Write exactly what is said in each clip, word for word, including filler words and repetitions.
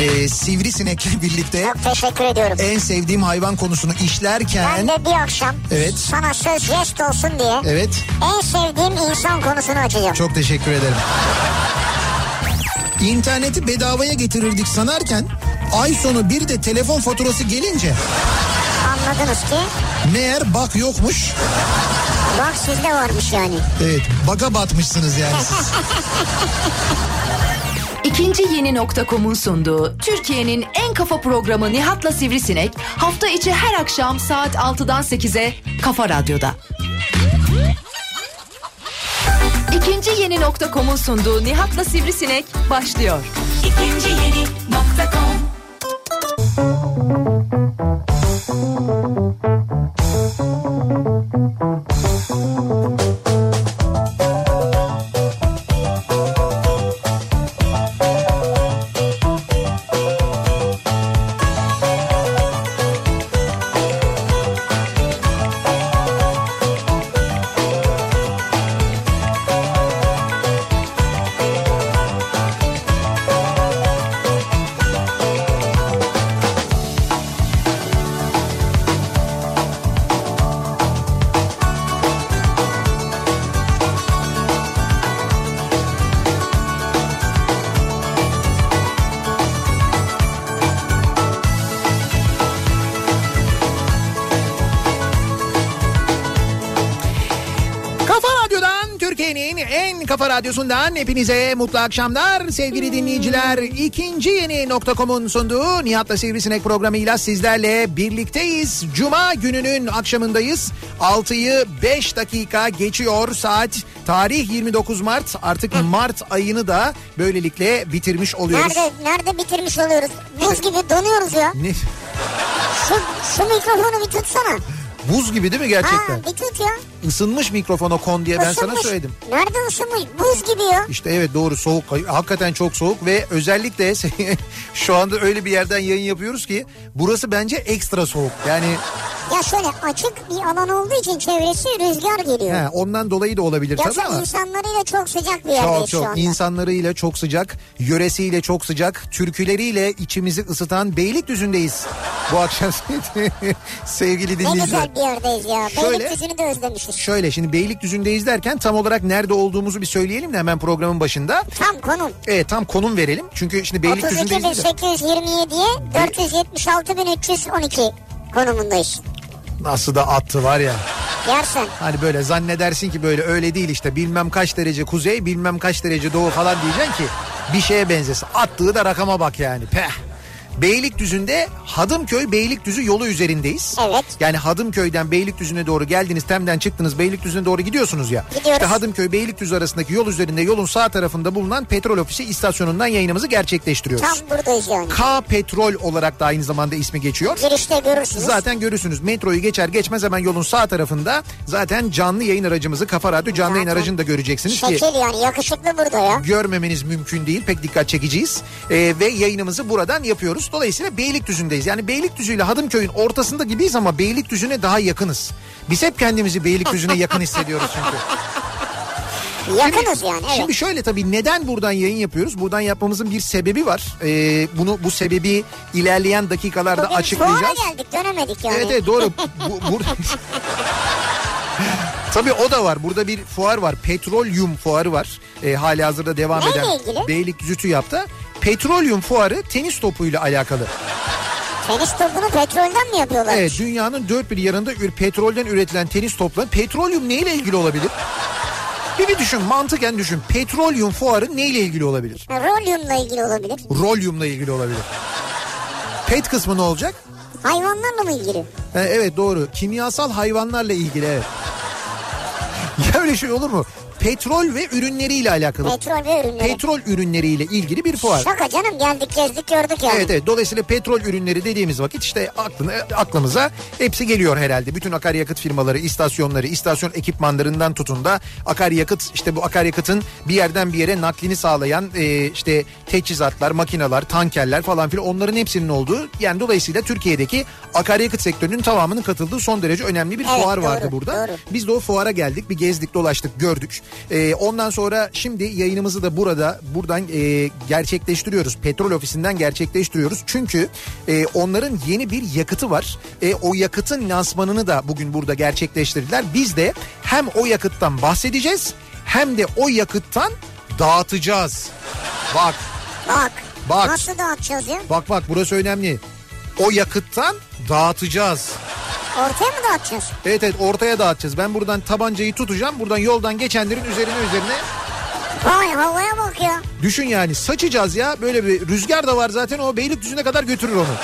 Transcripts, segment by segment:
Ee, sivrisinekle birlikte. Çok teşekkür ediyorum. En sevdiğim hayvan konusunu işlerken. Ben de bir akşam evet. sana söz jest olsun diye. Evet. En sevdiğim insan konusunu açacağım. Çok teşekkür ederim. İnterneti bedavaya getirirdik sanarken ay sonu bir de telefon faturası gelince. Anladınız ki. Meğer bak yokmuş. Bak sizde varmış yani. Evet, baka batmışsınız yani siz. İkinci Yeni nokta com'un sunduğu Türkiye'nin en kafa programı Nihat'la Sivrisinek hafta içi her akşam saat altıdan sekize Kafa Radyo'da. İkinci Yeni nokta com'un sunduğu Nihat'la Sivrisinek başlıyor. İkinci Yeni nokta com. Kafa Radyosu'ndan hepinize mutlu akşamlar sevgili dinleyiciler. İkinci Yeni nokta com'un sunduğu Nihat'la Sivrisinek programıyla sizlerle birlikteyiz. Cuma gününün akşamındayız. altıyı beş dakika geçiyor saat. Tarih yirmi dokuz Mart. Artık Mart ayını da böylelikle bitirmiş oluyoruz. Nerede, nerede bitirmiş oluyoruz? Buz gibi donuyoruz ya. Ne? Şu, şu mikrofonu bir tutsana. Buz gibi değil mi gerçekten? Ha, bir tut ya. Isınmış mikrofona kon diye ben Isınmış. sana söyledim. Nerede ısınmış? Buz gibi ya. İşte evet doğru, soğuk. Hakikaten çok soğuk ve özellikle şu anda öyle bir yerden yayın yapıyoruz ki burası bence ekstra soğuk. Yani ya şöyle açık bir alan olduğu için çevresi rüzgar geliyor. He, ondan dolayı da olabilir tabii ama. Yoksa insanlarıyla çok sıcak bir yerdeyiz çok, şu çok. anda. İnsanlarıyla çok sıcak, yöresiyle çok sıcak, türküleriyle içimizi ısıtan Beylikdüzü'ndeyiz bu akşam sevgili dinleyiciler. Ne güzel bir yerdeyiz ya. Şöyle, Beylikdüzü'nü de özlemişiz. Şöyle şimdi Beylikdüzü'ndeyiz derken tam olarak nerede olduğumuzu bir söyleyelim de hemen programın başında. Tam konum. Evet, tam konum verelim. Çünkü şimdi Beylikdüzü'ndeyiz. otuz iki bin sekiz yüz yirmi yediye dört yüz yetmiş altı bin üç yüz on iki konumundayız. Nasıl da attı var ya. Yersen. Hani böyle zannedersin ki böyle öyle değil işte, bilmem kaç derece kuzey bilmem kaç derece doğu falan diyeceksin ki bir şeye benzesin. Attığı da rakama bak yani. Peh. Beylikdüzü'nde Hadımköy Beylikdüzü yolu üzerindeyiz. Evet. Yani Hadımköy'den Beylikdüzü'ne doğru geldiniz, Tem'den çıktınız, Beylikdüzü'ne doğru gidiyorsunuz ya. Gidiyoruz. İşte Hadımköy Beylikdüzü arasındaki yol üzerinde yolun sağ tarafında bulunan Petrol Ofisi istasyonundan yayınımızı gerçekleştiriyoruz. Tam buradayız yani. K Petrol olarak da aynı zamanda ismi geçiyor. Girişte görürsünüz. Zaten görürsünüz. Metroyu geçer geçmez hemen yolun sağ tarafında zaten canlı yayın aracımızı, Kafa Radyo canlı zaten yayın aracını da göreceksiniz. Şekil ki yani, yakışıklı burada ya. Görmemeniz mümkün değil. Pek dikkat çekiciyiz. Ee, ve yayınımızı buradan yapıyoruz. Dolayısıyla Beylikdüzü'ndeyiz. Yani Beylikdüzü ile Hadımköy'ün ortasında gibiyiz ama Beylikdüzü'ne daha yakınız. Biz hep kendimizi Beylikdüzü'ne yakın hissediyoruz çünkü. Yakınız şimdi, yani evet. Şimdi şöyle tabii neden buradan yayın yapıyoruz? Buradan yapmamızın bir sebebi var. Ee, bunu bu sebebi ilerleyen dakikalarda Bugün açıklayacağız. fuara geldik, dönemedik yani. Evet evet doğru. bu, bu... Tabii o da var. Burada bir fuar var. Petrolyum fuarı var. Ee, hali hazırda devam Neyle eden ilgili? Beylikdüzü TÜYAP'ta. Petrolyum fuarı tenis topuyla alakalı. Tenis topunu petrolden mi yapıyorlar? Evet, dünyanın dört bir yanında petrolden üretilen tenis topları. Petrolyum neyle ilgili olabilir? Bir bir düşün, mantıken düşün. Petrolyum fuarı neyle ilgili olabilir? Rolyumla ilgili olabilir. Rolyumla ilgili olabilir. Pet kısmı ne olacak? Hayvanlarla mı ilgili? Ha, evet doğru. Kimyasal hayvanlarla ilgili, evet. Ya öyle şey olur mu? Petrol ve ürünleriyle alakalı. Petrol ve ürünleri. Petrol ürünleriyle ilgili bir fuar. Şaka canım, geldik gezdik gördük yani. Evet evet, dolayısıyla petrol ürünleri dediğimiz vakit işte aklına, aklımıza hepsi geliyor herhalde. Bütün akaryakıt firmaları, istasyonları, istasyon ekipmanlarından tutun da akaryakıt, işte bu akaryakıtın bir yerden bir yere naklini sağlayan e, işte teçhizatlar, makineler, tankerler falan filan, onların hepsinin olduğu, yani dolayısıyla Türkiye'deki akaryakıt sektörünün tamamının katıldığı son derece önemli bir evet, fuar doğru, vardı burada. Doğru. Biz de o fuara geldik, bir gezdik, dolaştık, gördük. Ee, ondan sonra şimdi yayınımızı da burada buradan e, gerçekleştiriyoruz. Petrol ofisinden gerçekleştiriyoruz. Çünkü e, onların yeni bir yakıtı var. E, o yakıtın lansmanını da bugün burada gerçekleştirdiler. Biz de hem o yakıttan bahsedeceğiz hem de o yakıttan dağıtacağız. Bak. Bak. Bak. Nasıl dağıtacağız ya? Bak bak burası önemli. O yakıttan dağıtacağız. Ortaya mı dağıtacağız? Evet evet ortaya dağıtacağız. Ben buradan tabancayı tutacağım. Buradan yoldan geçenlerin üzerine üzerine. Vay havaya bak ya. Düşün yani saçacağız ya. Böyle bir rüzgar da var zaten, o Beylikdüzü'ne kadar götürür onu.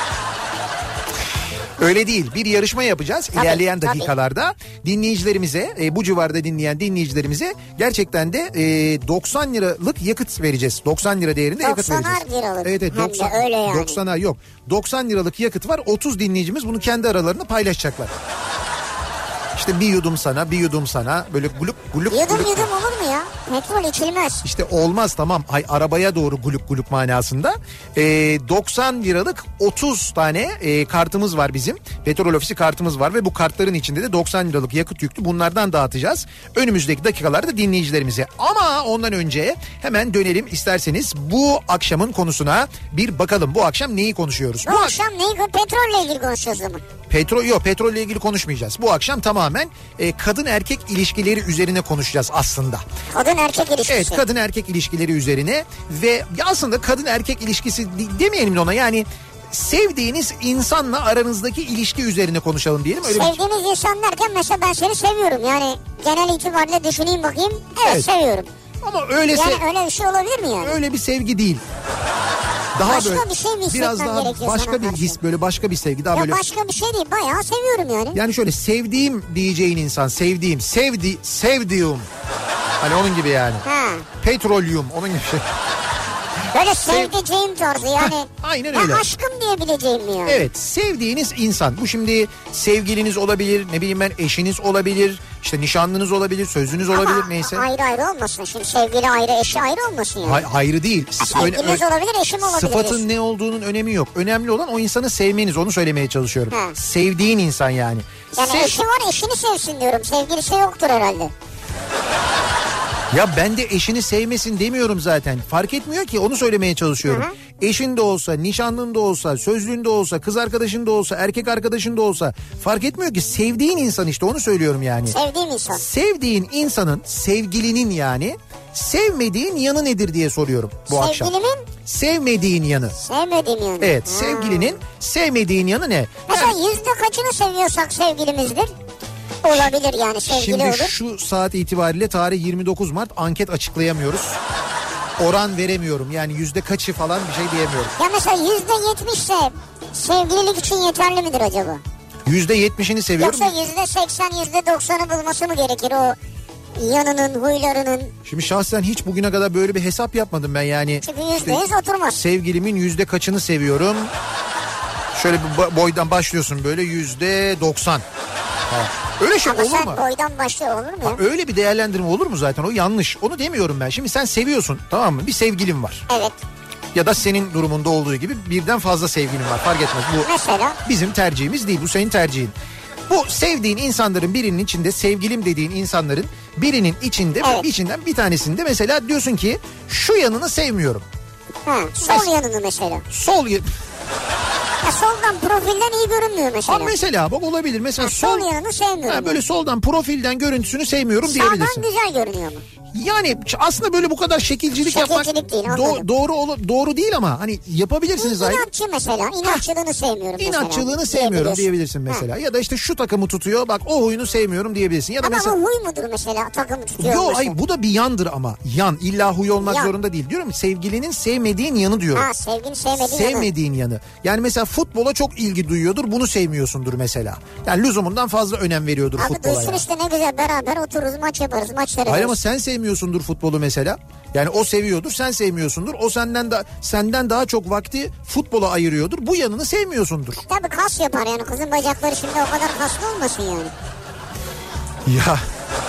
Öyle değil, bir yarışma yapacağız tabii, ilerleyen dakikalarda. Tabii. Dinleyicilerimize e, bu civarda dinleyen dinleyicilerimize gerçekten de e, doksan liralık yakıt vereceğiz. doksan lira değerinde yakıt vereceğiz. doksanar liralık. Evet, evet, hem doksan, de öyle yani. doksanar yok. doksan liralık yakıt var. otuz dinleyicimiz bunu kendi aralarında paylaşacaklar. İşte bir yudum sana, bir yudum sana, böyle gulup gulup Yudum gulup. yudum olur mu ya? Petrol içilmez. İşte olmaz, tamam. Ay, arabaya doğru gulup gulup manasında. Ee, doksan liralık otuz tane e, kartımız var bizim. Petrol ofisi kartımız var ve bu kartların içinde de doksan liralık yakıt yüklü, bunlardan dağıtacağız. Önümüzdeki dakikalarda dinleyicilerimize. Ama ondan önce hemen dönelim isterseniz bu akşamın konusuna bir bakalım. Bu akşam neyi konuşuyoruz? Bu, bu akşam neyi? Petrolle ilgili konuşacağız ama. Petrol yok, petrolle ilgili konuşmayacağız. Bu akşam tamamen e, kadın erkek ilişkileri üzerine konuşacağız aslında. Kadın erkek ilişkisi. Evet, kadın erkek ilişkileri üzerine ve aslında kadın erkek ilişkisi demeyelim de ona, yani sevdiğiniz insanla aranızdaki ilişki üzerine konuşalım diyelim. Öyle sevdiğiniz bir... insan derken mesela ben seni seviyorum, yani genel itibariyle düşüneyim bakayım. Evet, evet. Seviyorum. Ama öyle yani sev... öyle bir şey olabilir mi yani? Öyle bir sevgi değil. Daha başka böyle, bir şey mi biraz daha başka bir his, böyle başka bir sevgi, daha ya böyle. Başka bir şey değil, bayağı seviyorum yani. Yani şöyle sevdiğim diyeceğin insan, sevdiğim, sevdi, sevdiğim. Hani onun gibi yani. Ha. Petrolyum, onun gibi şey. Böyle sevdiceğim tarzı yani. Aynen öyle. Ya aşkım diyebileceğim mi yani? Evet, sevdiğiniz insan. Bu şimdi sevgiliniz olabilir, ne bileyim ben eşiniz olabilir, işte nişanlınız olabilir, sözünüz olabilir, ama neyse. ayrı ayrı olmasın. Şimdi sevgili ayrı, eşi ayrı olmasın yani. Hay, ayrı değil. Sevgiliniz öyle, olabilir, eşim olabilir. Sıfatın ne olduğunun önemi yok. Önemli olan o insanı sevmeniz, onu söylemeye çalışıyorum. Ha. Sevdiğin insan yani. Yani Sev... eşi var, eşini sevsin diyorum. Sevgilisi yoktur herhalde. Ya ben de eşini sevmesin demiyorum zaten. Fark etmiyor ki, onu söylemeye çalışıyorum. Hı hı. Eşin de olsa, nişanlın da olsa, sözlüğün de olsa, kız arkadaşın da olsa, erkek arkadaşın da olsa fark etmiyor ki, sevdiğin insan, işte onu söylüyorum yani. Sevdiğin insan. Sevdiğin insanın, sevgilinin yani sevmediğin yanı nedir diye soruyorum bu Sevgilimin? akşam. Sevgilimin? Sevmediğin yanı. Sevmediğim yanı. Evet, ha. Sevgilinin sevmediğin yanı ne? Mesela yani... yüzde kaçını seviyorsak sevgilimizdir? Olabilir yani, sevgili Şimdi olur. Şimdi şu saat itibariyle tarih yirmi dokuz Mart, anket açıklayamıyoruz. Oran veremiyorum yani, yüzde kaçı falan bir şey diyemiyorum. Ya mesela yüzde yetmişse sevgililik için yeterli midir acaba? Yüzde yetmişini seviyorum. Yoksa yüzde seksen, yüzde doksanı bulması mı gerekir o yanının, huylarının? Şimdi şahsen hiç bugüne kadar böyle bir hesap yapmadım ben yani. Çünkü yüzde yüz oturmaz. Sevgilimin yüzde kaçını seviyorum? Şöyle bir boydan başlıyorsun, böyle yüzde doksan. Öyle şey ama olur mu? Ama sen boydan başlıyor, olur mu ya? Ha, öyle bir değerlendirme olur mu zaten? O yanlış. Onu demiyorum ben. Şimdi sen seviyorsun, tamam mı? Bir sevgilin var. Evet. Ya da senin durumunda olduğu gibi birden fazla sevgilin var. Fark etmez. Bu mesela? Bizim tercihimiz değil. Bu senin tercihin. Bu sevdiğin insanların birinin içinde, sevgilim dediğin insanların birinin içinde, evet. içinden bir tanesinde mesela diyorsun ki şu yanını sevmiyorum. Ha, sol Mes- yanını mesela. Sol yanını. Ya soldan profilden iyi görünmüyor mesela. Ha mesela bak, olabilir. Mesela ha, sol, sol yanını sevmiyorum. Ha, böyle soldan profilden görüntüsünü sevmiyorum sağdan diyebilirsin. Sağdan güzel görünüyor mu? Yani aslında böyle bu kadar şekilcilik, şekilcilik yapmak değil, do- doğru doğru değil ama hani yapabilirsiniz. İnatçı mesela, inatçılığını sevmiyorum mesela. İnatçılığını sevmiyorum diyebilirsin mesela. Ha. Ya da işte şu takımı tutuyor, bak o huyunu sevmiyorum diyebilirsin. Ya da ama mesela... bu huy mudur mesela, takımı tutuyor? Yok ay, bu da bir yandır ama. Yan, illa huy olmak yan. zorunda değil. Diyorum sevgilinin sevmediğin yanı diyorum. Ha, sevgilinin sevmediğin, sevmediğin yanı. yanı. Yani mesela futbola çok ilgi duyuyordur, bunu sevmiyorsundur mesela. Yani lüzumundan fazla önem veriyordur abi futbola. Abi duysun işte, ne güzel beraber otururuz, maç yaparız, maç seyrediyoruz. Hayır ama sen sevmiyorsundur futbolu mesela. Yani o seviyordur, sen sevmiyorsundur. O senden da senden daha çok vakti futbola ayırıyordur. Bu yanını sevmiyorsundur. Tabii kas yapar yani, kızın bacakları şimdi o kadar kaslı olmasın yani. Ya.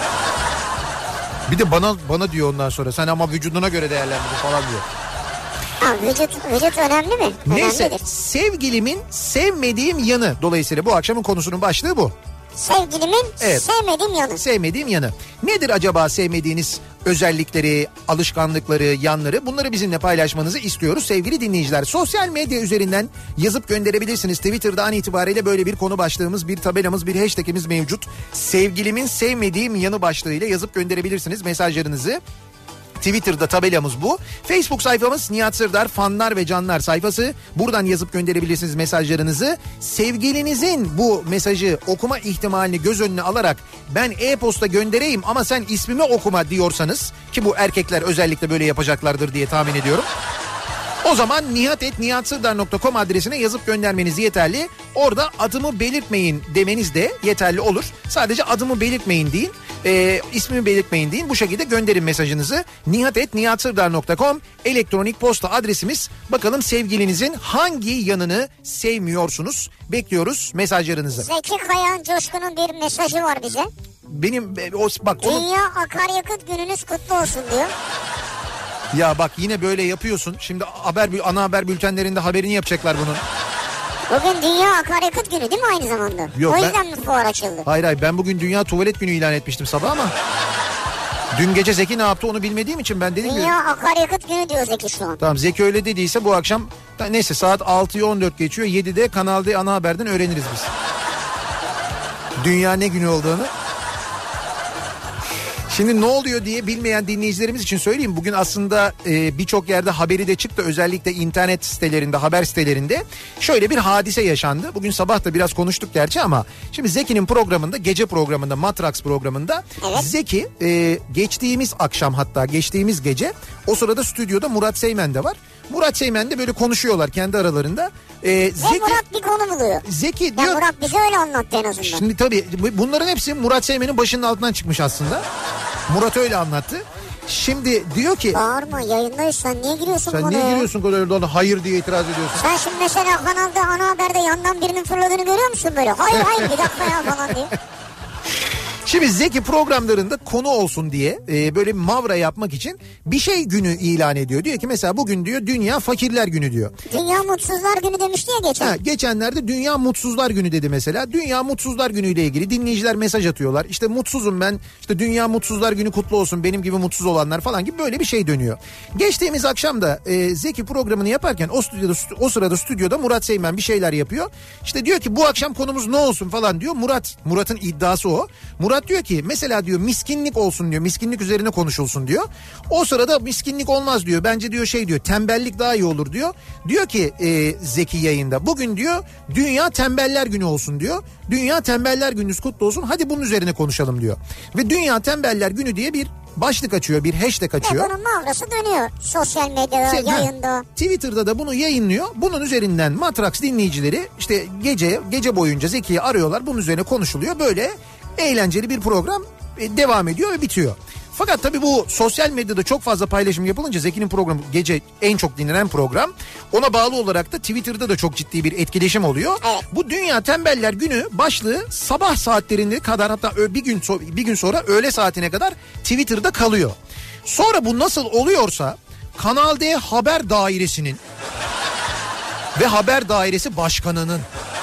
Bir de bana bana diyor ondan sonra, sen ama vücuduna göre değerlendirin falan diyor. Ha, vücut, vücut önemli mi? Neyse, Önemlidir. Sevgilimin sevmediğim yanı, dolayısıyla bu akşamın konusunun başlığı bu. Sevgilimin evet. sevmediğim yanı. Sevmediğim yanı. Nedir acaba sevmediğiniz özellikleri, alışkanlıkları, yanları? Bunları bizimle paylaşmanızı istiyoruz sevgili dinleyiciler. Sosyal medya üzerinden yazıp gönderebilirsiniz. Twitter'dan itibariyle böyle bir konu başlığımız, bir tabelamız, bir hashtagimiz mevcut. Sevgilimin sevmediğim yanı başlığıyla yazıp gönderebilirsiniz mesajlarınızı. Twitter'da tabelamız bu. Facebook sayfamız Nihat Sırdar fanlar ve canlar sayfası. Buradan yazıp gönderebilirsiniz mesajlarınızı. Sevgilinizin bu mesajı okuma ihtimalini göz önüne alarak ben e-posta göndereyim ama sen ismimi okuma diyorsanız, ki bu erkekler özellikle böyle yapacaklardır diye tahmin ediyorum. O zaman nihat et nihat sırdar nokta com adresine yazıp göndermeniz yeterli. Orada adımı belirtmeyin demeniz de yeterli olur. Sadece adımı belirtmeyin deyin, e, ismimi belirtmeyin deyin. Bu şekilde gönderin mesajınızı. nihat et nihat sırdar nokta com elektronik posta adresimiz. Bakalım sevgilinizin hangi yanını sevmiyorsunuz? Bekliyoruz mesajlarınızı. Zeki Kayağan Coşkun'un bir mesajı var bize. Benim o bak onu... Dünya akaryakıt gününüz kutlu olsun diyor. Ya bak yine böyle yapıyorsun. Şimdi haber ana haber bültenlerinde haberini yapacaklar bunun. Bugün Dünya Akaryakıt Günü değil mi aynı zamanda? Yok, o yüzden ben... mi fuar açıldı? Hayır hayır ben bugün Dünya Tuvalet Günü ilan etmiştim sabah ama... Dün gece Zeki ne yaptı onu bilmediğim için ben dedim ki... Dünya Akaryakıt Günü diyor Zeki şu an. Tamam, Zeki öyle dediyse bu akşam... Neyse saat altıyı on dört geçiyor. yedide Kanal D ana haberden öğreniriz biz. Dünya ne günü olduğunu. Şimdi ne oluyor diye bilmeyen dinleyicilerimiz için söyleyeyim. Bugün aslında e, birçok yerde haberi de çıktı. Özellikle internet sitelerinde, haber sitelerinde şöyle bir hadise yaşandı. Bugün sabah da biraz konuştuk gerçi ama şimdi Zeki'nin programında, gece programında, Matrax programında evet. Zeki e, geçtiğimiz akşam, hatta geçtiğimiz gece, o sırada stüdyoda Murat Seymen de var. Murat Seymen de böyle konuşuyorlar kendi aralarında. Ee, Zeki, Murat bir konu buluyor. Zeki diyor. Ya Murat bize öyle anlattı en azından. Şimdi tabii bunların hepsi Murat Seymen'in başının altından çıkmış aslında. Murat öyle anlattı. Şimdi diyor ki... Bağırma, yayındayız, sen niye giriyorsun sen konuya? Sen niye giriyorsun konuya? Hayır diye itiraz ediyorsun. Sen şimdi mesela kanalda ana haberde yandan birinin fırladığını görüyor musun böyle? Hayır hayır bir dakika ya falan diye. Şimdi Zeki programlarında konu olsun diye e, böyle mavra yapmak için bir şey günü ilan ediyor. Diyor ki mesela bugün diyor Dünya Fakirler Günü diyor. Dünya Mutsuzlar Günü demişti ya geçen. Ha, geçenlerde Dünya Mutsuzlar Günü dedi mesela. Dünya Mutsuzlar Günü ile ilgili dinleyiciler mesaj atıyorlar. İşte mutsuzum ben, işte Dünya Mutsuzlar Günü kutlu olsun benim gibi mutsuz olanlar falan gibi böyle bir şey dönüyor. Geçtiğimiz akşam da e, Zeki programını yaparken o stüdyoda o sırada stüdyoda Murat Seymen bir şeyler yapıyor. İşte diyor ki bu akşam konumuz ne olsun falan diyor. Murat Murat'ın iddiası o. Murat diyor ki mesela diyor miskinlik olsun diyor. Miskinlik üzerine konuşulsun diyor. O sırada miskinlik olmaz diyor. Bence diyor şey diyor, tembellik daha iyi olur diyor. Diyor ki e, Zeki yayında bugün diyor Dünya Tembeller Günü olsun diyor. Dünya Tembeller Gününüz kutlu olsun. Hadi bunun üzerine konuşalım diyor. Ve Dünya Tembeller Günü diye bir başlık açıyor, bir hashtag açıyor. Ve bunun mavrası dönüyor sosyal medyada, Se- yayında. Ha, Twitter'da da bunu yayınlıyor. Bunun üzerinden Matrax dinleyicileri işte gece gece boyunca Zeki'yi arıyorlar. Bunun üzerine konuşuluyor. Böyle eğlenceli bir program devam ediyor ve bitiyor. Fakat tabii bu sosyal medyada çok fazla paylaşım yapılınca Zeki'nin programı gece en çok dinlenen program. Ona bağlı olarak da Twitter'da da çok ciddi bir etkileşim oluyor. Evet. Bu Dünya Tembeller Günü başlığı sabah saatlerine kadar, hatta bir gün bir gün sonra öğle saatine kadar Twitter'da kalıyor. Sonra bu nasıl oluyorsa Kanal D Haber Dairesi'nin ve Haber Dairesi Başkanı'nın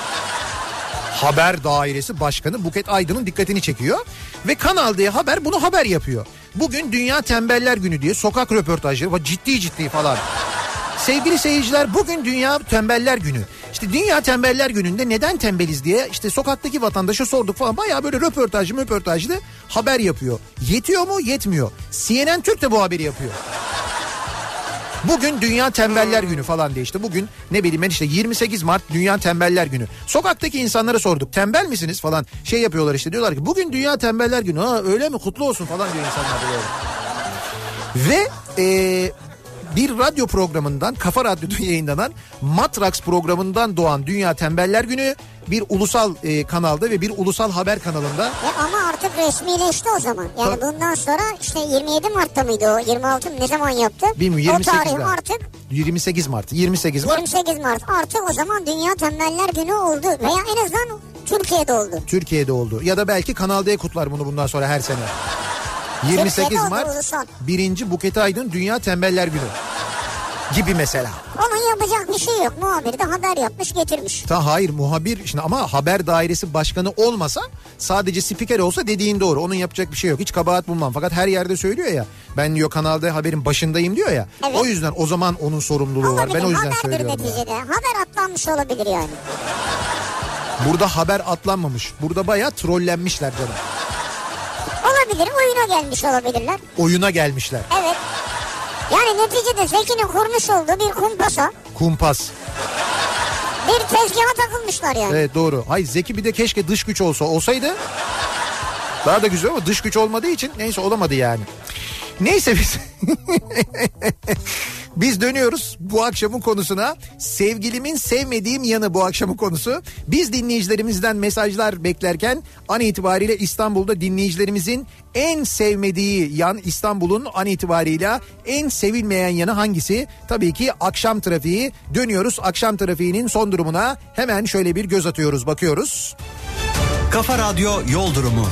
Haber Dairesi Başkanı Buket Aydın'ın dikkatini çekiyor ve Kanal D Haber bunu haber yapıyor. Bugün Dünya Tembeller Günü diye sokak röportajları ciddi ciddi falan. Sevgili seyirciler, bugün Dünya Tembeller Günü. İşte Dünya Tembeller Günü'nde neden tembeliz diye işte sokaktaki vatandaşa sorduk falan. Bayağı böyle röportajlı röportajlı haber yapıyor. Yetiyor mu? Yetmiyor. C N N Türk de bu haberi yapıyor. Bugün Dünya Tembeller Günü falan diye, işte bugün ne bileyim ben işte yirmi sekiz Mart Dünya Tembeller Günü. Sokaktaki insanlara sorduk, tembel misiniz falan, şey yapıyorlar işte, diyorlar ki bugün Dünya Tembeller Günü. Ha öyle mi, kutlu olsun falan diyor insanlar böyle. Ve e, bir radyo programından, Kafa Radyo'da yayınlanan Matrax programından doğan Dünya Tembeller Günü bir ulusal e, kanalda ve bir ulusal haber kanalında. E ama artık resmileşti o zaman. Yani Ta- bundan sonra işte yirmi yedi Mart'ta mıydı o? yirmi altı ne zaman yaptı? Bilmiyorum, yirmi sekizde. O tarih artık. yirmi sekiz Mart. yirmi sekiz Mart. yirmi sekiz Mart artık o zaman Dünya Tembeller Günü oldu. Veya en azından Türkiye'de oldu. Türkiye'de oldu. Ya da belki Kanal D kutlar bunu bundan sonra her sene. yirmi sekiz Mart birinci Buket Aydın Dünya Tembeller Günü. gibi mesela. Onun yapacak bir şey yok. Muhabir de haber yapmış getirmiş. Ta hayır muhabir şimdi ama haber dairesi başkanı olmasa sadece spiker olsa dediğin doğru. Onun yapacak bir şey yok. Hiç kabahat bulmam. Fakat her yerde söylüyor ya. Ben diyor kanalda haberin başındayım diyor ya. Evet. O yüzden o zaman onun sorumluluğu olabilir, var. Ben o yüzden haberdir söylüyorum. neticede. Ya. Haber atlanmış olabilir yani. Burada haber atlanmamış. Burada bayağı trollenmişler canım. Olabilir, oyuna gelmiş olabilirler. Oyuna gelmişler. Evet. Yani neticede Zeki'nin kurmuş olduğu bir kumpasa. Kumpas. Bir tezgaha takılmışlar yani. Evet doğru. Hayır Zeki bir de keşke dış güç olsa. Olsaydı daha da güzel ama dış güç olmadığı için neyse olamadı yani. Neyse biz... Biz dönüyoruz bu akşamın konusuna. Sevgilimin sevmediğim yanı bu akşamın konusu. Biz dinleyicilerimizden mesajlar beklerken an itibariyle İstanbul'da dinleyicilerimizin en sevmediği yan, İstanbul'un an itibariyle en sevilmeyen yanı hangisi? Tabii ki akşam trafiği. Dönüyoruz akşam trafiğinin son durumuna. Hemen şöyle bir göz atıyoruz, bakıyoruz. Kafa Radyo Yol Durumu.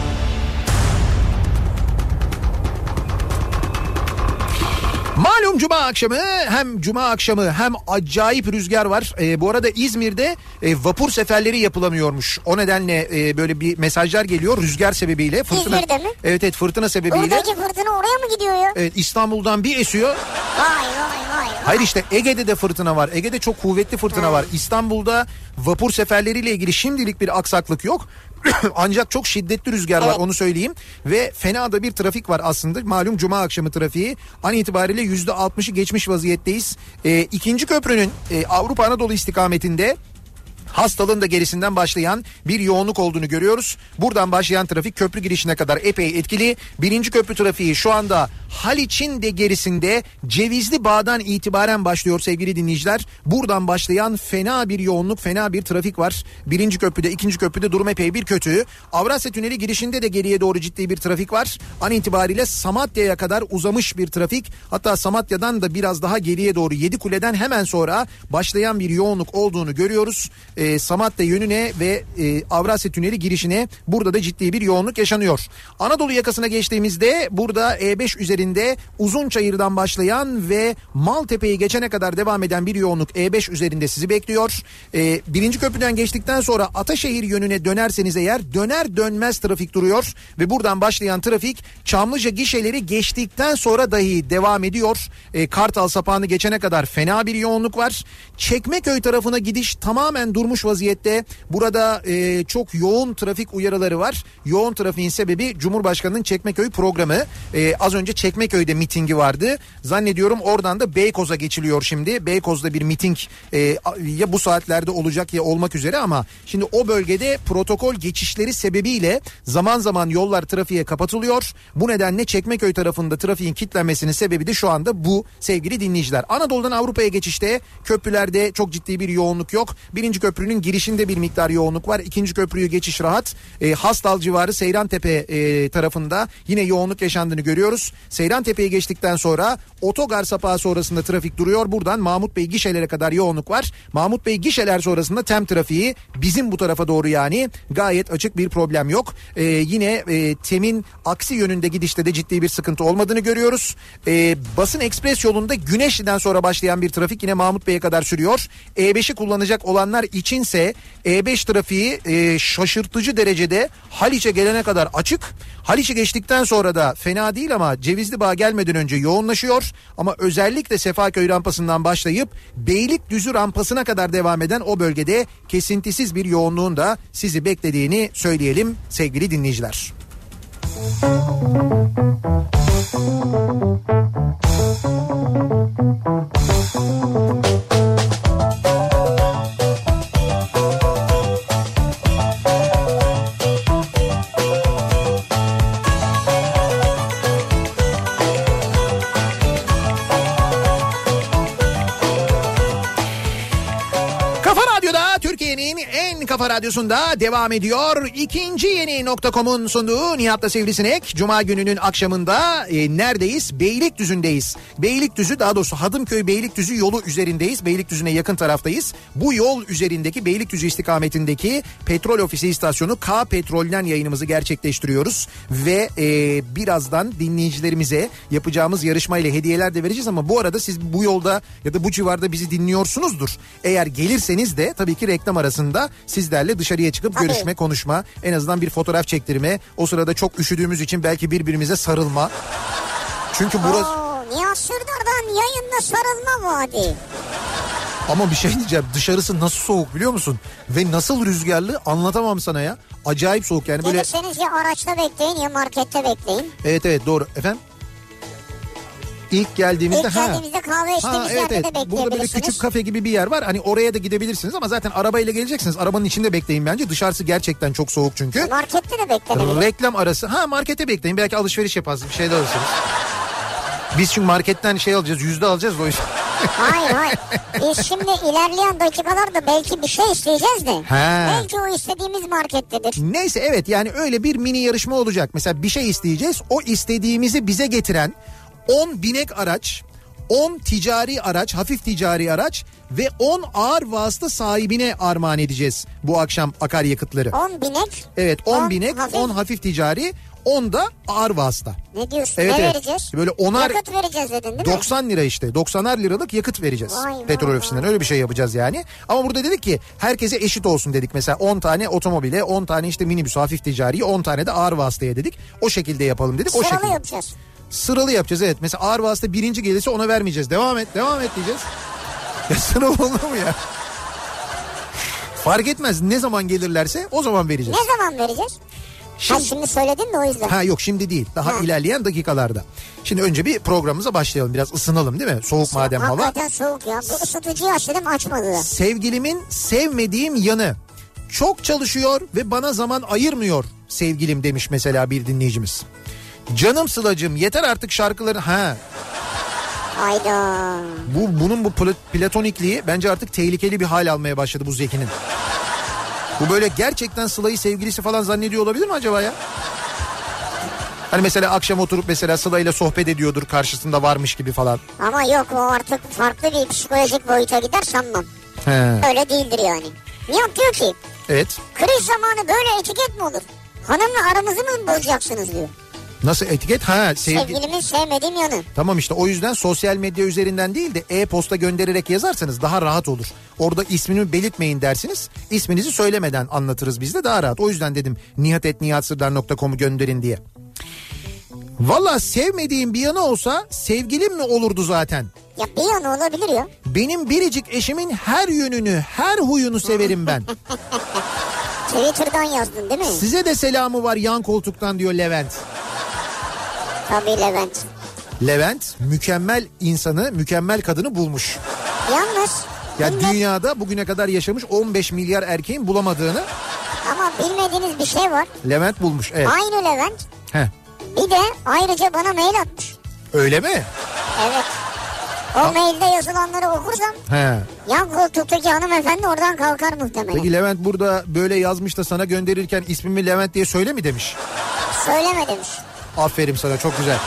Malum cuma akşamı, hem cuma akşamı hem acayip rüzgar var. Ee, bu arada İzmir'de e, vapur seferleri yapılamıyormuş. O nedenle e, böyle bir mesajlar geliyor rüzgar sebebiyle. Fırtına, İzmir'de mi? Evet evet fırtına sebebiyle. Buradaki fırtına oraya mı gidiyor ya? Evet İstanbul'dan bir esiyor. Vay vay vay. Hayır işte Ege'de de fırtına var. Ege'de çok kuvvetli fırtına hmm. var. İstanbul'da vapur seferleriyle ilgili şimdilik bir aksaklık yok. Ancak çok şiddetli rüzgar var, evet. Onu söyleyeyim. Ve fena da bir trafik var aslında. Malum cuma akşamı trafiği. An itibariyle yüzde altmışı geçmiş vaziyetteyiz. Ee, ikinci köprünün e, Avrupa Anadolu istikametinde Hastalığın da gerisinden başlayan bir yoğunluk olduğunu görüyoruz. Buradan başlayan trafik köprü girişine kadar epey etkili. Birinci köprü trafiği şu anda Haliç'in de gerisinde Cevizli Bağ'dan itibaren başlıyor sevgili dinleyiciler. Buradan başlayan fena bir yoğunluk, fena bir trafik var. Birinci köprüde, ikinci köprüde durum epey bir kötü. Avrasya Tüneli girişinde de geriye doğru ciddi bir trafik var. An itibariyle Samatya'ya kadar uzamış bir trafik. Hatta Samatya'dan da biraz daha geriye doğru Yedikule'den hemen sonra başlayan bir yoğunluk olduğunu görüyoruz. Ee, Samatya yönüne ve e, Avrasya Tüneli girişine burada da ciddi bir yoğunluk yaşanıyor. Anadolu yakasına geçtiğimizde burada E beş üzerinde Uzunçayır'dan başlayan ve Maltepe'yi geçene kadar devam eden bir yoğunluk E beş üzerinde sizi bekliyor. Ee, birinci köprüden geçtikten sonra Ataşehir yönüne dönerseniz eğer döner dönmez trafik duruyor ve buradan başlayan trafik Çamlıca gişeleri geçtikten sonra dahi devam ediyor. Ee, Kartal sapağını geçene kadar fena bir yoğunluk var. Çekmeköy tarafına gidiş tamamen durmuş vaziyette. Burada e, çok yoğun trafik uyarıları var. Yoğun trafiğin sebebi Cumhurbaşkanı'nın Çekmeköy programı. E, az önce Çekmeköy'de mitingi vardı. Zannediyorum oradan da Beykoz'a geçiliyor şimdi. Beykoz'da bir miting e, ya bu saatlerde olacak ya olmak üzere ama şimdi o bölgede protokol geçişleri sebebiyle zaman zaman yollar trafiğe kapatılıyor. Bu nedenle Çekmeköy tarafında trafiğin kilitlenmesinin sebebi de şu anda bu sevgili dinleyiciler. Anadolu'dan Avrupa'ya geçişte köprülerde çok ciddi bir yoğunluk yok. Birinci köprünün girişinde bir miktar yoğunluk var. İkinci köprüyü geçiş rahat. E, Hastal civarı Seyrantepe e, tarafında yine yoğunluk yaşandığını görüyoruz. Seyrantepe'yi geçtikten sonra otogar sapağı sonrasında trafik duruyor. Buradan Mahmut Bey gişelere kadar yoğunluk var. Mahmut Bey gişeler sonrasında TEM trafiği bizim bu tarafa doğru yani gayet açık, bir problem yok. E, yine e, TEM'in aksi yönünde gidişte de ciddi bir sıkıntı olmadığını görüyoruz. E, Basın Ekspres yolunda Güneşli'den sonra başlayan bir trafik yine Mahmut Bey'e kadar sürüyor. E beşi kullanacak olanlar içinse E beş trafiği e, şaşırtıcı derecede Haliç'e gelene kadar açık. Haliç'i geçtikten sonra da fena değil ama Cevizli Bağ gelmeden önce yoğunlaşıyor. Ama özellikle Sefaköy rampasından başlayıp Beylikdüzü rampasına kadar devam eden o bölgede kesintisiz bir yoğunluğun da sizi beklediğini söyleyelim sevgili dinleyiciler. Türkiye'nin en kafa radyosunda devam ediyor. İkinci yeni nokta com'un sunduğu Nihat'la Sivrisinek. Cuma gününün akşamında e, neredeyiz? Beylikdüzü'ndeyiz. Beylikdüzü, daha doğrusu Hadımköy Beylikdüzü yolu üzerindeyiz. Beylikdüzü'ne yakın taraftayız. Bu yol üzerindeki Beylikdüzü istikametindeki petrol ofisi istasyonu K Petrol'den yayınımızı gerçekleştiriyoruz. Ve e, birazdan dinleyicilerimize yapacağımız yarışmayla hediyeler de vereceğiz ama bu arada siz bu yolda ya da bu civarda bizi dinliyorsunuzdur. Eğer gelirseniz de tabii ki reklam arasında sizlerle dışarıya çıkıp Tabii. görüşme, konuşma, en azından bir fotoğraf çektirme, o sırada çok üşüdüğümüz için belki birbirimize sarılma. Çünkü burası... Oo, Nihat Sırdar'dan yayında sarılma vaadi. Ama bir şey diyeceğim, dışarısı nasıl soğuk biliyor musun? Ve nasıl rüzgarlı anlatamam sana ya. Acayip soğuk yani böyle... Gelirseniz ya araçta bekleyin ya markette bekleyin. Evet evet doğru efendim. İlk geldiğimizde... İlk geldiğimizde kahve içtiğimiz evet, yerde evet. de bekleyebilirsiniz. Burada böyle küçük kafe gibi bir yer var. Hani oraya da gidebilirsiniz ama zaten arabayla geleceksiniz. Arabanın içinde bekleyin bence. Dışarısı gerçekten çok soğuk çünkü. Markette de beklenebilir. Reklam arası. Ha markete bekleyin. Belki alışveriş yaparsınız. Bir şey de alırsınız. Biz çünkü marketten şey alacağız. Yüzde alacağız o yüzden. Hayır hayır. Biz şimdi ilerleyen dakikalarda belki bir şey isteyeceğiz de. He. Belki o istediğimiz markettedir. Neyse evet yani öyle bir mini yarışma olacak. Mesela bir şey isteyeceğiz. O istediğimizi bize getiren on binek araç, on ticari araç, hafif ticari araç ve on ağır vasıta sahibine armağan edeceğiz bu akşam akaryakıtları. on binek. Evet on, on binek, hafif. on hafif ticari, on da ağır vasıta. Ne diyorsun? Evet, ne evet. vereceğiz? Böyle onar, yakıt vereceğiz dedin değil mi? doksan lira işte. doksanar liralık yakıt vereceğiz. Vay vay Petrol vay. ofisinden öyle bir şey yapacağız yani. Ama burada dedik ki herkese eşit olsun dedik. Mesela on tane otomobile, on tane işte minibüs hafif ticariye, on tane de ağır vasıtaya dedik. O şekilde yapalım dedik. O Sıralı şekilde. yapacağız. Sıralı yapacağız evet. Mesela ağır vasıta birinci gelirse ona vermeyeceğiz. Devam et, devam et diyeceğiz. Ya sınav olur mu ya? Fark etmez ne zaman gelirlerse o zaman vereceğiz. Ne zaman vereceğiz? Şimdi, ha, şimdi söyledin de o yüzden. Ha yok şimdi değil. Daha ha. ilerleyen dakikalarda. Şimdi önce bir programımıza başlayalım. Biraz ısınalım değil mi? Soğuk Soğuk, madem hava. Hakikaten soğuk ya. Bu ısıtıcıyı açtım açmadı da. Sevgilimin sevmediğim yanı. Çok çalışıyor ve bana zaman ayırmıyor sevgilim demiş mesela bir dinleyicimiz. Canım Sıla'cığım yeter artık şarkıları. Ha. Hayda. Bu, bunun bu platonikliği bence artık tehlikeli bir hal almaya başladı bu Zeki'nin. Bu böyle gerçekten Sıla'yı sevgilisi falan zannediyor olabilir mi acaba ya? Hani mesela akşam oturup mesela Sıla'yla sohbet ediyordur, karşısında varmış gibi falan. Ama yok o artık farklı bir psikolojik boyuta gider sanmam. He. Öyle değildir yani. Nihat diyor ki. Evet. Kriz zamanı böyle etiket mi olur? Hanımla aramızı mı bozacaksınız diyor. Nasıl etiket? Ha, sevgi... Sevgilimin sevmediğim yanı. Tamam işte o yüzden sosyal medya üzerinden değil de e-posta göndererek yazarsanız daha rahat olur. Orada ismini belirtmeyin dersiniz. İsminizi söylemeden anlatırız biz de daha rahat. O yüzden dedim nihat et nihatsırdar nokta com'u gönderin diye. Valla sevmediğim bir yanı olsa sevgilim mi olurdu zaten? Ya bir yanı olabilir ya. Benim biricik eşimin her yönünü, her huyunu severim ben. Twitter'dan yazdın değil mi? Size de selamı var yan koltuktan diyor Levent. Tabii Levent. Levent mükemmel insanı, mükemmel kadını bulmuş. Yalnız. Ya bilme... dünyada bugüne kadar yaşamış on beş milyar erkeğin bulamadığını. Ama bilmediğiniz bir şey var. Levent bulmuş evet. Aynı Levent. Heh. Bir de ayrıca bana mail atmış. Öyle mi? Evet. O ha. mailde yazılanları okursam He. yan koltuktaki hanımefendi oradan kalkar muhtemelen. Peki Levent burada böyle yazmış da sana gönderirken ismimi Levent diye söyle mi demiş? Söyleme demiş. Aferin sana çok güzel.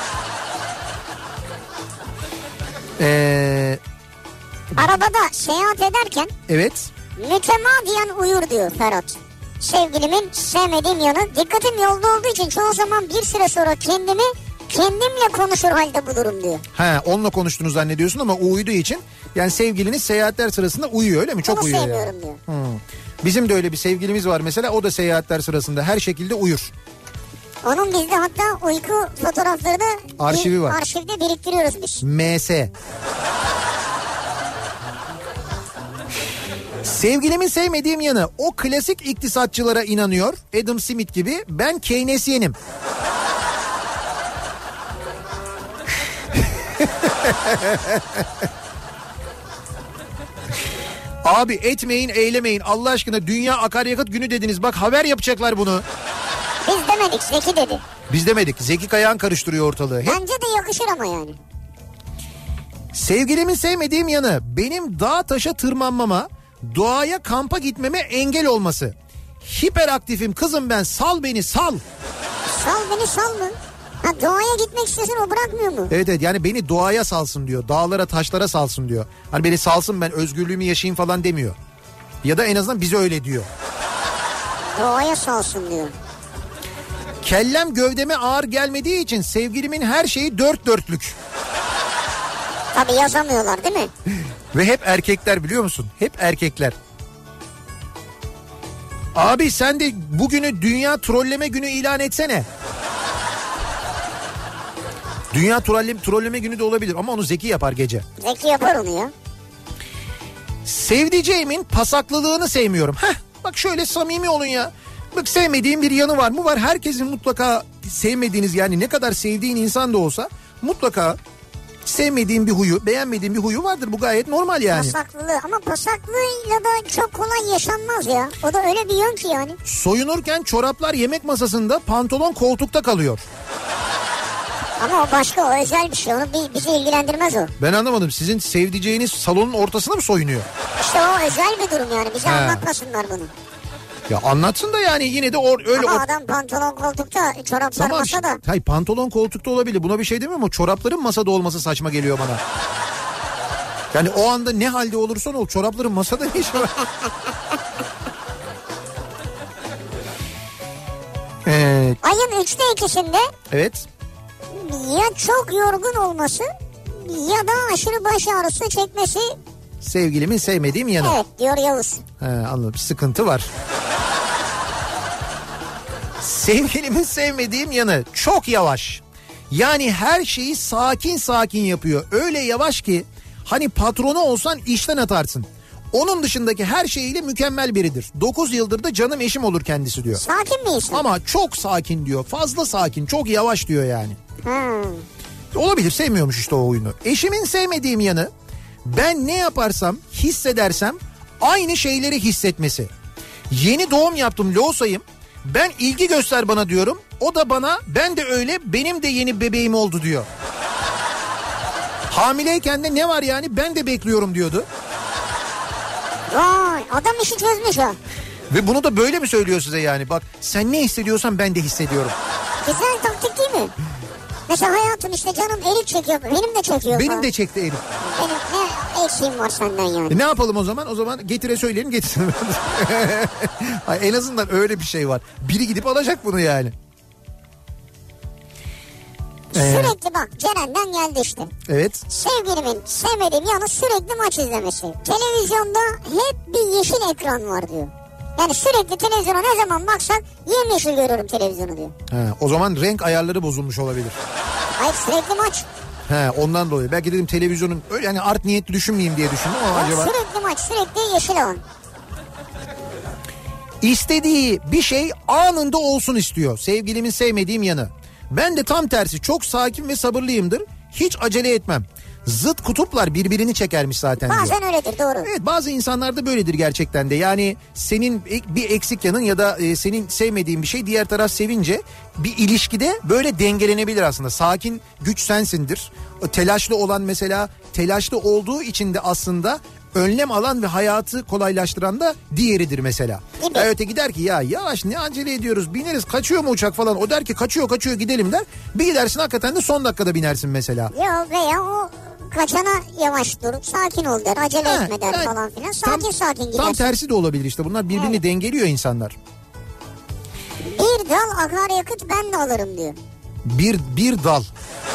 Ee... Arabada seyahat ederken evet. mütemadiyen uyur diyor Ferhat. Sevgilimin sevmediğim yanı dikkatim yolda olduğu için çoğu zaman bir süre sonra kendimi kendimle konuşur halde bulurum diyor. He, onunla konuştuğunu zannediyorsun ama o uyuduğu için yani sevgiliniz seyahatler sırasında uyuyor öyle mi? Çok Onu uyuyor sevmiyorum yani. diyor. Hmm. Bizim de öyle bir sevgilimiz var mesela o da seyahatler sırasında her şekilde uyur. Onun bizde hatta uyku fotoğraflarını arşivi var. Arşivde biriktiriyoruz biz. M S. Sevgilimin sevmediğim yanı o klasik iktisatçılara inanıyor. Adam Smith gibi. Ben Keynesyenim. Abi etmeyin eylemeyin Allah aşkına dünya akaryakıt günü dediniz. Bak haber yapacaklar bunu. Biz demedik Zeki dedi. Biz demedik. Zeki Kayağan karıştırıyor ortalığı. Hep... Bence de yakışır ama yani. Sevgilimin sevmediğim yanı benim dağ taşa tırmanmama, Doğaya kampa gitmeme engel olması. Hiperaktifim kızım ben, sal beni sal. Sal beni sal mı? Ha, doğaya gitmek istesin o bırakmıyor mu? Evet evet, yani beni doğaya salsın diyor. Dağlara taşlara salsın diyor. Hani beni salsın, ben özgürlüğümü yaşayayım falan demiyor. Ya da en azından bize öyle diyor. Doğaya salsın diyor. Kellem gövdeme ağır gelmediği için sevgilimin her şeyi dört dörtlük. Tabii yazamıyorlar değil mi? Ve hep erkekler, biliyor musun? Hep erkekler. Abi sen de bugünü dünya trolleme günü ilan etsene. Dünya trolleme, trolleme günü de olabilir ama onu Zeki yapar gece. Zeki yapar onu ya. Sevdiceğimin pasaklılığını sevmiyorum. Heh, bak şöyle samimi olun ya. Bak, sevmediğim bir yanı var mı? Var. Herkesin mutlaka sevmediğiniz, yani ne kadar sevdiğin insan da olsa mutlaka sevmediğin bir huyu, beğenmediğin bir huyu vardır. Bu gayet normal yani. Pasaklılığı, ama pasaklığıyla da çok kolay yaşanmaz ya. O da öyle bir yön ki yani. Soyunurken çoraplar yemek masasında, pantolon koltukta kalıyor. Ama o başka, o özel bir şey. Onu bizi ilgilendirmez o. Ben anlamadım. Sizin sevdiceğiniz salonun ortasına mı soyunuyor? İşte o özel bir durum yani. Bize He. anlatmasınlar bunu. Ya anlatsın da yani yine de or, öyle... Ama or... adam pantolon koltukta, çoraplar Tamam, masada. Hayır, pantolon koltukta olabilir. Buna bir şey demiyorum ama çorapların masada olması saçma geliyor bana. Yani o anda ne halde olursan ol, çorapların masada ne işi var? ee, Ayın üçte ikisinde evet. ya çok yorgun olması ya da aşırı baş ağrısı çekmesi. Sevgilimin sevmediğim yanı. Evet diyor Yavuz. He, anladım, sıkıntı var. Sevgilimin sevmediğim yanı çok yavaş. Yani her şeyi sakin sakin yapıyor. Öyle yavaş ki hani patronu olsan işten atarsın. Onun dışındaki her şeyiyle mükemmel biridir. dokuz yıldır da canım eşim olur kendisi diyor. Sakin miyiz? Ama çok sakin diyor. Fazla sakin, çok yavaş diyor yani. Hmm. Olabilir, sevmiyormuş işte o oyunu. Eşimin sevmediğim yanı, ben ne yaparsam, hissedersem aynı şeyleri hissetmesi. Yeni doğum yaptım, loğusayım. Ben ilgi göster bana diyorum. O da bana, ben de öyle, benim de yeni bebeğim oldu diyor. Hamileyken de ne var yani, ben de bekliyorum diyordu. Vay, adam işi çözmüş o. Ve bunu da böyle mi söylüyor size yani? Bak, sen ne hissediyorsan ben de hissediyorum. Güzel taktik değil mi? Mesela hayatım işte canım erik çekiyor. Benim de çekiyor. Benim falan. de çekti Elif. Benim ne eksiğim var senden yani. E ne yapalım o zaman? O zaman getire söyleyelim, getirsin. En azından öyle bir şey var. Biri gidip alacak bunu yani. Sürekli bak, Ceren'den geldi işte. Evet. Sevgilimin sevmediğim yanı sürekli maç izlemesi. Televizyonda hep bir yeşil ekran var diyor. Yani sürekli televizyona ne zaman baksak yemyeşil görüyorum televizyonu diyor. He, o zaman renk ayarları bozulmuş olabilir. Hayır, sürekli maç. He, ondan dolayı. Belki dedim televizyonun öyle yani art niyetli düşünmeyeyim diye düşündüm ama Ya acaba. sürekli maç, sürekli yeşil alan. İstediği bir şey anında olsun istiyor. Sevgilimin sevmediğim yanı. Ben de tam tersi, çok sakin ve sabırlıyımdır. Hiç acele etmem. Zıt kutuplar birbirini çekermiş zaten diyor. Bazen öyledir, doğru. Evet, bazı insanlar da böyledir gerçekten de. Yani senin bir eksik yanın ya da senin sevmediğin bir şey diğer taraf sevince bir ilişkide böyle dengelenebilir aslında. Sakin güç sensindir. Telaşlı olan mesela, telaşlı olduğu için de aslında önlem alan ve hayatı kolaylaştıran da diğeridir mesela. Ya öteki der ki ya yavaş, ne acele ediyoruz, bineriz, kaçıyor mu uçak falan. O der ki kaçıyor kaçıyor gidelim der. Bir gidersin hakikaten de son dakikada binersin mesela. Ya veya o kaçana yavaş dur, sakin ol der, acele Ha, etme der evet. falan filan. Sakin Tam, sakin gidersin. tam tersi de olabilir işte, bunlar birbirini Evet. dengeliyor insanlar. Bir dal akaryakıt ben de alırım diyor. Bir, bir dal.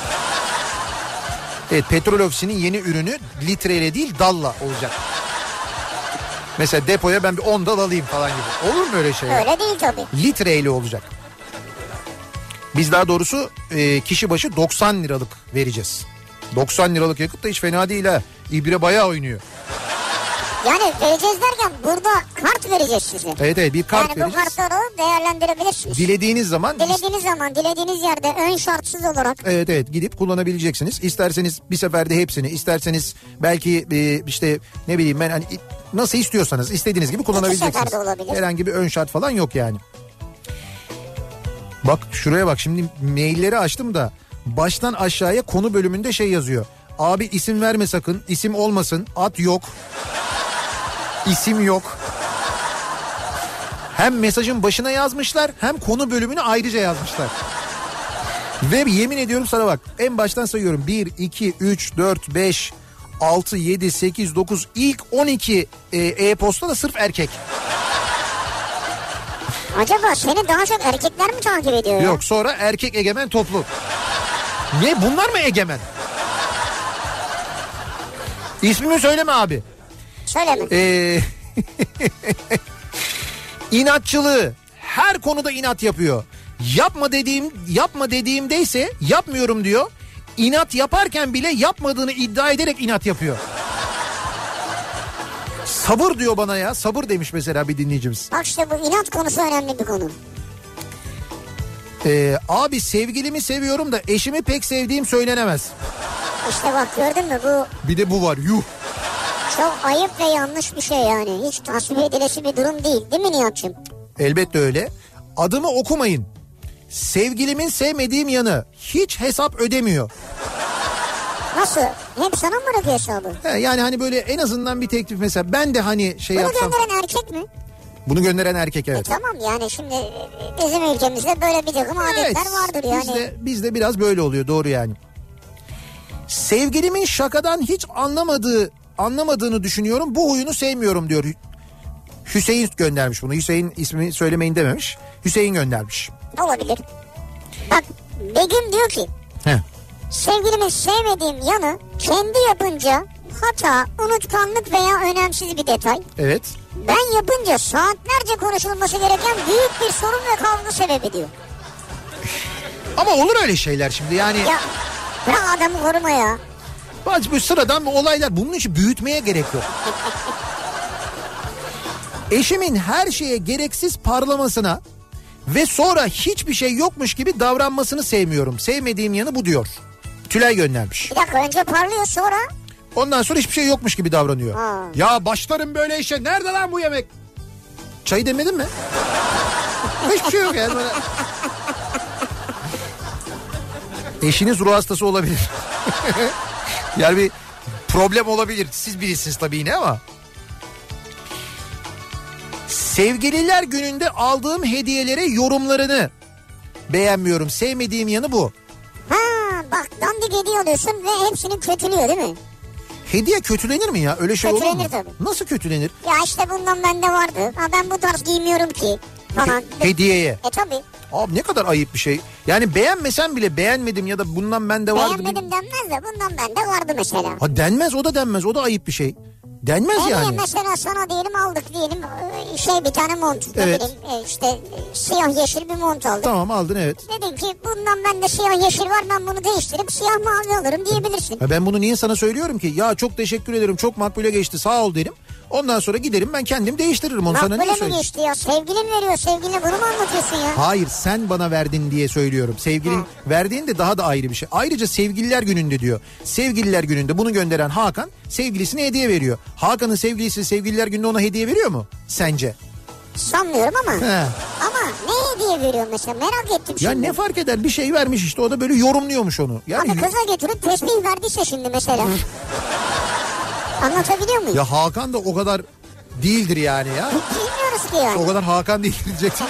Evet, petrol ofisinin yeni ürünü litreyle değil dalla olacak. Mesela depoya ben bir on dal alayım falan gibi. Olur mu öyle şey? Öyle değil tabii. Litreyle olacak. Biz daha doğrusu e, kişi başı doksan liralık vereceğiz. doksan liralık yakıt da hiç fena değil ha. İbre bayağı oynuyor. Yani vereceğiz derken burada kart vereceğiz size. Evet evet, bir kart yani vereceğiz. bu kartları değerlendirebilirsiniz. Dilediğiniz zaman. Dilediğiniz zaman, dilediğiniz yerde ön şartsız olarak. Evet evet, gidip kullanabileceksiniz. İsterseniz bir seferde hepsini, isterseniz belki e, işte ne bileyim ben, hani nasıl istiyorsanız istediğiniz gibi kullanabileceksiniz. İki seferde olabilir. Herhangi bir ön şart falan yok yani. Bak şuraya bak, şimdi mailleri açtım da baştan aşağıya konu bölümünde şey yazıyor. Abi isim verme sakın, isim olmasın, at yok. İsim yok. Hem mesajın başına yazmışlar hem konu bölümünü ayrıca yazmışlar. Ve yemin ediyorum sana bak, en baştan sayıyorum. bir, iki, üç, dört, beş, altı, yedi, sekiz, dokuz, ilk on iki e, e-posta da sırf erkek. Acaba seni daha çok erkekler mi takip ediyor ya? Yok, sonra erkek egemen toplum. Ne, bunlar mı egemen? İsmimi söyleme abi. Söyleme. Ee, inatçılığı, her konuda inat yapıyor. Yapma dediğim yapma dediğimdeyse yapmıyorum diyor. İnat yaparken bile yapmadığını iddia ederek inat yapıyor. Sabır diyor bana ya. Sabır demiş mesela bir dinleyicimiz. Bak işte bu inat konusu önemli bir konu. Ee, abi sevgilimi seviyorum da eşimi pek sevdiğim söylenemez. İşte bak, gördün mü, bu Bir de bu var, yuh. çok ayıp ve yanlış bir şey yani. Hiç tasvip edilesi bir durum değil, değil mi Nihat'cığım? Elbette öyle. Adımı okumayın. Sevgilimin sevmediğim yanı, hiç hesap ödemiyor. Nasıl? Hep sana mı bırakıyor hesabı? He, yani hani böyle en azından bir teklif mesela, ben de hani şey Bunu yapsam. gönderen erkek mi? Bunu gönderen erkek, evet. E tamam, yani şimdi bizim ülkemizde böyle bir takım adetler Evet, vardır yani. Bizde, bizde biraz böyle oluyor, doğru yani. Sevgilimin şakadan hiç anlamadığı anlamadığını düşünüyorum. Bu huyunu sevmiyorum diyor. Hüseyin göndermiş bunu. Hüseyin ismi söylemeyin dememiş. Hüseyin göndermiş. Olabilir. Bak, Begüm diyor ki Heh. sevgilimin sevmediğim yanı kendi yapınca hata, unutkanlık veya önemsiz bir detay. Evet. Ben yapınca saatlerce konuşulması gereken büyük bir sorun ve kavga sebebi diyor. Ama olur öyle şeyler şimdi yani. Ya bırak adamı koruma ya. Bazı bu sıradan bu olaylar, bunun için büyütmeye gerek yok. Eşimin her şeye gereksiz parlamasına ve sonra hiçbir şey yokmuş gibi davranmasını sevmiyorum. Sevmediğim yanı bu diyor. Tülay göndermiş. Bir dakika, önce parlıyor, sonra... Ondan sonra hiçbir şey yokmuş gibi davranıyor. Ha. Ya başlarım böyle işe. Nerede lan bu yemek? Çayı demledin mi? Hiçbir şey yok yani. Böyle... Eşiniz ruh hastası olabilir. Yani bir problem olabilir. Siz bilirsiniz tabii yine ama. Sevgililer gününde aldığım hediyelere yorumlarını beğenmiyorum. Sevmediğim yanı bu. Ha bak, dandik hediye alıyorsun ve hepsini kötülüyor değil mi? Hediye kötülenir mi ya? Öyle şey olur mu? Kötülenir tabii. Nasıl kötülenir? Ya işte bundan bende vardı. Ha ben bu tarz giymiyorum ki falan. Hediyeye. E tabii. Abi ne kadar ayıp bir şey. Yani beğenmesem bile beğenmedim ya da bundan bende vardı. Beğenmedim denmez de bundan bende vardı mesela. Ha denmez, o da denmez, o da ayıp bir şey. Denmez E yani. mesela sana diyelim aldık diyelim şey bir tane mont. Ne Evet. bileyim, e, işte siyah yeşil bir mont aldık. Tamam, aldın, evet. Dedin ki bundan bende siyah yeşil var, ben bunu değiştirip siyah mavi alırım diyebilirsin. Ha ben bunu niye sana söylüyorum ki? Ya çok teşekkür ederim, çok makbule geçti, sağ ol derim. Ondan sonra giderim ben kendim değiştiririm onu. Sana niye Makbule mi söyleyeyim? geçti ya? Sevgilin veriyor, sevgiline bunu mu anlatıyorsun ya? Hayır, sen bana verdin diye söylüyorum. Sevgilin Ha. verdiğin de daha da ayrı bir şey. Ayrıca sevgililer gününde diyor. Sevgililer gününde bunu gönderen Hakan sevgilisine hediye veriyor. Hakan'ın sevgilisi sevgililer gününde ona hediye veriyor mu sence? Sanmıyorum ama. He. Ama ne hediye veriyor mesela, merak ettim Ya şimdi. ne fark eder, bir şey vermiş işte, o da böyle yorumluyormuş onu. Yani Abi kıza götürüp tesbih verdiyse şimdi mesela. Anlatabiliyor muyum? ya Hakan da o kadar değildir yani ya. Bilmiyoruz ki yani. O kadar Hakan değil diyecektim.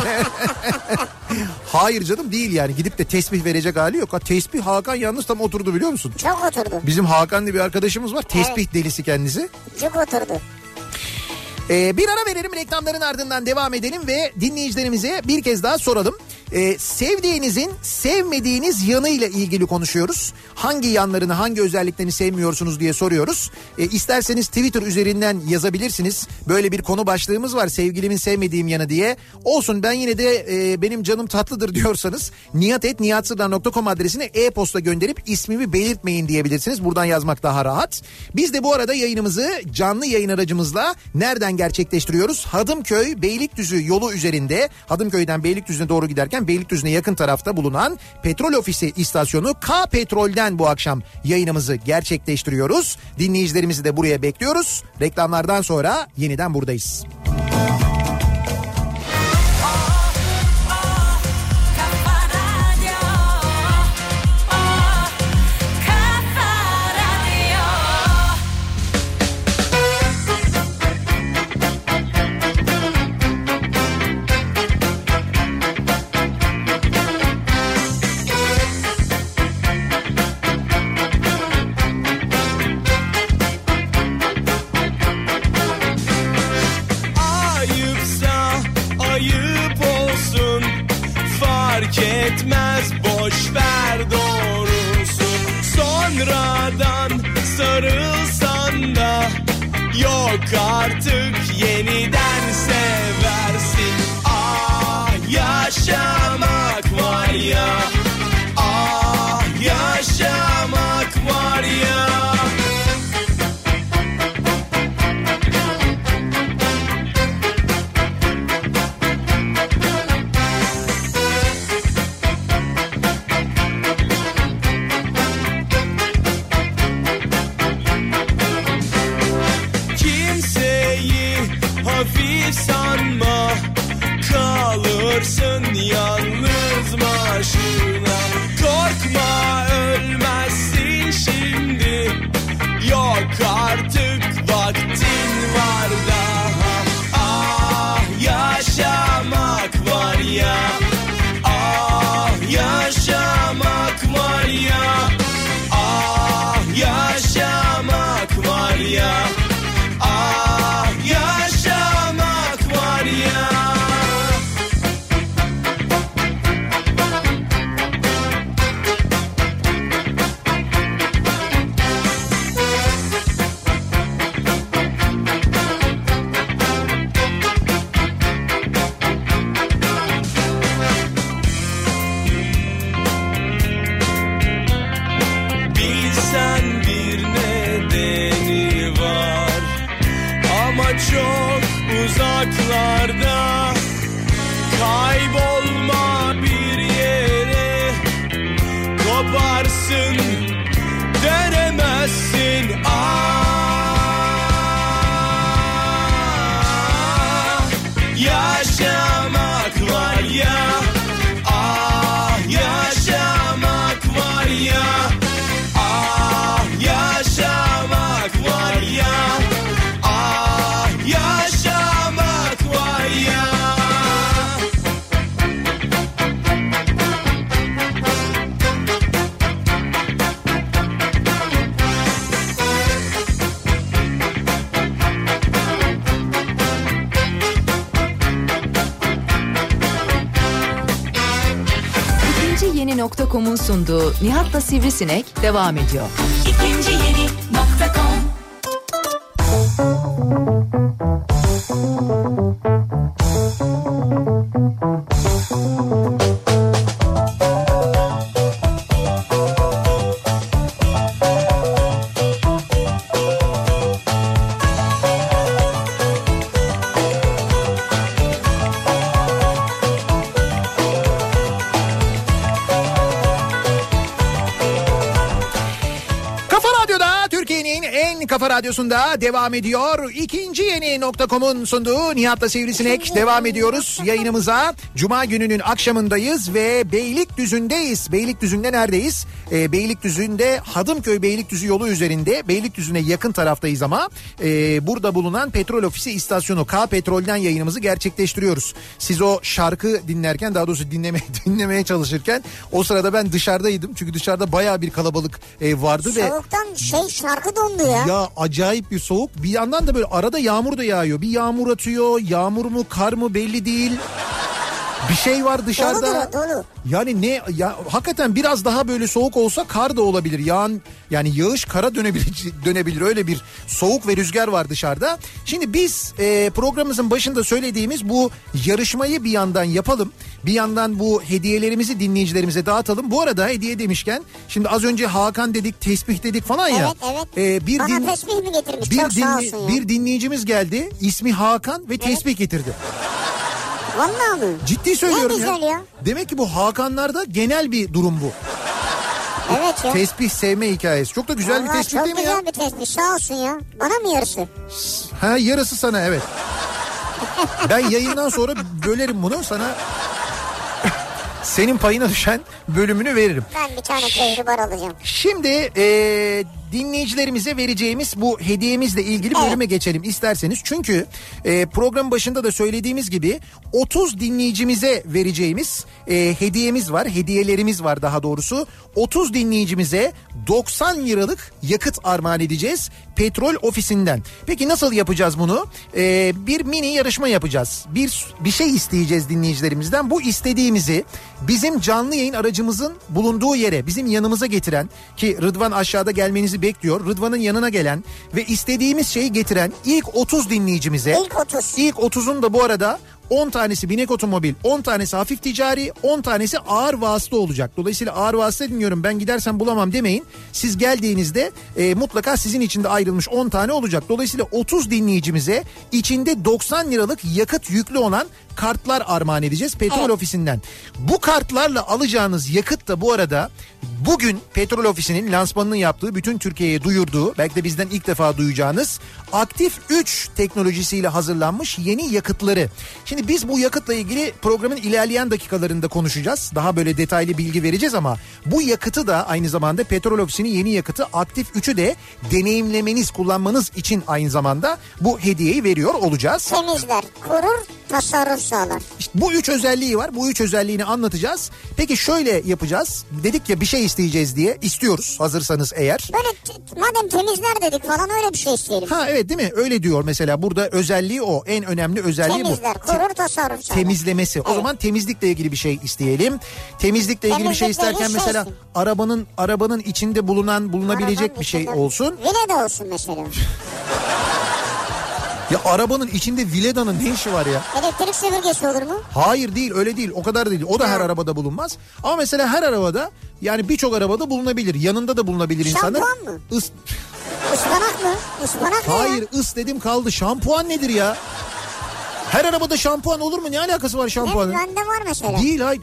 Hayır canım, değil yani. Gidip de tesbih verecek hali yok. Ha, tesbih Hakan yalnız tam oturdu, biliyor musun? Çok oturdu. Bizim Hakan diye bir arkadaşımız var. Tesbih Evet. delisi kendisi. Çok oturdu. Ee, bir ara verelim, reklamların ardından devam edelim ve dinleyicilerimize bir kez daha soralım. Ee, sevdiğinizin sevmediğiniz yanıyla ilgili konuşuyoruz. Hangi yanlarını, hangi özelliklerini sevmiyorsunuz diye soruyoruz. Ee, isterseniz Twitter üzerinden yazabilirsiniz. Böyle bir konu başlığımız var, sevgilimin sevmediğim yanı diye. Olsun, ben yine de e, benim canım tatlıdır diyorsanız nihat et nihatsırdar nokta com adresine e-posta gönderip ismimi belirtmeyin diyebilirsiniz. Buradan yazmak daha rahat. Biz de bu arada yayınımızı canlı yayın aracımızla nereden gerçekleştiriyoruz? Hadımköy Beylikdüzü yolu üzerinde, Hadımköy'den Beylikdüzü'ne doğru giderken Beylikdüzü'ne yakın tarafta bulunan Petrol Ofisi istasyonu K Petrol'den bu akşam yayınımızı gerçekleştiriyoruz. Dinleyicilerimizi de buraya bekliyoruz. Reklamlardan sonra yeniden buradayız. yok artık yeniden seversin. Ah yaşamak var ya, ah yaşamak var ya. Hafif sanma, kalırsın yalnız başına. Korkma, ölmezsin şimdi, yok artık vaktin var daha. Ah yaşamak var ya, ah yaşamak var ya, ah yaşamak var ya, ah yaşamak var ya. Bilsen bir nedeni var ama çok uzaklarda. Kaybolma bir yere, koparsın dönemezsin. Ah yaşamak var ya, ah yaşamak var ya, ah yaşamak var ya, ah yaşamak var ya. İkinci Yeni nokta com'un sunduğu Nihat'la Sivrisinek devam ediyor. İkinci Yeni nokta com. Kafa Radyosu'nda devam ediyor. İkinci Yeni nokta com'un sunduğu Nihat'la Sivrisinek devam ediyoruz yayınımıza. Cuma gününün akşamındayız ve Beylikdüzü'ndeyiz. Beylikdüzü'nde neredeyiz? Ee, Beylikdüzü'nde Hadımköy Beylikdüzü yolu üzerinde, Beylikdüzü'ne yakın taraftayız ama e, burada bulunan Petrol Ofisi istasyonu K Petrol'den yayınımızı gerçekleştiriyoruz. Siz o şarkı dinlerken, daha doğrusu dinleme, dinlemeye çalışırken o sırada ben dışarıdaydım. Çünkü dışarıda bayağı bir kalabalık e, vardı. Soğuktan ve şey şarkı dondu ya. Ya acayip bir soğuk. Bir yandan da böyle arada yağmur da yağıyor. Bir yağmur atıyor. Yağmur mu kar mı belli değil. Bir şey var dışarıda. Dolu dolu. Yani ne ya, hakikaten biraz daha böyle soğuk olsa kar da olabilir. Yağan yani yağış kara dönebilir, dönebilir. Öyle bir soğuk ve rüzgar var dışarıda. Şimdi biz e, programımızın başında söylediğimiz bu yarışmayı bir yandan yapalım. Bir yandan bu hediyelerimizi dinleyicilerimize dağıtalım. Bu arada hediye demişken şimdi az önce Hakan dedik, tesbih dedik falan ya. Evet evet. E, bir Bana din, tesbih mi getirmiş? Bir, Çok dinli, sağ olsun ya. bir dinleyicimiz geldi. İsmi Hakan ve evet. tesbih getirdi. Vallahi mi? Ciddi söylüyorum ne ya. güzel ya. Demek ki bu Hakanlarda genel bir durum bu. Evet ya. Tesbih sevme hikayesi. Çok da güzel Vallahi bir tespit değil mi ya? Çok güzel bir tespit, sağ olsun ya. Bana mı yarısı? Ha yarısı sana, evet. Ben yayından sonra bölerim bunu sana. Senin payına düşen bölümünü veririm. Ben bir tane kehribar alacağım. Şimdi ee, dinleyicilerimize vereceğimiz bu hediyemizle ilgili evet. bölüme geçelim isterseniz. Çünkü e, program başında da söylediğimiz gibi otuz dinleyicimize vereceğimiz e, hediyemiz var. Hediyelerimiz var daha doğrusu. otuz dinleyicimize doksan liralık yakıt armağan edeceğiz Petrol Ofisi'nden. Peki nasıl yapacağız bunu? E, bir mini yarışma yapacağız. Bir bir şey isteyeceğiz dinleyicilerimizden. Bu istediğimizi bizim canlı yayın aracımızın bulunduğu yere, bizim yanımıza getiren, ki Rıdvan aşağıda gelmenizi bekliyor. Rıdvan'ın yanına gelen ve istediğimiz şeyi getiren ilk otuz dinleyicimize. İlk otuz. İlk otuzun da bu arada on tanesi binek otomobil, on tanesi hafif ticari, on tanesi ağır vasıta olacak. Dolayısıyla ağır vasıta dinliyorum ben gidersem bulamam demeyin. Siz geldiğinizde e, mutlaka sizin için de ayrılmış on tane olacak. Dolayısıyla otuz dinleyicimize içinde doksan liralık yakıt yüklü olan kartlar armağan edeceğiz petrol Evet. ofisinden. Bu kartlarla alacağınız yakıt da bu arada bugün petrol ofisinin lansmanını yaptığı, bütün Türkiye'ye duyurduğu, belki de bizden ilk defa duyacağınız Aktif üç teknolojisiyle hazırlanmış yeni yakıtları. Şimdi biz bu yakıtla ilgili programın ilerleyen dakikalarında konuşacağız. Daha böyle detaylı bilgi vereceğiz ama bu yakıtı da aynı zamanda petrol ofisinin yeni yakıtı Aktif üçü de deneyimlemeniz, kullanmanız için aynı zamanda bu hediyeyi veriyor olacağız. Temizler, korur, tasarruf sağlar. İşte bu üç özelliği var. Bu üç özelliğini anlatacağız. Peki şöyle yapacağız. Dedik ya bir şey isteyeceğiz diye. İstiyoruz hazırsanız eğer. Böyle t- madem temizler dedik falan öyle bir şey isteyelim. Ha evet değil mi? Öyle diyor mesela. Burada özelliği o. En önemli özelliği Temizler, bu. korur, tasarruf sağlar. Temizlemesi. Evet. O zaman temizlikle ilgili bir şey isteyelim. Temizlikle ilgili bir şey Temizlikle isterken ilgili mesela şey arabanın arabanın içinde bulunan bulunabilecek Arabanın bir şey içinde- olsun. Vile de olsun mesela. Ya arabanın içinde Vileda'nın ne işi var ya? Elektrik süpürgesi olur mu? Hayır değil, öyle değil, o kadar değil. O da Ha. her arabada bulunmaz. Ama mesela her arabada, yani birçok arabada bulunabilir. Yanında da bulunabilir insanın. Şampuan mı? Is... Ispanak mı? Ispanak ne ya? Hayır, ıs dedim kaldı. Şampuan nedir ya? Her arabada şampuan olur mu? Ne alakası var Ne, şampuanın? bende var mesela. Değil, hayır.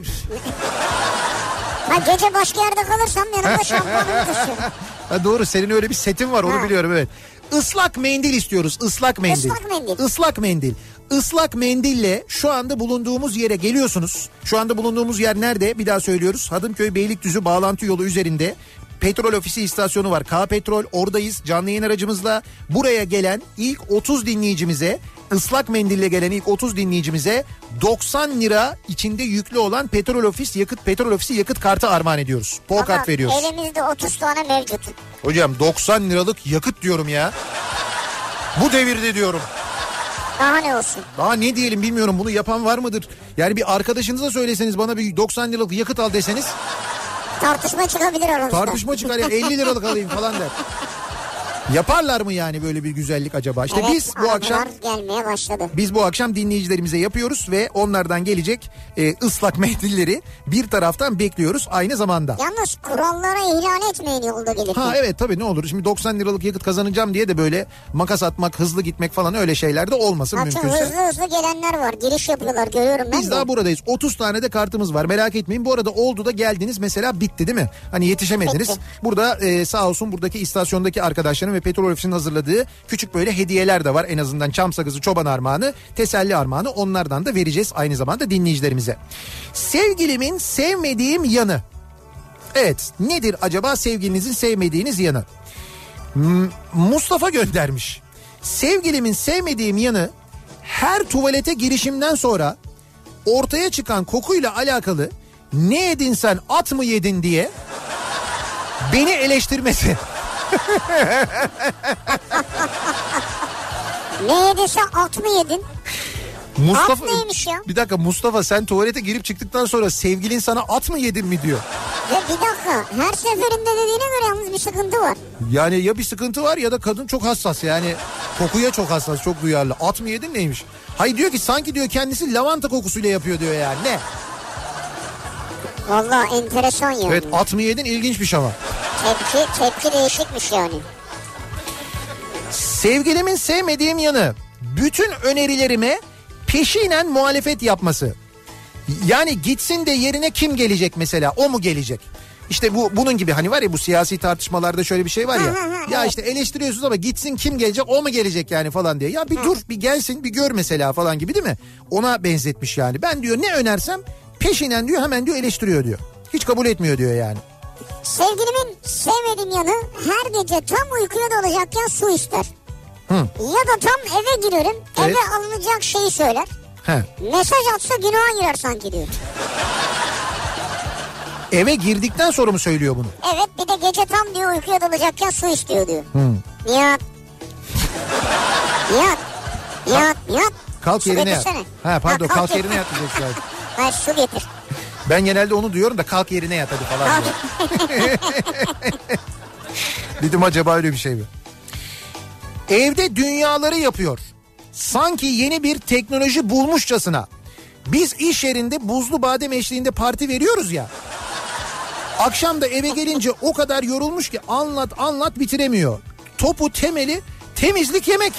Ha, gece başka yerde kalırsam yanımda şampuanımı taşıyorum. Ha, doğru, senin öyle bir setin var, onu Ha. biliyorum, evet. Islak mendil istiyoruz. Islak mendil. Islak mendil. Islak mendil. Islak mendille şu anda bulunduğumuz yere geliyorsunuz. Şu anda bulunduğumuz yer nerede? Bir daha söylüyoruz. Hadımköy Beylikdüzü bağlantı yolu üzerinde petrol ofisi istasyonu var. K Petrol, oradayız canlı yayın aracımızla. Buraya gelen ilk otuz dinleyicimize, ıslak mendille gelen ilk otuz dinleyicimize doksan lira içinde yüklü olan petrol ofis yakıt petrol ofisi yakıt kartı armağan ediyoruz. Pol Ama kart veriyoruz. elimizde otuz tane mevcut. Hocam doksan liralık yakıt diyorum ya. Bu devirde diyorum. Daha ne olsun? Daha ne diyelim bilmiyorum, bunu yapan var mıdır? Yani bir arkadaşınıza söyleseniz, bana bir doksan liralık yakıt al deseniz Tartışma çıkabilir aramızda. tartışma çıkar ya, elli liralık alayım falan der. Yaparlar mı yani böyle bir güzellik acaba? İşte Evet, biz bu akşam aramalar gelmeye başladı. biz bu akşam dinleyicilerimize yapıyoruz ve onlardan gelecek e, ıslak mendilleri bir taraftan bekliyoruz aynı zamanda. Yalnız kurallara ihlal etmeyin yolda gelirken. Ha evet, tabii, ne olur şimdi doksan liralık yakıt kazanacağım diye de böyle makas atmak, hızlı gitmek falan öyle şeyler de olmasın Zaten mümkünse. hızlı hızlı gelenler var. Giriş yapıyorlar, görüyorum ben Biz de. daha buradayız. otuz tane de kartımız var, merak etmeyin. Bu arada oldu da geldiniz mesela, bitti değil mi? Hani yetişemediniz. Bitti. Burada e, sağ olsun buradaki istasyondaki arkadaşların ve petrol ofisinin hazırladığı küçük böyle hediyeler de var. En azından çam sakızı, çoban armağanı, teselli armağanı, onlardan da vereceğiz aynı zamanda dinleyicilerimize. Sevgilimin sevmediğim yanı. Evet, nedir acaba sevgilinizin sevmediğiniz yanı? M- Mustafa göndermiş. Sevgilimin sevmediğim yanı, her tuvalete girişimden sonra ortaya çıkan kokuyla alakalı ne yedin sen, at mı yedin diye beni eleştirmesi. Ne yediyse at mı yedin? Mustafa, At neymiş ya? Bir dakika Mustafa, sen tuvalete girip çıktıktan sonra sevgilin sana at mı yedin mi diyor. Ya bir dakika, her seferinde dediğine göre yalnız bir sıkıntı var. Yani ya bir sıkıntı var ya da kadın çok hassas, yani kokuya çok hassas, çok duyarlı. At mı yedin neymiş? Hayır, diyor ki sanki diyor kendisi lavanta kokusuyla yapıyor diyor yani. Ne? Vallahi enteresan yani. Evet, at mı yedin ilginçmiş ama. Tepki, tepki değişikmiş yani. Sevgilimin sevmediğim yanı, bütün önerilerime peşinen muhalefet yapması. Yani gitsin de yerine kim gelecek mesela, o mu gelecek? İşte bu bunun gibi, hani var ya bu siyasi tartışmalarda şöyle bir şey var ya. Ha, ha, ha, ya evet. işte eleştiriyorsunuz ama gitsin kim gelecek, o mu gelecek yani falan diye. Ya bir dur, bir gelsin, bir gör mesela falan gibi, değil mi? Ona benzetmiş yani. Ben diyor ne önersem peşinen diyor hemen diyor eleştiriyor diyor. Hiç kabul etmiyor diyor yani. Sevgilimin sevmediğim yanı, her gece tam uykuya dalacakken su ister. Hı. Ya da tam eve girerim, Evet. eve alınacak şeyi söyler. He. Mesaj atsa günaha girer sanki diyor. Eve girdikten sonra mı söylüyor bunu? Evet, bir de gece tam diyor uykuya dalacakken su istiyor diyor. Hı. Nihat. Nihat. Nihat. Nihat. Kalk Su yerine yat. getirsene. Ha pardon, Ha, kalk, kalk yerine yat diyecek yani. Hayır, su getir. Ben genelde onu diyorum da kalk yerine yat hadi falan diyor. Dedim acaba öyle bir şey mi? Evde dünyaları yapıyor. Sanki yeni bir teknoloji bulmuşçasına. Biz iş yerinde buzlu badem eşliğinde parti veriyoruz ya. Akşam da eve gelince o kadar yorulmuş ki anlat anlat bitiremiyor. Topu temeli temizlik yemek.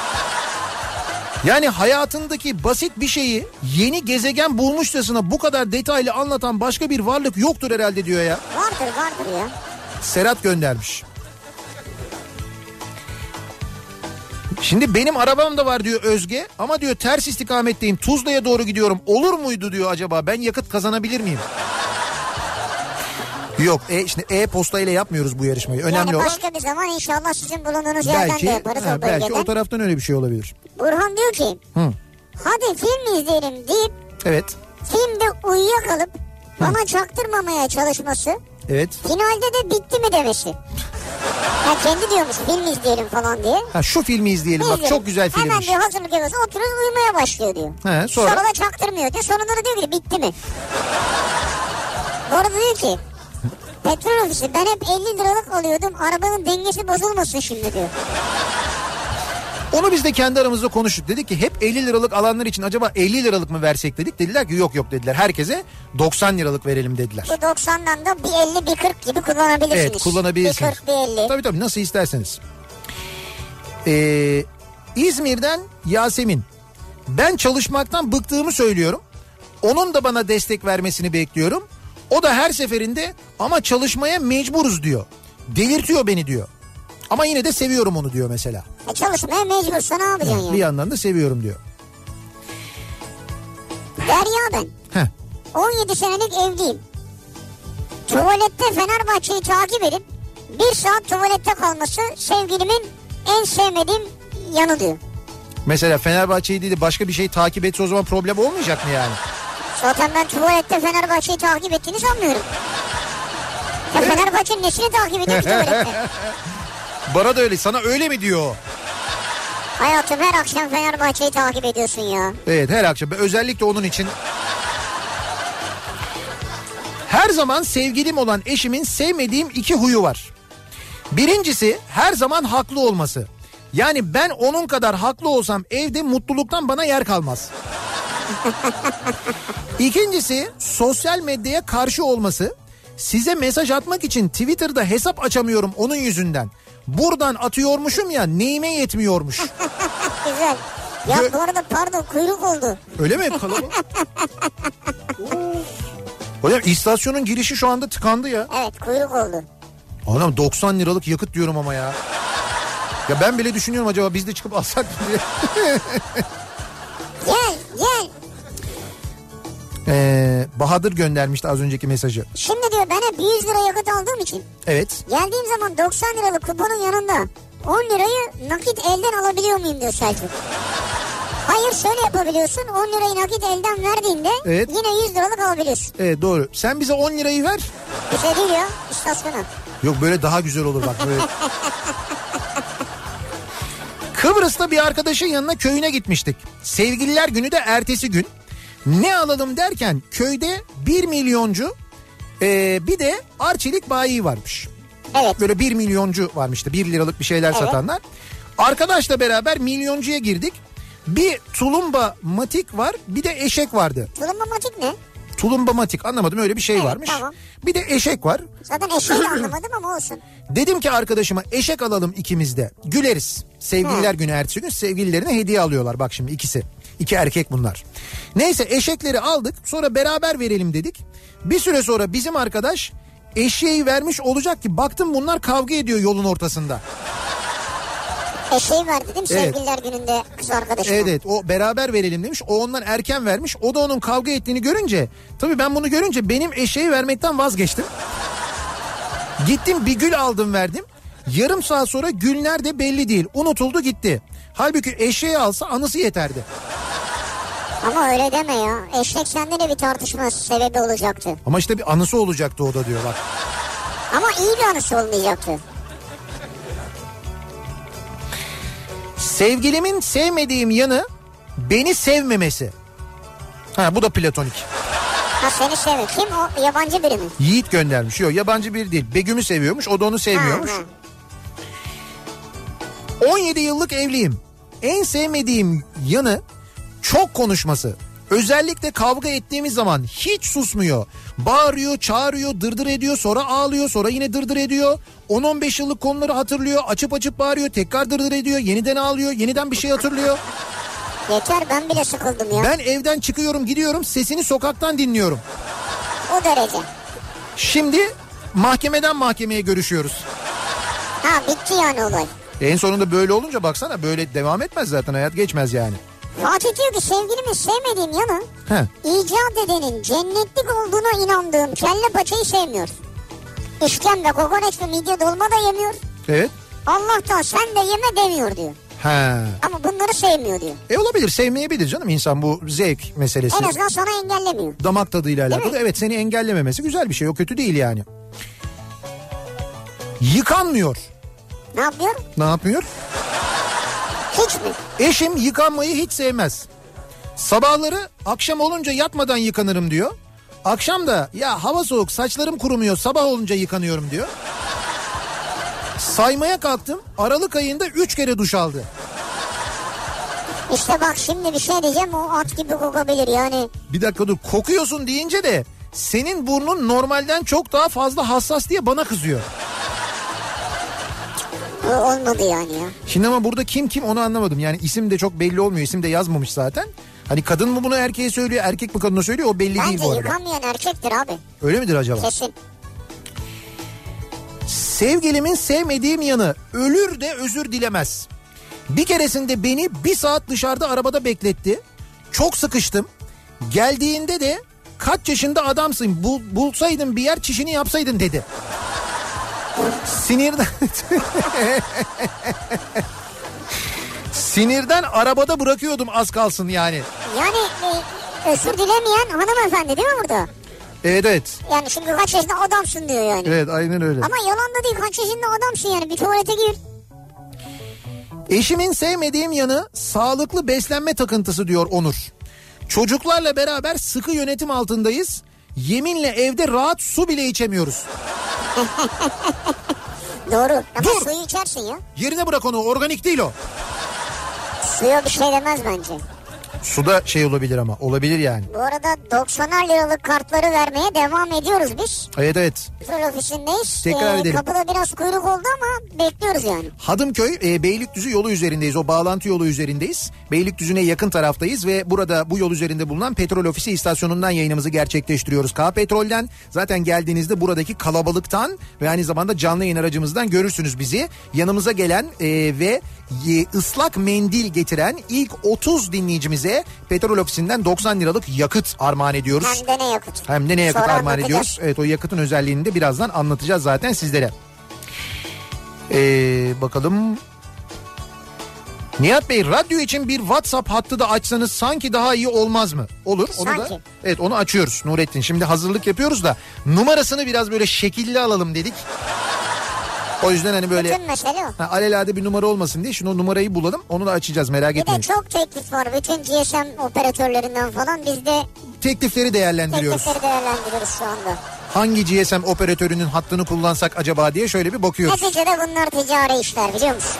Yani hayatındaki basit bir şeyi yeni gezegen bulmuşçasına bu kadar detaylı anlatan başka bir varlık yoktur herhalde diyor ya. Vardır vardır ya. Serhat göndermiş. Şimdi benim arabam da var diyor Özge ama diyor ters istikametteyim, Tuzla'ya doğru gidiyorum, olur muydu diyor acaba, ben yakıt kazanabilir miyim? Yok e, şimdi e-posta ile yapmıyoruz bu yarışmayı. Önemli yani olan. başka bir zaman inşallah sizin bulunduğunuz yerden Belki, de yaparız ha, o bölgeden. belki o taraftan öyle bir şey olabilir. Burhan diyor ki Hı. hadi film izleyelim deyip Evet. filmde uyuyakalıp bana çaktırmamaya çalışması, Evet. finalde de bitti mi demesi. Ya kendi diyormuş film izleyelim falan diye. Ha şu filmi izleyelim bak, çok güzel filmmiş. Hemen diyor hazırlık yapıyorsun, oturuyor uyumaya başlıyor diyor. He, sonra? Sonra da çaktırmıyor diyor. Sonunda da diyor ki bitti mi? Bu arada diyor ki petrol ofisi, ben hep elli liralık alıyordum, arabanın dengesi bozulmasın şimdi diyor. Onu biz de kendi aramızda konuştuk. Dedik ki hep elli liralık alanlar için acaba elli liralık mı versek dedik. Dediler ki yok yok dediler. Herkese doksan liralık verelim dediler. Bu doksandan da bir elli bir kırk gibi kullanabilirsiniz. Evet, kullanabilirsiniz. Bir kırk bir elli. Tabii tabii, nasıl isterseniz. Ee, İzmir'den Yasemin. Ben çalışmaktan bıktığımı söylüyorum. Onun da bana destek vermesini bekliyorum. O da her seferinde ama çalışmaya mecburuz diyor. Delirtiyor beni diyor. Ama yine de seviyorum onu diyor mesela. E çalışmaya mecbursa ne yapacaksın Bir yani? yandan da seviyorum diyor. Derya ben. Heh. on yedi senelik evliyim. Tuvalette Fenerbahçe'yi takip edip bir saat tuvalette kalması sevgilimin en sevmediğim yanı diyor. Mesela Fenerbahçe'yi değil de başka bir şey takip etse o zaman problem olmayacak mı yani? Zaten ben tuvalette Fenerbahçe'yi takip ettiğini sanmıyorum. Ya Fenerbahçe'nin nesini takip ediyor ki tuvalette? Bana da öyle, sana öyle mi diyor? Hayatım her akşam Fenerbahçe'yi takip ediyorsun ya. Evet, her akşam, özellikle onun için. Her zaman sevgilim olan eşimin sevmediğim iki huyu var. Birincisi her zaman haklı olması. Yani ben onun kadar haklı olsam evde mutluluktan bana yer kalmaz. İkincisi sosyal medyaya karşı olması. Size mesaj atmak için Twitter'da hesap açamıyorum onun yüzünden. Buradan atıyormuşum ya, neyime yetmiyormuş. Güzel. Ya Gö- bu arada pardon, kuyruk oldu. Öyle mi? Kalabalık. Hocam istasyonun girişi şu anda tıkandı ya. Evet, kuyruk oldu. Anam doksan liralık yakıt diyorum ama ya. Ya ben bile düşünüyorum acaba biz de çıkıp alsak mı diye. Gel gel. Ee, Bahadır göndermişti az önceki mesajı. Şimdi diyor ben hep yüz lira yakıt aldığım için Evet. geldiğim zaman doksan liralık kuponun yanında on lirayı nakit elden alabiliyor muyum diyor Selçuk. Hayır, şöyle yapabiliyorsun, on lirayı nakit elden verdiğinde Evet. yine yüz liralık alabiliyorsun. Evet doğru. Sen bize on lirayı ver. Bir şey değil ya, istasyona. Yok böyle daha güzel olur bak böyle. Kıbrıs'ta bir arkadaşın yanına köyüne gitmiştik. Sevgililer günü de ertesi gün. Ne alalım derken köyde bir milyoncu e, bir de arçelik bayi varmış. Evet. Böyle bir milyoncu varmıştı, bir liralık bir şeyler Evet. satanlar. Arkadaşla beraber milyoncuya girdik. Bir tulumba matik var, bir de eşek vardı. Tulumba matik ne? Tulumba matik, anlamadım, öyle bir şey Evet, varmış. tamam. Bir de eşek var. Zaten eşeği de anlamadım ama olsun. Dedim ki arkadaşıma eşek alalım ikimiz de. Güleriz. Sevgililer günü ertesi gün sevgililerine hediye alıyorlar. Bak şimdi ikisi. İki erkek bunlar. Neyse eşekleri aldık. Sonra beraber verelim dedik. Bir süre sonra bizim arkadaş eşeği vermiş olacak ki baktım bunlar kavga ediyor yolun ortasında. Eşeği verdi değil mi Evet. sevgililer gününde kız arkadaşına? Evet evet, o beraber verelim demiş. O ondan erken vermiş. O da onun kavga ettiğini görünce, tabii ben bunu görünce benim eşeği vermekten vazgeçtim. Gittim bir gül aldım verdim. Yarım saat sonra gül nerede belli değil. Unutuldu gitti. Halbuki eşeği alsa anısı yeterdi. Ama öyle deme ya. Eşek sende de bir tartışma sebebi olacaktı. Ama işte bir anısı olacaktı o da diyor bak. Ama iyi bir anısı olmayacaktı. Sevgilimin sevmediğim yanı beni sevmemesi. Ha bu da platonik. Ha seni seviyor. Kim o? Yabancı biri mi? Yiğit göndermiş. Yok yabancı biri değil. Begüm'ü seviyormuş, o da onu sevmiyormuş. Ha, ha. on yedi yıllık evliyim. En sevmediğim yanı çok konuşması. Özellikle kavga ettiğimiz zaman hiç susmuyor. Bağırıyor, çağırıyor, dırdır ediyor, sonra ağlıyor, sonra yine dırdır ediyor. on on beş yıllık konuları hatırlıyor, açıp açıp bağırıyor, tekrar dırdır ediyor, yeniden ağlıyor, yeniden bir şey hatırlıyor. Yeter, ben bile sıkıldım ya. Ben evden çıkıyorum, gidiyorum, sesini sokaktan dinliyorum. O derece. Şimdi mahkemeden mahkemeye görüşüyoruz. Ha, bitti yani olay. En sonunda böyle olunca baksana, böyle devam etmez zaten, hayat geçmez yani. Fatih diyor ki sevgilimin sevmediğim yanı He. icat edenin cennetlik olduğuna inandığım kelle paçayı sevmiyor. İşkembe, kokoreç ve midye dolma da yemiyor. Evet. Allah'tan sen de yeme demiyor diyor. He. Ama bunları sevmiyor diyor. E olabilir, sevmeyebilir canım insan, bu zevk meselesi. En azından sana engellemiyor. Damak tadıyla Değil alakalı. mi? Evet, seni engellememesi güzel bir şey, o kötü değil yani. Yıkanmıyor. Ne yapıyor? Ne yapıyor? Hiç mi? Eşim yıkanmayı hiç sevmez. Sabahları akşam olunca yatmadan yıkanırım diyor. Akşam da ya hava soğuk, saçlarım kurumuyor, sabah olunca yıkanıyorum diyor. Saymaya kalktım, Aralık ayında üç kere duş aldı. İşte bak, şimdi bir şey diyeceğim, o at gibi kokabilir yani. Bir dakika dur, kokuyorsun deyince de senin burnun normalden çok daha fazla hassas diye bana kızıyor. Bu olmadı yani ya. Şimdi ama burada kim kim onu anlamadım. Yani isim de çok belli olmuyor. İsim de yazmamış zaten. Hani kadın mı bunu erkeğe söylüyor, erkek mi kadına söylüyor, o belli Bence değil bu arada. Bence yıkanmayan erkektir abi. Öyle midir acaba? Kesin. Sevgilimin sevmediğim yanı, ölür de özür dilemez. Bir keresinde beni bir saat dışarıda arabada bekletti. Çok sıkıştım. Geldiğinde de kaç yaşında adamsın, bul, bulsaydın bir yer, çişini yapsaydın dedi. Sinirden Sinirden arabada bırakıyordum az kalsın yani. Yani e, özür dilemeyen hanımefendi değil mi burada? Evet evet. Yani şimdi kaç yaşında adamsın diyor yani. Evet, aynen öyle. Ama yalan da değil, kaç yaşında adamsın yani, bir tuvalete gir. Eşimin sevmediğim yanı sağlıklı beslenme takıntısı diyor Onur. Çocuklarla beraber sıkı yönetim altındayız. Yeminle evde rahat su bile içemiyoruz. Doğru. Ama Dur. suyu içersin ya. Yerine bırak onu, organik değil o. Suya bir şey demez bence. Suda şey olabilir ama, olabilir yani. Bu arada doksanar liralık kartları vermeye devam ediyoruz biz. Evet evet. Petrol ofisindeyiz. Tekrar Ee, edelim. Kapıda biraz kuyruk oldu ama bekliyoruz yani. Hadımköy e, Beylikdüzü yolu üzerindeyiz. O bağlantı yolu üzerindeyiz. Beylikdüzü'ne yakın taraftayız ve burada bu yol üzerinde bulunan petrol ofisi istasyonundan yayınımızı gerçekleştiriyoruz. K Petrol'den zaten geldiğinizde buradaki kalabalıktan ve aynı zamanda canlı yayın aracımızdan görürsünüz bizi. Yanımıza gelen e, ve e, ıslak mendil getiren ilk otuz dinleyicimize petrol ofisinden doksan liralık yakıt armağan ediyoruz. Hem de ne yakıt. Hem de ne yakıt Sonra armağan anlatacağız. ediyoruz. Evet, o yakıtın özelliğini de birazdan anlatacağız zaten sizlere. Ee, bakalım. Nihat Bey, radyo için bir WhatsApp hattı da açsanız sanki daha iyi olmaz mı? Olur. Onu Sanki. da, evet, onu açıyoruz Nurettin. Şimdi hazırlık yapıyoruz da numarasını biraz böyle şekilli alalım dedik. O yüzden hani böyle Bütün mesele o. ha, alelade bir numara olmasın diye şimdi o numarayı bulalım. Onu da açacağız, merak Bir de etmeyin. çok teklif var. Bütün G S M operatörlerinden falan biz de Teklifleri değerlendiriyoruz. teklifleri değerlendiriyoruz şu anda. Hangi G S M operatörünün hattını kullansak acaba diye şöyle bir bakıyoruz. Neticede bunlar ticari işler, biliyor musun?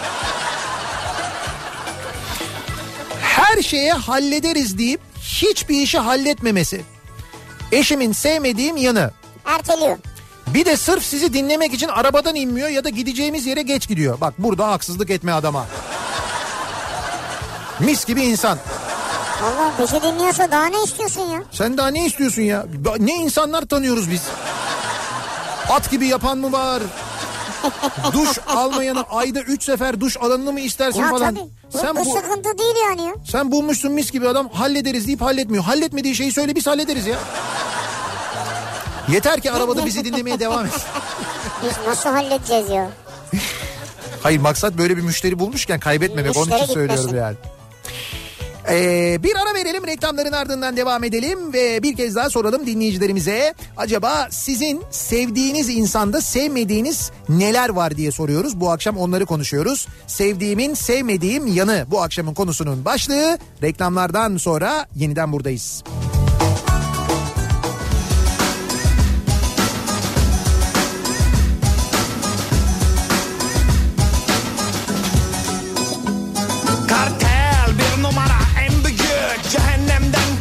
Her şeye hallederiz deyip hiçbir işi halletmemesi. Eşimin sevmediğim yanı. Erteliyor. Bir de sırf sizi dinlemek için arabadan inmiyor ya da gideceğimiz yere geç gidiyor. Bak, burada haksızlık etme adama. Mis gibi insan. Allah, bizi dinliyorsa daha ne istiyorsun ya? Sen daha ne istiyorsun ya? Ne insanlar tanıyoruz biz. At gibi yapan mı var? Duş almayanı ayda üç sefer duş alanını mı istersin Ya falan. tabii. Bu, Sen bu bu, sıkıntı değil yani ya. sen bulmuşsun mis gibi adam, hallederiz deyip halletmiyor. Halletmediği şeyi söyle, biz hallederiz ya. Yeter ki arabada bizi dinlemeye devam et. Biz nasıl halledeceğiz ya? Hayır, maksat böyle bir müşteri bulmuşken kaybetmemek, onun için Müşteri söylüyorum gitmesin. yani. Ee, bir ara verelim, reklamların ardından devam edelim ve bir kez daha soralım dinleyicilerimize. Acaba sizin sevdiğiniz insanda sevmediğiniz neler var diye soruyoruz. Bu akşam onları konuşuyoruz. Sevdiğimin sevmediğim yanı bu akşamın konusunun başlığı. Reklamlardan sonra yeniden buradayız.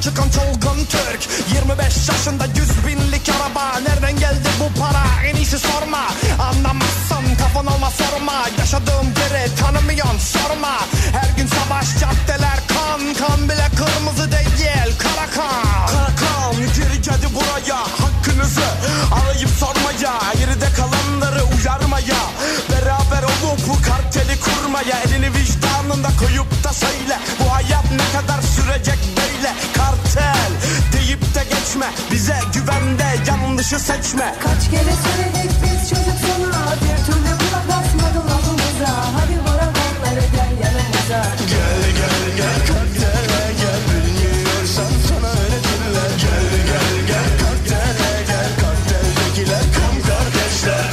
çıkan çılgın Türk. Yirmi beş yaşında yüz binlik araba. Nereden geldi bu para en iyisi sorma. Anlamazsan kafan olma sorma. Yaşadığım yeri tanımıyorsun sorma. Her gün savaş caddeler kan. Kan bile kırmızı değil kara kan. Kara kan geri geldi buraya. Hakkınızı alayıp sormaya. Geride kalanları uyarmaya. Beraber olup bu karteli kurmaya. Elini vicdanında koyup da söyle. Bu hayat ne kadar sürecek böyle. Kartel deyip de geçme. Bize güvende yanlışı seçme. Kaç kere söyledik biz çocuk sana, bir türlü kulak asmadı lafımıza. Hadi bana kolları gel yanımıza. Gel gel gel kartele gel. Bilmiyorsan sana öğretirler. Gel gel gel kartele gel. Karteldekiler kan kardeşler.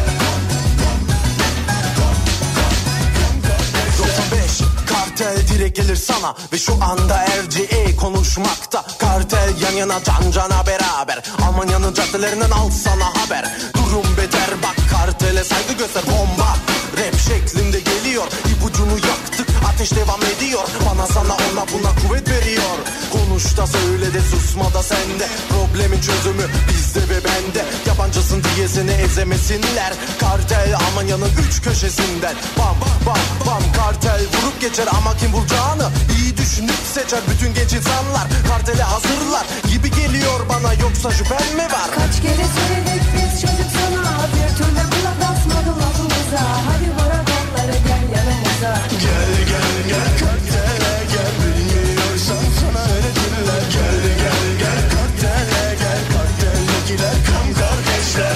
doksan beş kartel direkt gelir sana. Ve şu anda R G A konuşmakta. Kartel yan yana can cana beraber. Almanya'nın caddelerinden al sana haber. Durum beter bak kartele saygı göster. Bomba rap şeklinde geliyor. İpucunu yaktık ateş devam ediyor. Bana sana ona buna kuvvet veriyor. Konuş da söyle de susma da sende. Problemin çözümü bizde ve bende. Yabancısın diye seni ezemesinler. Kartel Almanya'nın üç köşesinden. Bam bam bam kartel vurup geçer ama kim bulacağını iyi düşünüp seçer. Bütün genç insanlar kartele hazırlar gibi geliyor bana, yoksa şüphen mi var? Kaç kere söyledik biz çocuk sana, bir türlü kulak asmadı lafımıza. Hadi bana kolları gel yanımıza. Gel gel gel kartele gel. Bilmiyorsan sana öğretirler. Gel gel gel kartele gel. Karteldekiler kan kardeşler.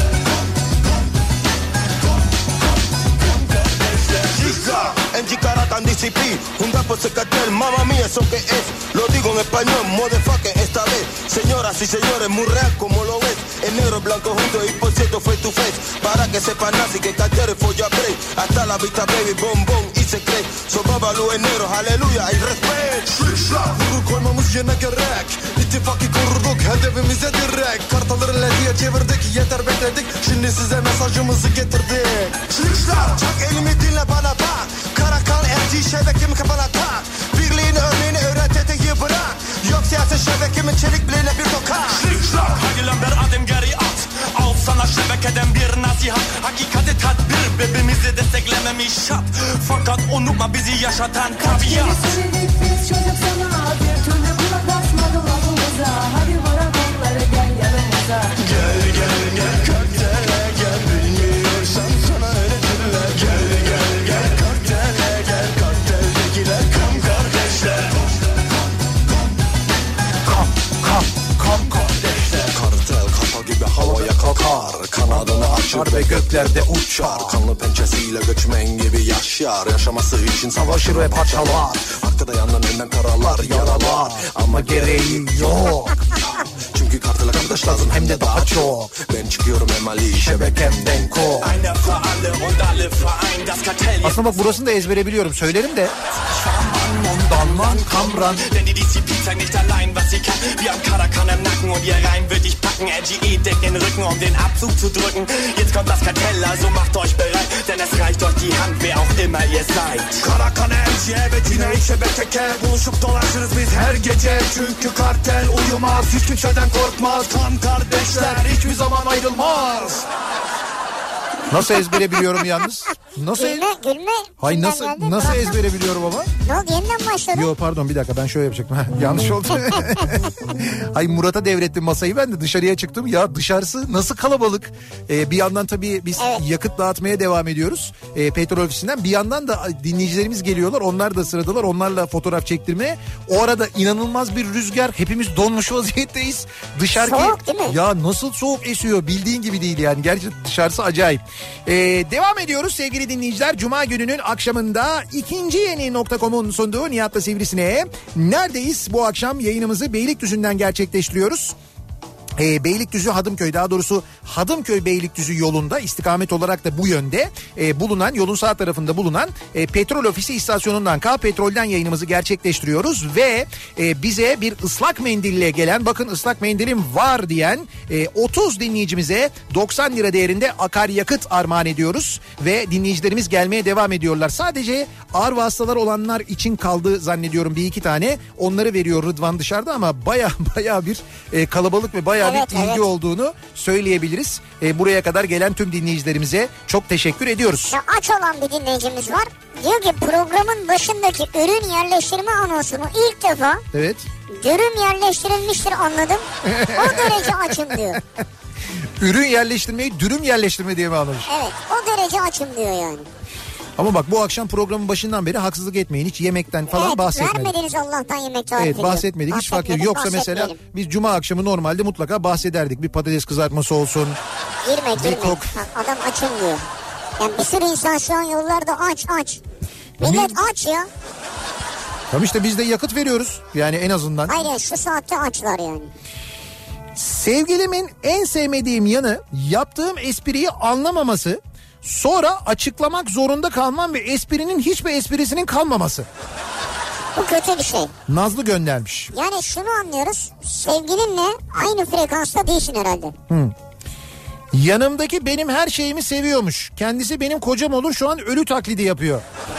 Enchicaratan disciplina, un rapo se cartel, mamma mía, eso que es. Lo digo en español, motherfucker, esta vez. Señoras y señores, muy real como lo ves. El negro, blanco junto y por cierto face to face. Para que sepan así que cartel es folla break. Hasta la vista baby, bombón y se cree. Sobabalu en negro, aleluya y respect. Vurur koymamız yerine gerek. İttifakı kurduk, hedefimize direkt. Kartaları lediye çevirdik, yeter bekledik. Şimdi size mesajımızı getirdik. Çak elimi dinle bana bak. Karakan elçi şebekemi kafana tak. Birliğini örneğini öğret eteği bırak. Yok siyaset şebekemin çelik bileğine bir tokat. Hadi lan bir adım geri at. Al sana şebekeden bir nasihat. Hakikati tadbir birbirimizi desteklememiş şart. Fakat unutma bizi yaşatan Kaç kere tabiat. söyledik biz çocuk sana, bir türlü kulak asmadı lafımıza. Hadi bana kolları gel yanımıza. Gel gel gel kartele gel. Bilmiyorsan sana öğretirler. Gel gel gel kartele gel. Karteldekiler kan kardeşler. Kan kan kan kardeşler. Kartel kafa gibi havaya kalkar. Kanadını açar ve göklerde uçar. Kanlı pençesiyle göçmen gibi yaşar. Yaşaması için savaşır ve parçalar. Arkada yandan önden karalar yaralar. Ama gereği yok. Çünkü kartele kardeş lazım hem de daha çok. Ben çıkıyorum emali şebekemden ko. Aslında bak burasını da ezbere biliyorum. Söylerim de. Ondan lan Kamran. Denn die Disziplin zeigt nicht allein, was sie kann. Wir haben Karakan im Nacken und ihr Reim wird dich packen. L G E deckt den Rücken, um den Abzug zu drücken. Jetzt kommt das Kartell, also macht euch bereit. Denn es reicht euch die Hand, wer auch immer ihr seid. Karakan L G E evet yine şebeke. Buluşup dolaşırız biz her gece. Çünkü kartel uyumaz, hiç kimseden korkmaz. Kan kardeşler hiçbir zaman ayrılmaz. Nasıl ezbere biliyorum yalnız? Nasıl? Gülme gülme. Hay Kimden nasıl geldi? nasıl Bırak. ezbere biliyorum ama? Ne oldu yeniden başladı? Yo pardon bir dakika ben şöyle yapacaktım. Yanlış oldu. Hay Murat'a devrettim masayı, ben de dışarıya çıktım. Ya dışarısı nasıl kalabalık. Ee, bir yandan tabii biz Evet. yakıt dağıtmaya devam ediyoruz. Ee, petrol ofisinden. Bir yandan da dinleyicilerimiz geliyorlar. Onlar da sıradalar. Onlarla fotoğraf çektirmeye. O arada inanılmaz bir rüzgar. Hepimiz donmuş vaziyetteyiz. Dışarı Soğuk değil mi? Ya nasıl soğuk esiyor, bildiğin gibi değil yani. Gerçekten dışarısı acayip. Ee, devam ediyoruz sevgili dinleyiciler. Cuma gününün akşamında ikinci yeni nokta com'un sunduğu Nihat'la Sivrisine'ye neredeyiz? Bu akşam yayınımızı Beylikdüzü'nden gerçekleştiriyoruz. E, Beylikdüzü Hadımköy, daha doğrusu Hadımköy Beylikdüzü yolunda istikamet olarak da bu yönde e, bulunan, yolun sağ tarafında bulunan e, petrol ofisi istasyonundan, K Petrol'den yayınımızı gerçekleştiriyoruz ve e, bize bir ıslak mendille gelen, bakın ıslak mendilim var diyen e, otuz dinleyicimize doksan lira değerinde akaryakıt armağan ediyoruz ve dinleyicilerimiz gelmeye devam ediyorlar. Sadece ağır vasıtalar olanlar için kaldı zannediyorum bir iki tane, onları veriyor Rıdvan dışarıda ama baya baya bir e, kalabalık ve baya Evet, bir ilgi evet. olduğunu söyleyebiliriz. E, buraya kadar gelen tüm dinleyicilerimize çok teşekkür ediyoruz. Ya aç olan bir dinleyicimiz var. Diyor ki programın başındaki ürün yerleştirme anonsunu ilk defa Evet. dürüm yerleştirilmiştir anladım. O derece açım diyor. Ürün yerleştirmeyi dürüm yerleştirme diye mi anlamış? Evet, o derece açım diyor yani. Ama bak bu akşam programın başından beri haksızlık etmeyin. Hiç yemekten falan Evet, bahsetmedik. vermediniz Allah'tan yemek tarifi. Evet, diyor. bahsetmedik. Hiç fark yok. Bahsetmedik, Yoksa mesela bahsetmeyelim. biz cuma akşamı normalde mutlaka bahsederdik. Bir patates kızartması olsun. Girme girme. kok- Bak, adam açım diyor. Yani bir sürü insan şu an yollarda aç aç. Millet aç ya. Tamam işte biz de yakıt veriyoruz. Yani en azından. Hayır ya, şu saatte açlar yani. Sevgilimin en sevmediğim yanı yaptığım espriyi anlamaması, sonra açıklamak zorunda kalmam ve esprinin hiçbir esprisinin kalmaması. Bu kötü bir şey. Nazlı göndermiş. Yani şunu anlıyoruz. Sevgilinle aynı frekansta değilsin herhalde. Yanımdaki benim her şeyimi seviyormuş. Kendisi benim kocam olur, şu an ölü taklidi yapıyor.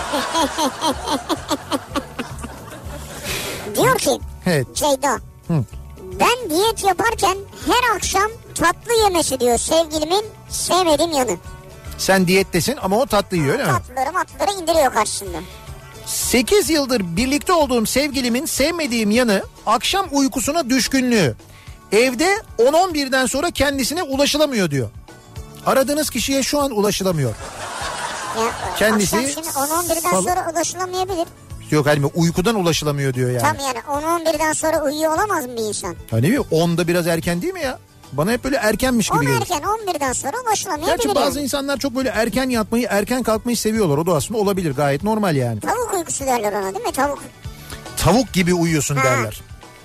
Diyor ki Evet. Ceyda. Hı. Ben diyet yaparken her akşam tatlı yemesi diyor sevgilimin sevmediğim yanı. Sen diyettesin ama o tatlı yiyor öyle mi? Tatlıları matlıları indiriyor karşısında. sekiz yıldır birlikte olduğum sevgilimin sevmediğim yanı akşam uykusuna düşkünlüğü. Evde on on birden sonra kendisine ulaşılamıyor diyor. Aradığınız kişiye şu an ulaşılamıyor. Ya, Kendisi akşam şimdi on on birden sal- sonra ulaşılamayabilir. Yok hani uykudan ulaşılamıyor diyor yani. Tam yani on on birden sonra uyuyor olamaz mı bir insan? Hani ne bileyim, onda biraz erken değil mi ya? Bana hep böyle erkenmiş gibi on geliyor. erken on birden sonra ulaşılamayabilir. Gerçi bazı yani. insanlar çok böyle erken yatmayı, erken kalkmayı seviyorlar. O da aslında olabilir, gayet normal yani. Tavuk uykusu derler ona değil mi? Tavuk. Tavuk gibi uyuyorsun Ha. derler.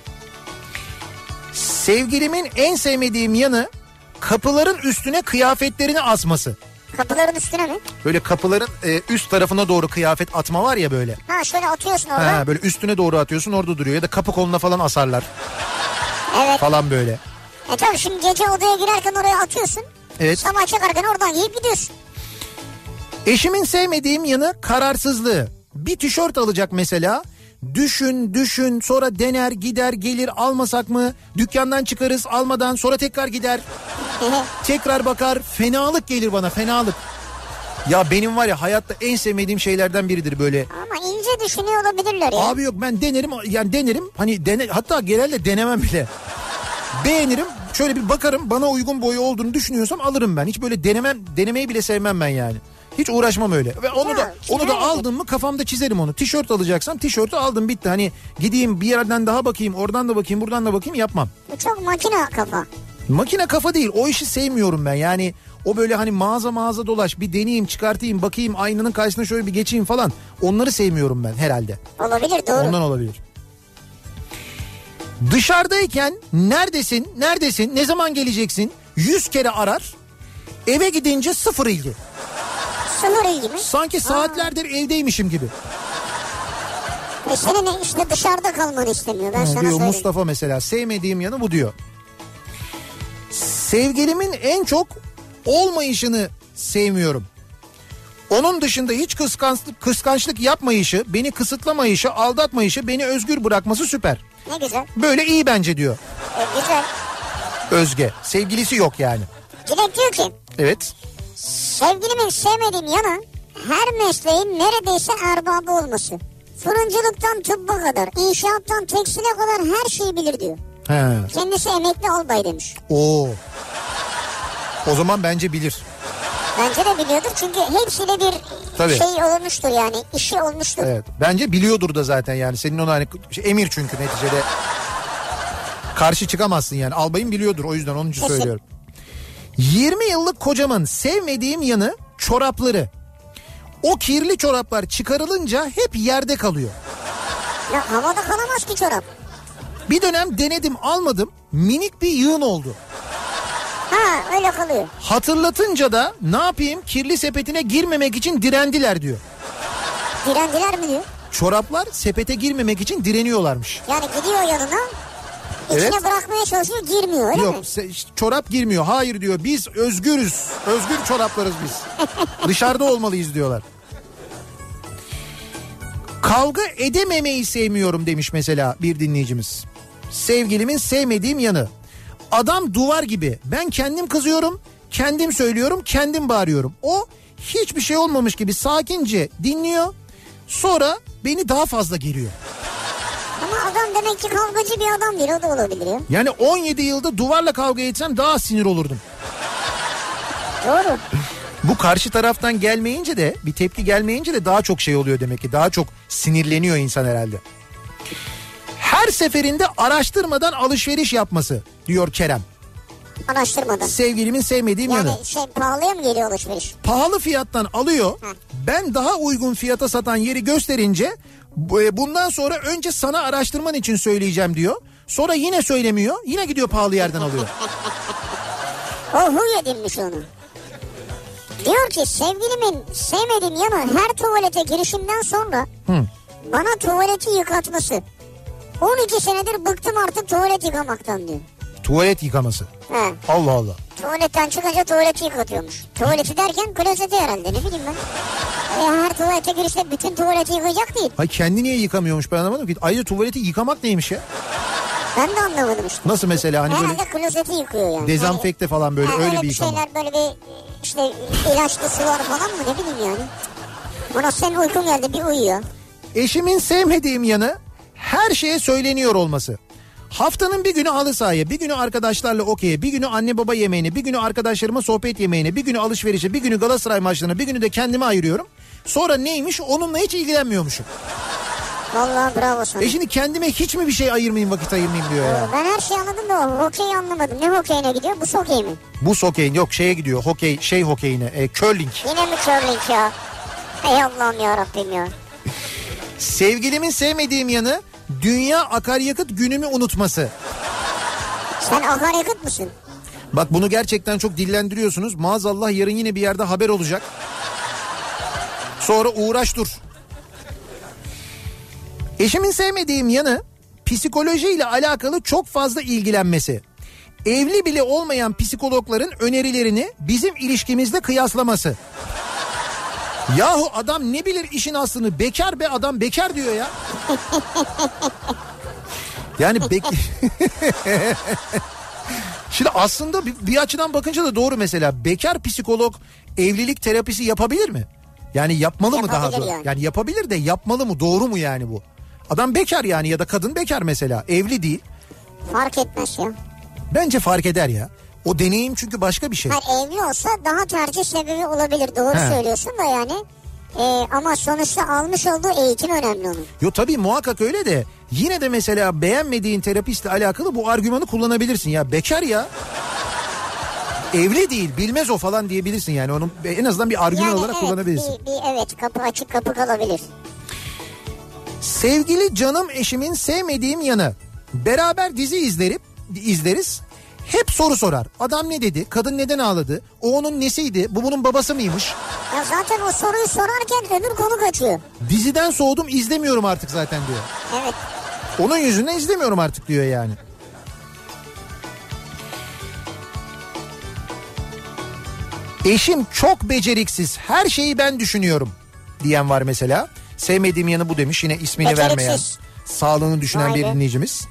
Sevgilimin en sevmediğim yanı kapıların üstüne kıyafetlerini asması. Kapıların üstüne mi? Böyle kapıların e, üst tarafına doğru kıyafet atma var ya böyle. Ha şöyle atıyorsun orada. Ha, böyle üstüne doğru atıyorsun, orada duruyor. Ya da kapı koluna falan asarlar Evet. falan böyle. E tabii şimdi gece odaya girerken oraya atıyorsun. Evet. Sabah çıkarken oradan giyip gidiyorsun. Eşimin sevmediğim yanı kararsızlığı. Bir tişört alacak mesela. Düşün düşün, sonra dener gider gelir, almasak mı? Dükkandan çıkarız almadan, sonra tekrar gider. Tekrar bakar, fenalık gelir bana, fenalık. Ya benim var ya hayatta en sevmediğim şeylerden biridir böyle. Ama ince düşünüyor olabilirler ya. Abi yok, ben denerim yani denerim hani dene, hatta genelde denemem bile. Beğenirim, şöyle bir bakarım, bana uygun boyu olduğunu düşünüyorsam alırım ben. Hiç böyle denemem, denemeyi bile sevmem ben yani. Hiç uğraşmam öyle. Ve onu Ya, da onu da çizerim. aldım mı kafamda çizerim onu. Tişört alacaksam tişörtü aldım, bitti. Hani gideyim bir yerden daha bakayım, oradan da bakayım, buradan da bakayım, yapmam. Bu çok makine kafa. Makine kafa değil, o işi sevmiyorum ben. Yani o böyle hani mağaza mağaza dolaş, bir deneyeyim, çıkartayım, bakayım, aynanın karşısına şöyle bir geçeyim falan. Onları sevmiyorum ben herhalde. Olabilir, doğru. Ondan olabilir. Dışarıdayken neredesin, neredesin, ne zaman geleceksin yüz kere arar. Eve gidince sıfır ilgi. Sınır ilgi mi? Sanki saatlerdir evdeymişim gibi. E senin işte dışarıda kalmanı istemiyor, ben Ha, sana diyor söyleyeyim. Mustafa mesela, sevmediğim yanı bu diyor. Sevgilimin en çok olmayışını sevmiyorum. Onun dışında hiç kıskançlık, kıskançlık yapmayışı, beni kısıtlamayışı, aldatmayışı, beni özgür bırakması süper. Ne güzel. Böyle iyi bence diyor E, güzel. Özge. Sevgilisi yok yani. Dilek diyor ki Evet. sevgilimin sevmediğim yanı her mesleğin neredeyse erbabı olması. Fırıncılıktan tıbba kadar, inşaattan tekstile kadar her şeyi bilir diyor. He. Kendisi emekli albay demiş. Oo. O zaman bence bilir. Bence de biliyordur çünkü hepsiyle bir Tabii. şey olmuştur yani, işi olmuştur. Evet. Bence biliyordur da zaten yani. Senin ona hani şey, emir çünkü neticede. Karşı çıkamazsın yani. Albayın biliyordur, o yüzden onun için Kesin. söylüyorum. yirmi yıllık kocamın sevmediğim yanı çorapları. O kirli çoraplar çıkarılınca hep yerde kalıyor. Ya havada kalamaz ki çorap. Bir dönem denedim almadım, minik bir yığın oldu. Ha öyle kalıyor. Hatırlatınca da ne yapayım, kirli sepetine girmemek için direndiler diyor. Direndiler mi diyor? Çoraplar sepete girmemek için direniyorlarmış. Yani gidiyor yanına. İçine Evet. bırakmaya çalışıyor, girmiyor öyle Yok mi? se- çorap girmiyor. Hayır diyor, biz özgürüz. Özgür çoraplarız biz. Dışarıda olmalıyız diyorlar. Kavga edememeyi sevmiyorum demiş mesela bir dinleyicimiz. Sevgilimin sevmediğim yanı. Adam duvar gibi. Ben kendim kızıyorum, kendim söylüyorum, kendim bağırıyorum. O hiçbir şey olmamış gibi sakince dinliyor. Sonra beni daha fazla geriyor. Ama adam demek ki kavgacı bir adam değil, o da olabilir ya. Yani on yedi yılda duvarla kavga etsem daha sinir olurdum. Doğru. Bu karşı taraftan gelmeyince de, bir tepki gelmeyince de daha çok şey oluyor demek ki. Daha çok sinirleniyor insan herhalde. Her seferinde araştırmadan alışveriş yapması diyor Kerem. Araştırmadan. Sevgilimin sevmediğim Yani yanı. şey pahalıya mı geliyor alışveriş? Pahalı fiyattan alıyor. Hı. Ben daha uygun fiyata satan yeri gösterince bundan sonra önce sana araştırman için söyleyeceğim diyor. Sonra yine söylemiyor. Yine gidiyor pahalı yerden alıyor. O huy edinmiş onu. Diyor ki sevgilimin sevmediğim yanı her tuvalete girişimden sonra Hı. bana tuvaleti yıkatması. on iki senedir bıktım artık tuvalet yıkamaktan diyor. Tuvalet yıkaması. He. Allah Allah. Tuvaletten çıkınca tuvaleti yıkatıyormuş. Tuvaleti derken klozeti herhalde, ne bileyim ben. E, her tuvalete girişte bütün tuvaleti yıkayacak değil. Hay kendi niye yıkamıyormuş ben anlamadım ki. Ayrıca tuvaleti yıkamak neymiş ya? Ben de anlamadım işte. Nasıl mesela hani böyle Herhalde klozeti yıkıyor yani. dezenfekte falan böyle Ha, öyle öyle bir yıkama. şeyler, böyle bir işte ilaçlı sular falan mı, ne bileyim yani. Buna senin uykun geldi, bir uyuyor. Eşimin sevmediğim yanı her şeye söyleniyor olması. Haftanın bir günü halı sahaya, bir günü arkadaşlarla okey'e, bir günü anne baba yemeğine, bir günü arkadaşlarıma sohbet yemeğine, bir günü alışverişe, bir günü Galatasaray maçlarına, bir günü de kendime ayırıyorum. Sonra neymiş, onunla hiç ilgilenmiyormuşum. Vallahi bravo sana. E şimdi kendime hiç mi bir şey ayırmayayım, vakit ayırmayayım diyor ya. Ben her şeyi anladım da o hokeyi anlamadım. Ne hokeyine gidiyor? Bu hokey mi? Bu hokey yok, şeye gidiyor, hokey şey hokeyine, e, curling. Yine mi curling ya? Ey Allah'ım yarabbim ya. Sevgilimin sevmediğim yanı dünya akaryakıt günümü unutması. Sen akaryakıt mısın? Bak bunu gerçekten çok dillendiriyorsunuz. Maazallah yarın yine bir yerde haber olacak. Sonra uğraş dur. Eşimin sevmediğim yanı psikolojiyle alakalı çok fazla ilgilenmesi. Evli bile olmayan psikologların önerilerini bizim ilişkimizle kıyaslaması. Yahu adam ne bilir işin aslını, bekar be adam, bekar diyor ya. Yani bek... Şimdi aslında bir, bir açıdan bakınca da doğru mesela. Bekar psikolog evlilik terapisi yapabilir mi? Yani yapmalı mı daha doğru? Yani. yani yapabilir de yapmalı mı, doğru mu yani bu? Adam bekar yani, ya da kadın bekar mesela, evli değil. Fark etmez ya. Bence fark eder ya. O deneyim çünkü başka bir şey. Hayır, evli olsa daha tercih sebebi olabilir, doğru He. söylüyorsun da yani. Ee, ama sonuçta almış olduğu eğitim önemli onun. Yo tabii muhakkak öyle de yine de mesela beğenmediğin terapistle alakalı bu argümanı kullanabilirsin ya. Bekar ya. Evli değil, bilmez o falan diyebilirsin yani. Onun en azından bir argüman Yani olarak evet, kullanabilirsin. Bir, bir, evet, kapı açık, kapı kalabilir. Sevgili canım eşimin sevmediğim yanı, beraber dizi izlerip izleriz. Hep soru sorar. Adam ne dedi? Kadın neden ağladı? O onun nesiydi? Bu bunun babası mıymış? Ya zaten o soruyu sorarken öbür konu kaçıyor. Diziden soğudum, izlemiyorum artık zaten diyor. Evet. Onun yüzünden izlemiyorum artık diyor yani. Eşim çok beceriksiz. Her şeyi ben düşünüyorum diyen var mesela. Sevmediğim yanı bu demiş. Yine ismini Beceriksiz. vermeyen, sağlığını düşünen Vay bir be. dinleyicimiz.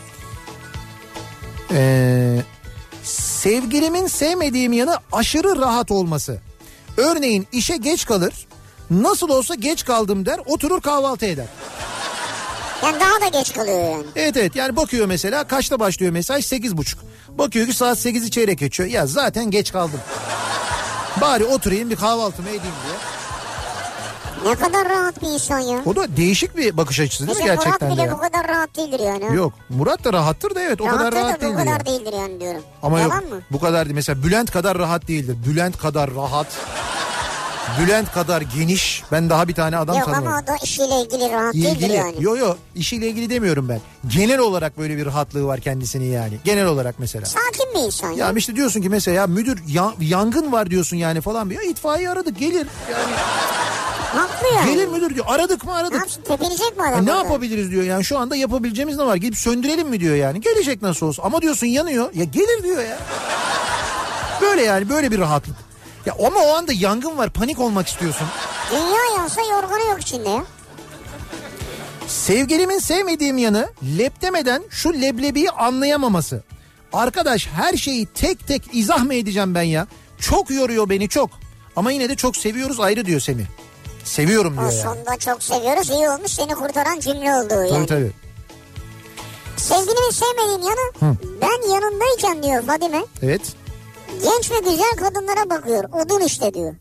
Ee, sevgilimin sevmediğim yanı aşırı rahat olması. Örneğin işe geç kalır. Nasıl olsa geç kaldım der, oturur kahvaltı eder. Yani daha da geç kalıyor yani. Evet evet, yani bakıyor mesela kaçta başlıyor mesaj, sekiz buçuk. Bakıyor ki saat sekizi çeyrek geçiyor. Ya zaten geç kaldım. Bari oturayım bir kahvaltımı edeyim diye. Ne kadar rahat bir insan ya. O da değişik bir bakış açısı değil mi Mesela gerçekten Murat de bile ya? bu kadar rahat değildir yani. Yok, Murat da rahattır da evet, o Rahattır kadar rahat da bu değildir. kadar yani. değildir yani diyorum. Ama Yalan yok, mı? bu kadar değil. Mesela Bülent kadar rahat değildir. Bülent kadar rahat. Bülent kadar geniş. Ben daha bir tane adam Yok tanıyorum. ama o da işiyle ilgili rahat değildir İlgili. yani. Yok yok işiyle ilgili demiyorum ben. Genel olarak böyle bir rahatlığı var kendisinin yani. Genel olarak mesela. Sakin bir insan ya. Ya işte diyorsun ki mesela ya müdür ya, yangın var diyorsun yani falan. Ya itfaiye aradık gelir. Yani Haklı yani. gelir müdür diyor. Aradık mı Ne aradık. yapsın, tepelecek mi adam? Ya ne orada? yapabiliriz diyor yani şu anda yapabileceğimiz ne var? Gidip söndürelim mi diyor yani. Gelecek nasıl olsa ama diyorsun yanıyor. Ya gelir diyor ya. Böyle yani böyle bir rahatlık. Ya ama o anda yangın var panik olmak istiyorsun. Dünya yansa yorganı yok içinde ya. Sevgilimin sevmediğim yanı lep demeden şu leblebiyi anlayamaması. Arkadaş her şeyi tek tek izah mı edeceğim ben ya? Çok yoruyor beni çok. Ama yine de çok seviyoruz ayrı diyor Semih. Seviyorum diyor O yani. sonunda çok seviyoruz. İyi olmuş, seni kurtaran cümle olduğu Tabii yani. tabii. Sevgilimin sevmediğim yanı Hı. ben yanındayken diyor Fadime. Evet. Genç ve güzel kadınlara bakıyor. Odun işte diyor.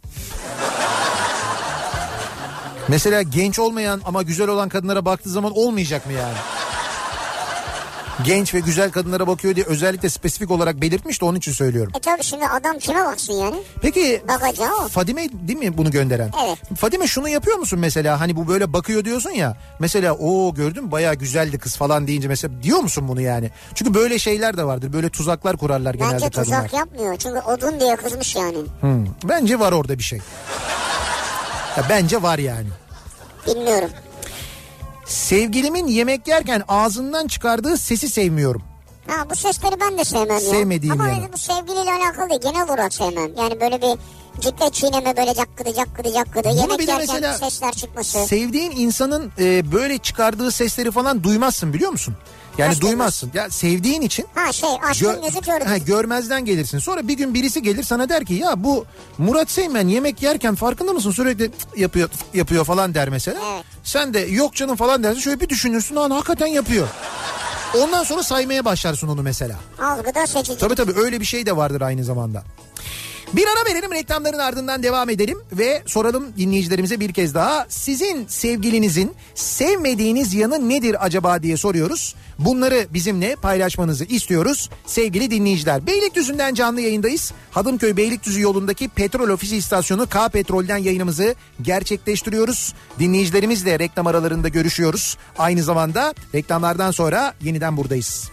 Mesela genç olmayan ama güzel olan kadınlara baktığı zaman olmayacak mı yani? Genç ve güzel kadınlara bakıyor diye özellikle spesifik olarak belirtmiş de onun için söylüyorum. E tabii şimdi adam kime baksın yani? Peki Bakacağı o. Fadime değil mi bunu gönderen? Evet. Fadime şunu yapıyor musun mesela hani bu böyle bakıyor diyorsun ya. Mesela o gördün mü bayağı güzeldi kız falan deyince mesela diyor musun bunu yani? Çünkü böyle şeyler de vardır böyle tuzaklar kurarlar genelde Bence kadınlar. tuzak yapmıyor. Çünkü odun diye kızmış yani. Hmm. Bence var orada bir şey. Ya bence var yani. Bilmiyorum. Sevgilimin yemek yerken ağzından çıkardığı sesi sevmiyorum. Ha bu sesleri ben de sevmem ya. Sevmediğim Ama yani. bu sevgiliyle alakalı değil. Genel olarak sevmem. Yani böyle bir ciddi çiğneme böyle cakkıdı cakkıdı cakkıdı. Bunu Yemek bir de yerken mesela sesler çıkması. Sevdiğin insanın e, böyle çıkardığı sesleri falan duymazsın biliyor musun? Yani Nasıl duymazsın. Ya sevdiğin için Ha şey aşkın gö- gözü kördür. ha, görmezden gelirsin. Sonra bir gün birisi gelir sana der ki ya bu Murat Seymen yemek yerken farkında mısın sürekli tık yapıyor tık yapıyor falan der mesela. Evet. Sen de yok canım falan dersin şöyle bir düşünürsün lan hakikaten yapıyor. Ondan sonra saymaya başlarsın onu mesela. Algıda seçici. Tabii tabii öyle bir şey de vardır aynı zamanda. Bir ara verelim reklamların ardından devam edelim ve soralım dinleyicilerimize bir kez daha. Sizin sevgilinizin sevmediğiniz yanı nedir acaba diye soruyoruz. Bunları bizimle paylaşmanızı istiyoruz sevgili dinleyiciler. Beylikdüzü'nden canlı yayındayız. Hadımköy Beylikdüzü yolundaki petrol ofisi istasyonu K Petrol'den yayınımızı gerçekleştiriyoruz. Dinleyicilerimizle reklam aralarında görüşüyoruz. Aynı zamanda reklamlardan sonra yeniden buradayız.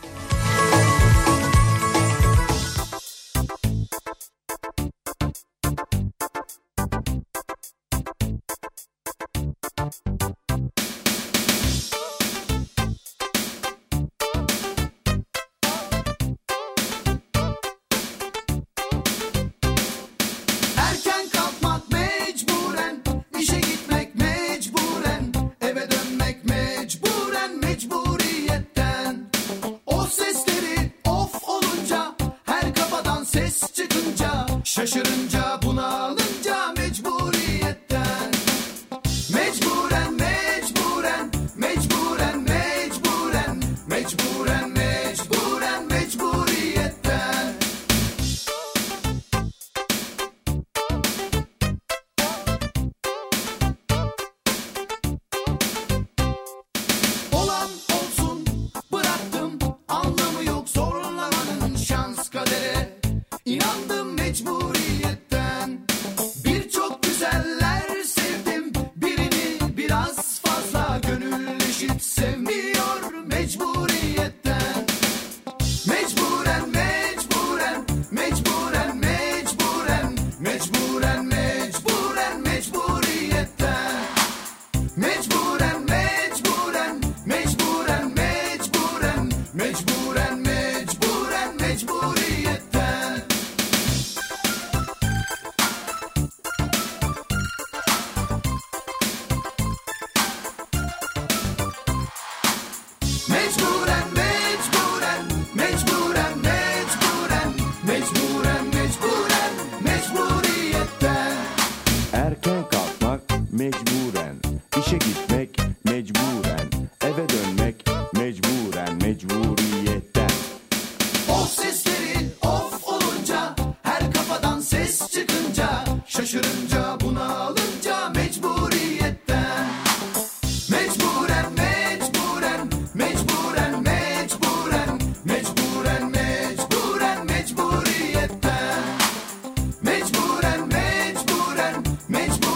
Erken kalkmak mecburen, işe gitmek mecburen, eve dönmek mecburen, mecburiyetten. O sesleri of olunca, her kafadan ses çıkınca, şaşırınca bunalınca mecburiyetten. Mecburen, mecburen, mecburen, mecburen, mecburen, mecburen, mecburiyetten. Olan olsun bıraktım, anlamı yok zorlamanın, şans kadere inandım mecburiyetten. Birçok güzeller sevdim, birini biraz fazla, gönül eşit sevmiyor mecburiyetten. Mecburen, mecburen, mecburen, mecburen, mecburen, mecburen, mecburiyetten. Mecburen, mecburen, mecburen, mecburen, mecburen, mecburen, mecburiyetten. Mecburen, mecburen, mecburen, mecburen, mecburen, mecburen, mecburiyetten. Erken kalkmak mecburen, işe gitmek mecburen, eve dönmek mecburen, mecburiyetten. O sesleri of olunca, her kafadan ses çıkınca, şaşırınca bunalınca mecburiyetten. Mecburen, mecburen, mecburen, mecburen, mecburen, mecburen, mecburiyetten. Mecburen, mecburen, mecburen.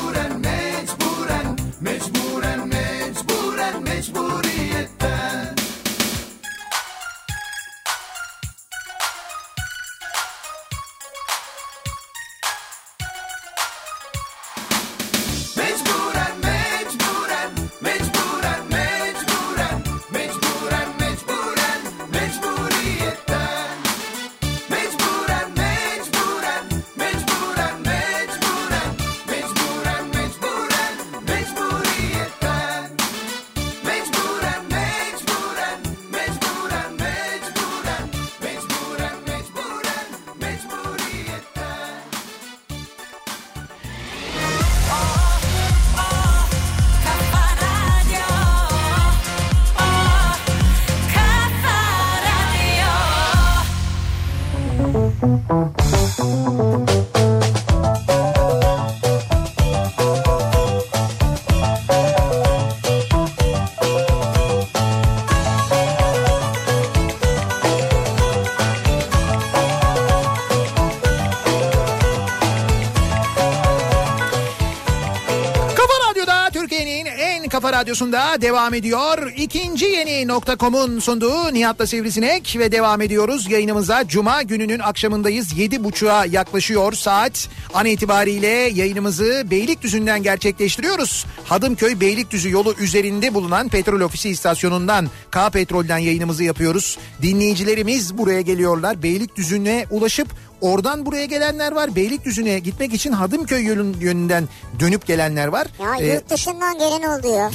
Kafa Radyosu'nda devam ediyor. İkinci yeni nokta com'un sunduğu Nihat'la Sivrisinek ve devam ediyoruz yayınımıza. Cuma gününün akşamındayız. Yedi buçuğa yaklaşıyor saat. An itibariyle yayınımızı Beylikdüzü'nden gerçekleştiriyoruz. Hadımköy Beylikdüzü yolu üzerinde bulunan petrol ofisi istasyonundan, K Petrol'den yayınımızı yapıyoruz. Dinleyicilerimiz buraya geliyorlar. Beylikdüzü'ne ulaşıp oradan buraya gelenler var. Beylikdüzü'ne gitmek için Hadımköy yönünden dönüp gelenler var. Ya Ee, yurt dışından gelen oldu ya.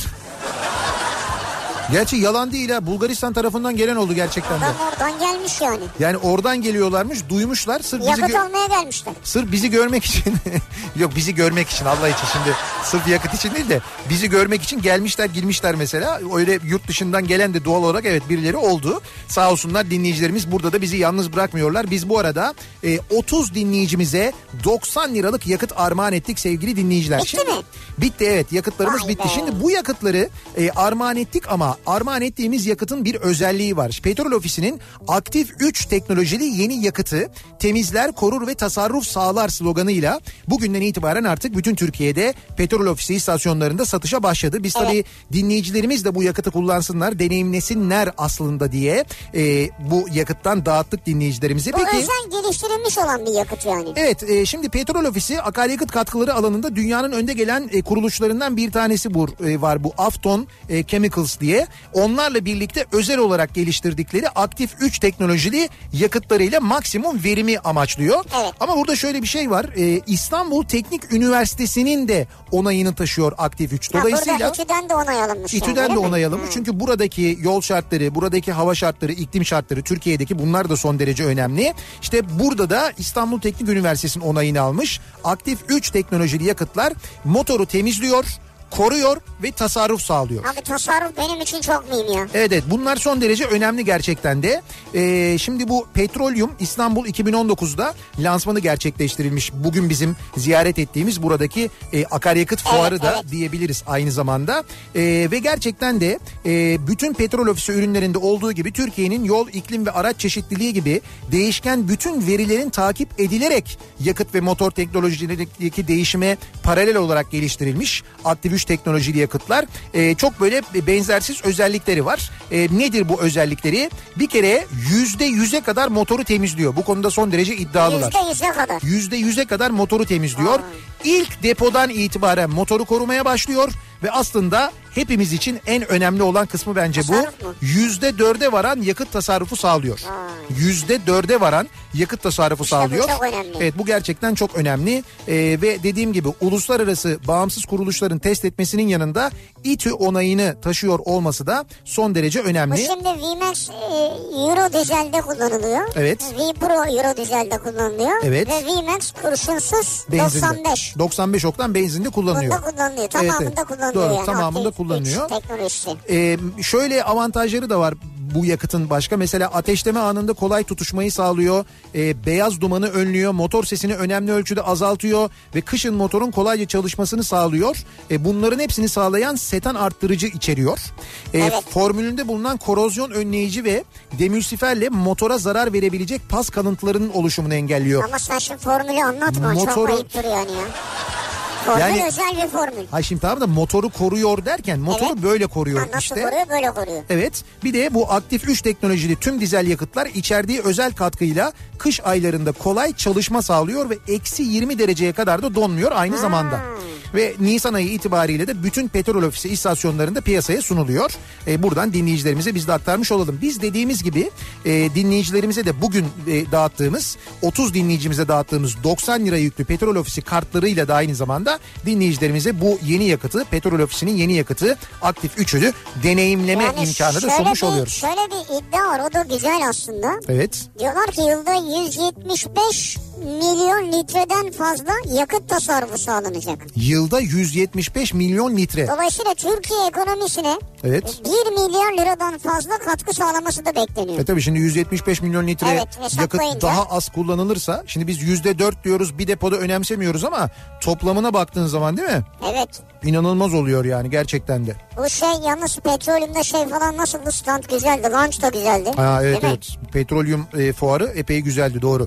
Gerçi yalan değil ha. Bulgaristan tarafından gelen oldu gerçekten de. Adam oradan gelmiş yani. Yani oradan geliyorlarmış, duymuşlar. Sırf bizi Yakıt gö- almaya gelmişler. Sırf bizi görmek için. Yok, bizi görmek için, Allah için şimdi. Sırf yakıt için değil de bizi görmek için gelmişler, girmişler mesela. Öyle yurt dışından gelen de doğal olarak evet birileri oldu. Sağ olsunlar dinleyicilerimiz burada da bizi yalnız bırakmıyorlar. Biz bu arada e, otuz dinleyicimize doksan liralık yakıt armağan ettik sevgili dinleyiciler. Bitti Şimdi, mi? Bitti evet, yakıtlarımız Vay bitti. be. Şimdi bu yakıtları e, armağan ettik ama armağan ettiğimiz yakıtın bir özelliği var. Petrol Ofisi'nin Aktif üç teknolojili yeni yakıtı temizler, korur ve tasarruf sağlar sloganıyla bugünden itibaren artık bütün Türkiye'de Petrol Ofisi istasyonlarında satışa başladı. Biz Evet. tabii dinleyicilerimiz de bu yakıtı kullansınlar, deneyimlesinler aslında diye e, bu yakıttan dağıttık dinleyicilerimize. Bu Peki, özel geliştirilmiş olan bir yakıt yani. evet e, şimdi Petrol Ofisi akaryakıt katkıları alanında dünyanın önde gelen e, kuruluşlarından bir tanesi bu e, var bu Afton e, Chemicals diye. Onlarla birlikte özel olarak geliştirdikleri Aktif üç teknolojili yakıtlarıyla maksimum verimi amaçlıyor. Evet. Ama burada şöyle bir şey var. E, İstanbul Teknik Üniversitesi'nin de onayını taşıyor Aktif üç. Ha, Dolayısıyla burada İTÜ'den de onay alınmış. İTÜ'den yani, de değil mi? onay alınmış. Hı. Çünkü buradaki yol şartları, buradaki hava şartları, iklim şartları, Türkiye'deki bunlar da son derece önemli. İşte burada da İstanbul Teknik Üniversitesi'nin onayını almış. Aktif üç teknolojili yakıtlar motoru temizliyor, koruyor ve tasarruf sağlıyor. Abi tasarruf benim için çok mühim ya. Evet evet, bunlar son derece önemli gerçekten de. Ee, şimdi bu Petroleum İstanbul iki bin on dokuzda lansmanı gerçekleştirilmiş. Bugün bizim ziyaret ettiğimiz buradaki e, akaryakıt fuarı Evet, da evet. diyebiliriz aynı zamanda. Ee, ve gerçekten de e, bütün petrol ofisi ürünlerinde olduğu gibi Türkiye'nin yol, iklim ve araç çeşitliliği gibi değişken bütün verilerin takip edilerek yakıt ve motor teknolojilerindeki değişime paralel olarak geliştirilmiş Aktif üç teknolojili yakıtlar. E, çok böyle benzersiz özellikleri var. E, nedir bu özellikleri? Bir kere yüzde yüze kadar motoru temizliyor. Bu konuda son derece iddialılar. Yüzde yüze kadar. yüzde yüze kadar motoru temizliyor. İlk depodan itibaren motoru korumaya başlıyor ve aslında hepimiz için en önemli olan kısmı bence bu. Tasarruf mu? Yüzde dörde varan yakıt tasarrufu sağlıyor. Yüzde dörde varan yakıt tasarrufu İşte bu sağlıyor. çok önemli. Evet, bu gerçekten çok önemli. Ee, ve dediğim gibi uluslararası bağımsız kuruluşların test etmesinin yanında İTÜ onayını taşıyor olması da son derece Bu önemli. şimdi V-Max e, Euro dizelde kullanılıyor. Evet. V-Pro Euro dizelde kullanılıyor. Evet. Ve V-Max kurşunsuz Benzinde. doksan beş. doksan beş oktan benzinde kullanılıyor. Bunda kullanılıyor. Tamamında Evet, evet. kullanılıyor. Doğru, yani. tamamında Aktif kullanılıyor. üç teknolojisi. Ee, şöyle avantajları da var bu yakıtın başka. Mesela ateşleme anında kolay tutuşmayı sağlıyor. Ee, beyaz dumanı önlüyor. Motor sesini önemli ölçüde azaltıyor. Ve kışın motorun kolayca çalışmasını sağlıyor. Ee, bunların hepsini sağlayan setan arttırıcı içeriyor. Ee, Evet. Formülünde bulunan korozyon önleyici ve demülsiferle motora zarar verebilecek pas kalıntılarının oluşumunu engelliyor. Ama sen şimdi formülü anlatma. Motoru- Çok ayıptır yani ya. Formül Yani- özel bir formül. Ha şimdi tamam da motoru koruyor derken motoru Evet. böyle koruyor Ha, nasıl işte. koruyor? Böyle koruyor. Evet, bir de bu Aktif üç teknolojili tüm dizel yakıtlar içerdiği özel katkıyla kış aylarında kolay çalışma sağlıyor ve eksi yirmi dereceye kadar da donmuyor aynı zamanda. Ve Nisan ayı itibariyle de bütün petrol ofisi istasyonlarında piyasaya sunuluyor. E, buradan dinleyicilerimize biz de aktarmış olalım. Biz dediğimiz gibi e, dinleyicilerimize de bugün e, dağıttığımız otuz dinleyicimize dağıttığımız doksan lira yüklü petrol ofisi kartlarıyla da aynı zamanda dinleyicilerimize bu yeni yakıtı, petrol ofisinin yeni yakıtı Aktif üçünü deneyimleme Yani imkanı da şöyle sunmuş bir- oluyoruz. Şöyle bir iddia var, o da güzel aslında. Evet. Diyorlar ki yılda yüz yetmiş beş milyon litreden fazla yakıt tasarrufu sağlanacak. Yılda yüz yetmiş beş milyon litre. Dolayısıyla Türkiye ekonomisine Evet. bir milyar liradan fazla katkı sağlaması da bekleniyor. E tabii şimdi yüz yetmiş beş milyon litre Evet, yakıt hesaplayınca. daha az kullanılırsa, şimdi biz yüzde dört diyoruz, bir depoda önemsemiyoruz ama toplamına baktığın zaman değil mi? Evet. İnanılmaz oluyor yani gerçekten de. Bu şey yalnız petrolümde şey falan nasıldı, stand güzeldi, launch da güzeldi. Ha, evet Değil mi? evet. Petrolyum e, fuarı epey güzeldi, doğru.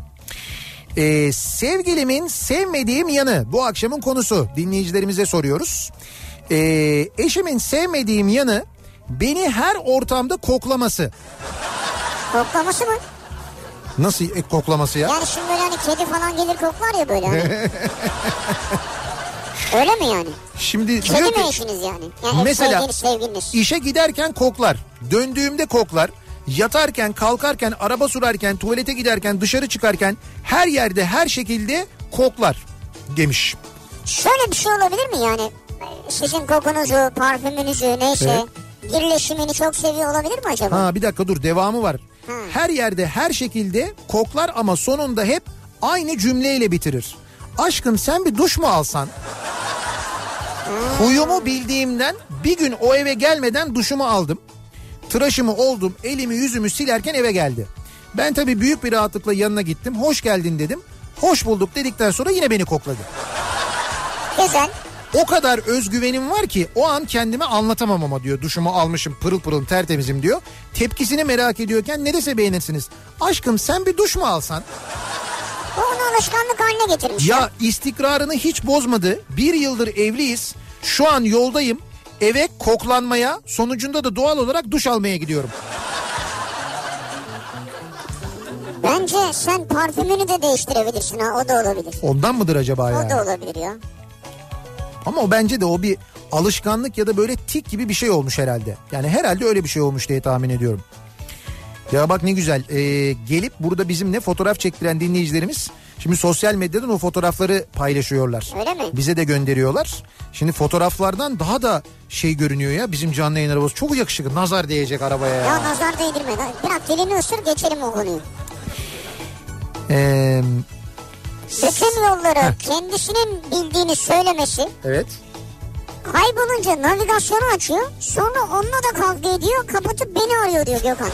Ee, sevgilimin sevmediğim yanı bu akşamın konusu, dinleyicilerimize soruyoruz. Ee, eşimin sevmediğim yanı beni her ortamda koklaması. Koklaması mı? Nasıl e, koklaması ya? Yani şimdi böyle hani kedi falan gelir koklar ya böyle. Hani. Öyle mi yani? Şimdi kedi diyor mi ki, eşiniz yani? Yani mesela sevginiz, sevginiz. işe giderken koklar, döndüğümde koklar, yatarken, kalkarken, araba sürerken, tuvalete giderken, dışarı çıkarken her yerde her şekilde koklar demiş. Şöyle bir şey olabilir mi yani? Sizin kokunuzu, parfümünüzü neyse evet. birleşimini çok seviyor olabilir mi acaba? Ha bir dakika dur, devamı var. Ha. Her yerde her şekilde koklar ama sonunda hep aynı cümleyle bitirir. Aşkım sen bir duş mu alsan? Hmm. Huyumu bildiğimden bir gün o eve gelmeden duşumu aldım. Tıraşımı oldum, elimi yüzümü silerken eve geldi. Ben tabii büyük bir rahatlıkla yanına gittim. Hoş geldin dedim. Hoş bulduk dedikten sonra yine beni kokladı. Güzel. O kadar özgüvenim var ki o an kendime anlatamam ama diyor. Duşumu almışım, pırıl pırıl tertemizim diyor. Tepkisini merak ediyorken ne dese beğenirsiniz. Aşkım sen bir duş mu alsan? O onu alışkanlık haline getirmiş. Ya istikrarını hiç bozmadı. Bir yıldır evliyiz. Şu an yoldayım. Eve koklanmaya, sonucunda da doğal olarak duş almaya gidiyorum. Bence sen parfümünü de değiştirebilirsin ha, o da olabilir. Ondan mıdır acaba ya? O da olabilir ya. Ama o bence de o bir alışkanlık ya da böyle tik gibi bir şey olmuş herhalde. Yani herhalde öyle bir şey olmuş diye tahmin ediyorum. Ya bak ne güzel, ee, gelip burada bizimle fotoğraf çektiren dinleyicilerimiz şimdi sosyal medyadan o fotoğrafları paylaşıyorlar. Öyle mi? Bize de gönderiyorlar. Şimdi fotoğraflardan daha da şey görünüyor ya, bizim canlı yayın arabası çok yakışıklı, nazar değecek arabaya ya. Ya nazar değdirme, bırak dilini ısır geçelim o konuyu. Eee... Bütün yolları Heh. kendisinin bildiğini söylemesi. Evet. Kaybolunca navigasyonu açıyor. Sonra onunla da kavga ediyor. Kapatıp beni arıyor diyor Gökhan.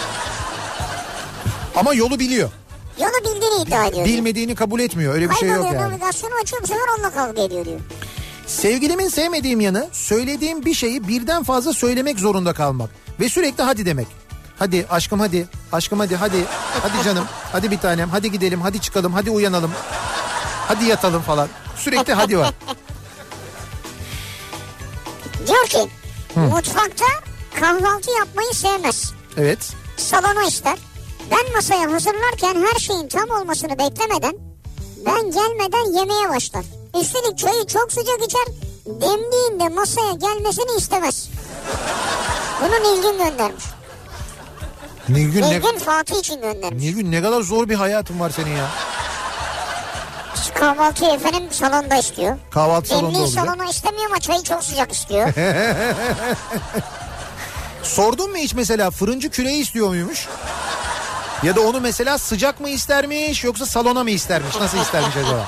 Ama yolu biliyor. Yolu bildiğini iddia ediyor. Bilmediğini diyor. Kabul etmiyor. Öyle bir şey yok yani. Kayboluyor, navigasyonu açıyor, bu sefer onunla kavga ediyor diyor. Sevgilimin sevmediğim yanı söylediğim bir şeyi birden fazla söylemek zorunda kalmak. Ve sürekli hadi demek. Hadi aşkım hadi, aşkım hadi, hadi, hadi canım, hadi bir tanem, hadi gidelim, hadi çıkalım, hadi uyanalım, hadi yatalım falan. Sürekli hadi var. Diyor ki Hı. mutfakta kahvaltı yapmayı sevmez. Evet. Salona ister. Ben masaya hazırlarken her şeyin tam olmasını beklemeden ben gelmeden yemeye başlar. Üstelik çayı çok sıcak içer, demliğinde masaya gelmesini istemez. Bunu Nilgün göndermiş. Nilgün, Nilgün ne... Fatih için göndermiş. Nilgün ne kadar zor bir hayatın var senin ya. Kahvaltıyı efendim salonda istiyor. Kahvaltı salonda olacak. olacak. Salona istemiyor ama çayı çok sıcak istiyor. Sordun mu hiç mesela fırıncı küreği istiyor muymuş? Ya da onu mesela sıcak mı istermiş yoksa salona mı istermiş? Nasıl istermiş acaba?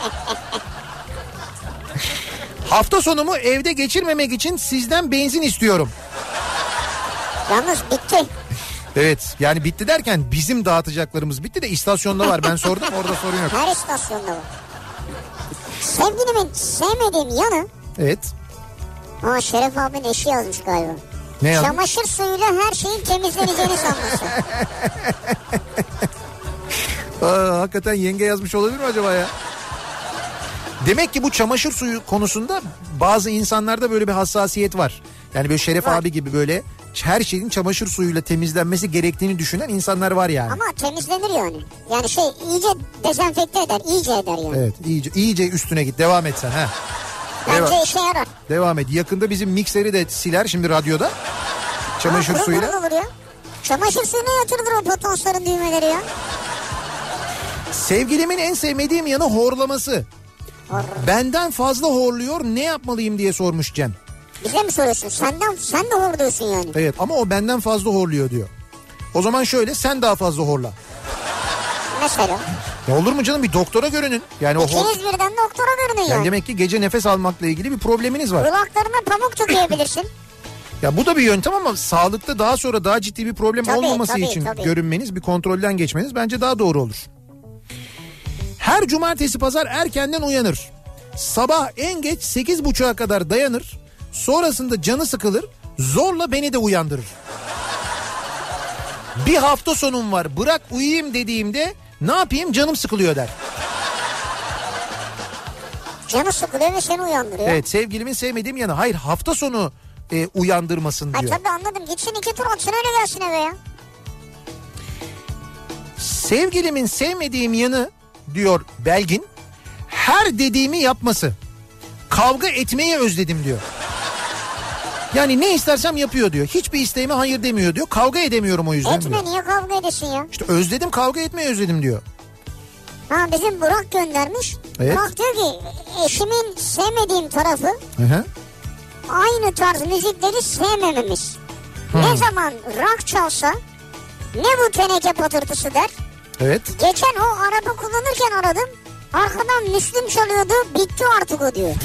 Hafta sonumu evde geçirmemek için sizden benzin istiyorum. Yalnız bitti. Evet, yani bitti derken bizim dağıtacaklarımız bitti de istasyonda var. Ben sordum, orada sorun yok. Her istasyonda var. Sevgilimin sevmediğim yanı. Evet. Aa, Şeref abinin eşi yazmış galiba. Ne yazmış? Çamaşır suyuyla her şeyin temizleneceğini sanması. Aa, hakikaten yenge yazmış olabilir mi acaba ya? Demek ki bu çamaşır suyu konusunda bazı insanlarda böyle bir hassasiyet var. Yani böyle Şeref var. Abi gibi böyle her şeyin çamaşır suyuyla temizlenmesi gerektiğini düşünen insanlar var yani. Ama temizlenir yani. Yani şey iyice dezenfekte eder, iyice eder yani. Evet, iyice iyice üstüne git, devam et sen ha. Bence Devam. işe yarar. Devam et. Yakında bizim mikseri de siler şimdi radyoda. Çamaşır ha, suyuyla. Olur ya. Çamaşır suyuna yatırılır o potonsların düğmeleri ya. Sevgilimin en sevmediğim yanı horlaması. Hor. Benden fazla horluyor, ne yapmalıyım diye sormuş Cem. Bize mi soruyorsun? Senden, sen de horluyorsun yani. Evet ama o benden fazla horluyor diyor. O zaman şöyle, sen daha fazla horla. Mesela? Ya olur mu canım, bir doktora görünün. Yani İkiniz o hor... birden doktora görünün yani. Yani demek ki gece nefes almakla ilgili bir probleminiz var. Kulaklarına pamuk tıkayabilirsin. Ya bu da bir yöntem ama sağlıkta daha sonra daha ciddi bir problem tabii, olmaması tabii, için tabii. görünmeniz, bir kontrolden geçmeniz bence daha doğru olur. Her cumartesi pazar erkenden uyanır. Sabah en geç sekiz buçuğa kadar dayanır. Sonrasında canı sıkılır. Zorla beni de uyandırır. Bir hafta sonum var, bırak uyuyayım dediğimde ne yapayım, canım sıkılıyor der. Canı sıkılıyor ve seni uyandırıyor. Evet, sevgilimin sevmediğim yanı. Hayır, hafta sonu e, uyandırmasın diyor. Ha tabii anladım. Gitsin iki tur atsın öyle gelsin eve ya. Sevgilimin sevmediğim yanı diyor Belgin, her dediğimi yapması. Kavga etmeyi özledim diyor. Yani ne istersem yapıyor diyor. Hiçbir isteğime hayır demiyor diyor. Kavga edemiyorum o yüzden Etme diyor. niye kavga edesin ya? İşte özledim, kavga etmeyi özledim diyor. Ha bizim Burak göndermiş. Evet. Burak diyor ki eşimin sevmediğim tarafı Hı hı. aynı tarz müzikleri sevmememiz. Hmm. Ne zaman rock çalsa ne bu teneke patırtısı der. Evet. Geçen o araba kullanırken aradım. Arkadan Müslüm çalıyordu. Bitti artık o diyor.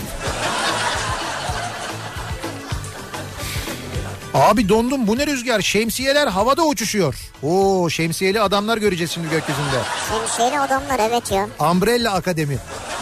Abi dondum, bu ne rüzgar, şemsiyeler havada uçuşuyor. Oo, şemsiyeli adamlar göreceğiz şimdi gökyüzünde. Şemsiyeli adamlar evet ya. Umbrella Akademi.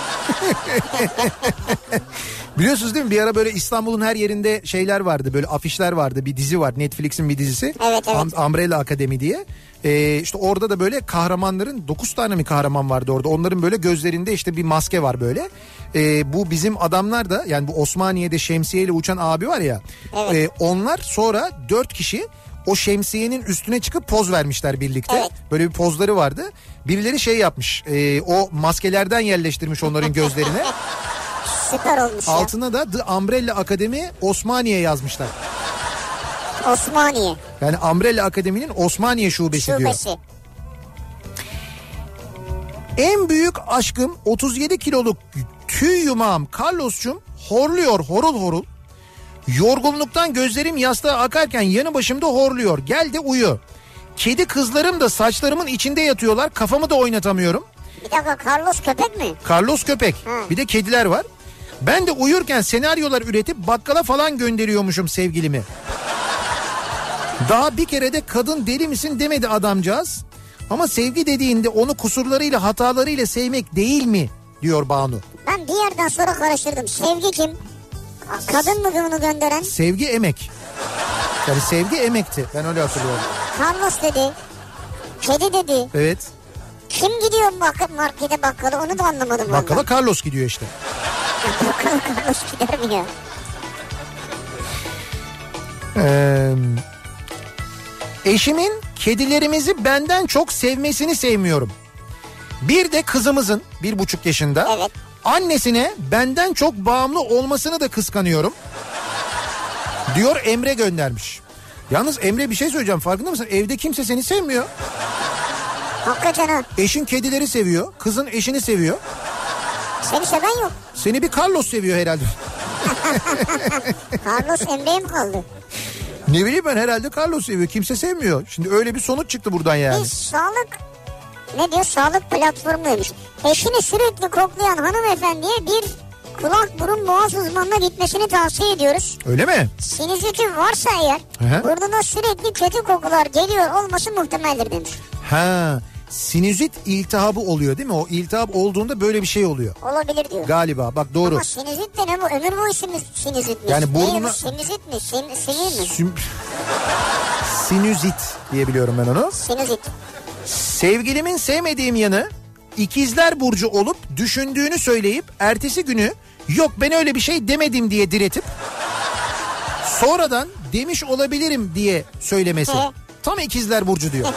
Biliyorsunuz değil mi, bir ara böyle İstanbul'un her yerinde şeyler vardı, böyle afişler vardı, bir dizi var, Netflix'in bir dizisi. Evet evet. Um, Umbrella Akademi diye. Ee, işte orada da böyle kahramanların dokuz tane mi kahraman vardı orada, onların böyle gözlerinde işte bir maske var böyle. Ee, bu bizim adamlar da, yani bu Osmaniye'de şemsiyeyle uçan abi var ya. Evet. E, onlar sonra dört kişi o şemsiyenin üstüne çıkıp poz vermişler birlikte. Evet. Böyle bir pozları vardı. Birileri şey yapmış, e, o maskelerden yerleştirmiş onların gözlerine. Süper olmuş ya. Altına da The Umbrella Akademi Osmaniye yazmışlar. Osmaniye. Yani Umbrella Akademi'nin Osmaniye şubesi, Şubesi. diyor. En büyük aşkım otuz yedi kiloluk tüy yumağım Carlos'cum horluyor horul horul. Yorgunluktan gözlerim yastığa akarken yanı başımda horluyor. Gel de uyu. Kedi kızlarım da saçlarımın içinde yatıyorlar. Kafamı da oynatamıyorum. Bir dakika, Carlos köpek mi? Carlos köpek. Hı. Bir de kediler var. Ben de uyurken senaryolar üretip bakkala falan gönderiyormuşum sevgilimi. Daha bir kere de kadın deli misin demedi adamcağız. Ama sevgi dediğinde onu kusurlarıyla hatalarıyla sevmek değil mi diyor Banu. Ben bir yerden sonra karıştırdım. Sevgi kim? Kadın mı bunu gönderen? Sevgi emek. Yani sevgi emekti. Ben öyle hatırlıyorum. Carlos dedi. Kedi dedi. Evet. Kim gidiyor bak markete bakkala, onu da anlamadım. Bakkala vallahi. Carlos gidiyor işte. Bakkala Carlos gider mi ya? Ee, eşimin kedilerimizi benden çok sevmesini sevmiyorum. Bir de kızımızın bir buçuk yaşında Evet. annesine benden çok bağımlı olmasını da kıskanıyorum. Diyor Emre göndermiş. Yalnız Emre bir şey söyleyeceğim, farkında mısın? Evde kimse seni sevmiyor. Hakikaten ha. Eşin kedileri seviyor. Kızın eşini seviyor. Seni seven yok. Seni bir Carlos seviyor herhalde. Carlos Emre'ye mi kaldı? Ne bileyim ben, herhalde Carlos seviyor. Kimse sevmiyor. Şimdi öyle bir sonuç çıktı buradan yani. Biz sağlık, ne diyor, sağlık platformuymuş. Eşini sürekli koklayan hanımefendiye bir kulak burun boğaz uzmanına gitmesini tavsiye ediyoruz. Öyle mi? Sinüziti varsa eğer Hı hı. burnuna sürekli kötü kokular geliyor olması muhtemeldir demiş. Ha, sinüzit iltihabı oluyor değil mi? O iltihap olduğunda böyle bir şey oluyor. Olabilir diyor. Galiba bak, doğru. Ama sinüzit de ne bu? Ömür boyu sinüz, sinüzitmiş. Yani burnuna- Neymiş? Sinüzit mi? Sin, sinir mi? Süm... Sinüzit diye biliyorum ben onu. Sinüzit. Sevgilimin sevmediğim yanı ikizler burcu olup düşündüğünü söyleyip ertesi günü yok ben öyle bir şey demedim diye diretip sonradan demiş olabilirim diye söylemesi. He. Tam ikizler burcu diyor.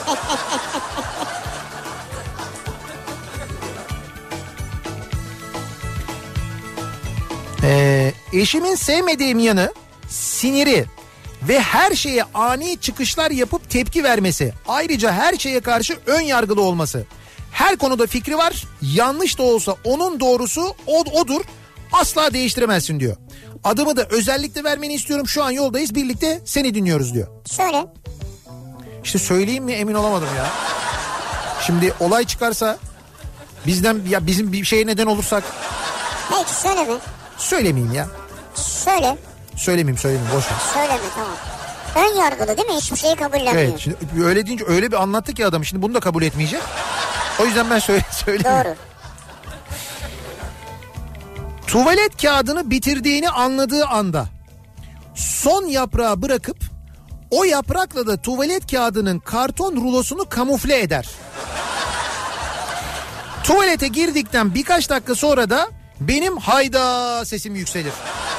Ee, eşimin sevmediğim yanı siniri ve her şeye ani çıkışlar yapıp tepki vermesi. Ayrıca her şeye karşı ön yargılı olması. Her konuda fikri var. Yanlış da olsa onun doğrusu o, odur. Asla değiştiremezsin diyor. Adımı da özellikle vermeni istiyorum. Şu an yoldayız, birlikte seni dinliyoruz diyor. Söyle. İşte söyleyeyim mi emin olamadım ya. Şimdi olay çıkarsa bizden, ya bizim bir şeye neden olursak Peki söyleme. söylemeyeyim ya. Söyle. Söylemeyeyim söylemeyeyim boş ver. Söyleme tamam. Ön yargılı değil mi? Hiçbir şeyi kabullenmiyor. Evet, şimdi öyle deyince öyle bir anlattı ki adam, şimdi bunu da kabul etmeyecek. O yüzden ben söyle söyleyeyim. Doğru. Tuvalet kağıdını bitirdiğini anladığı anda son yaprağı bırakıp o yaprakla da tuvalet kağıdının karton rulosunu kamufle eder. Tuvalete girdikten birkaç dakika sonra da benim hayda sesim yükselir.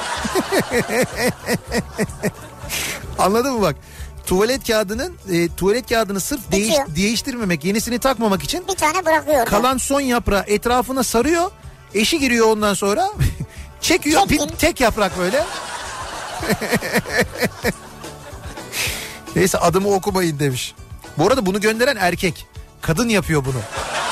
Anladın mı bak? Tuvalet kağıdının e, tuvalet kağıdını sırf değiş, değiştirmemek, yenisini takmamak için bir tane bırakıyor. Kalan son yaprağı etrafına sarıyor. Eşi giriyor ondan sonra. Çekiyor bir, tek yaprak böyle. Neyse adımı okumayın demiş. Bu arada bunu gönderen erkek. Kadın yapıyor bunu.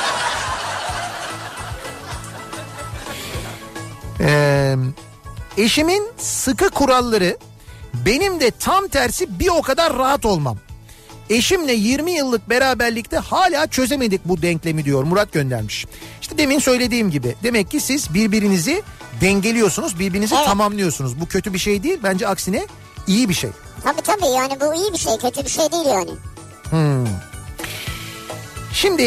Ee, eşimin sıkı kuralları, benim de tam tersi bir o kadar rahat olmam. Eşimle yirmi yıllık beraberlikte hala çözemedik bu denklemi diyor Murat göndermiş. İşte demin söylediğim gibi demek ki siz birbirinizi dengeliyorsunuz, birbirinizi evet. tamamlıyorsunuz. Bu kötü bir şey değil, bence aksine iyi bir şey. Tabii tabii, yani bu iyi bir şey, kötü bir şey değil yani. Hmm. Şimdi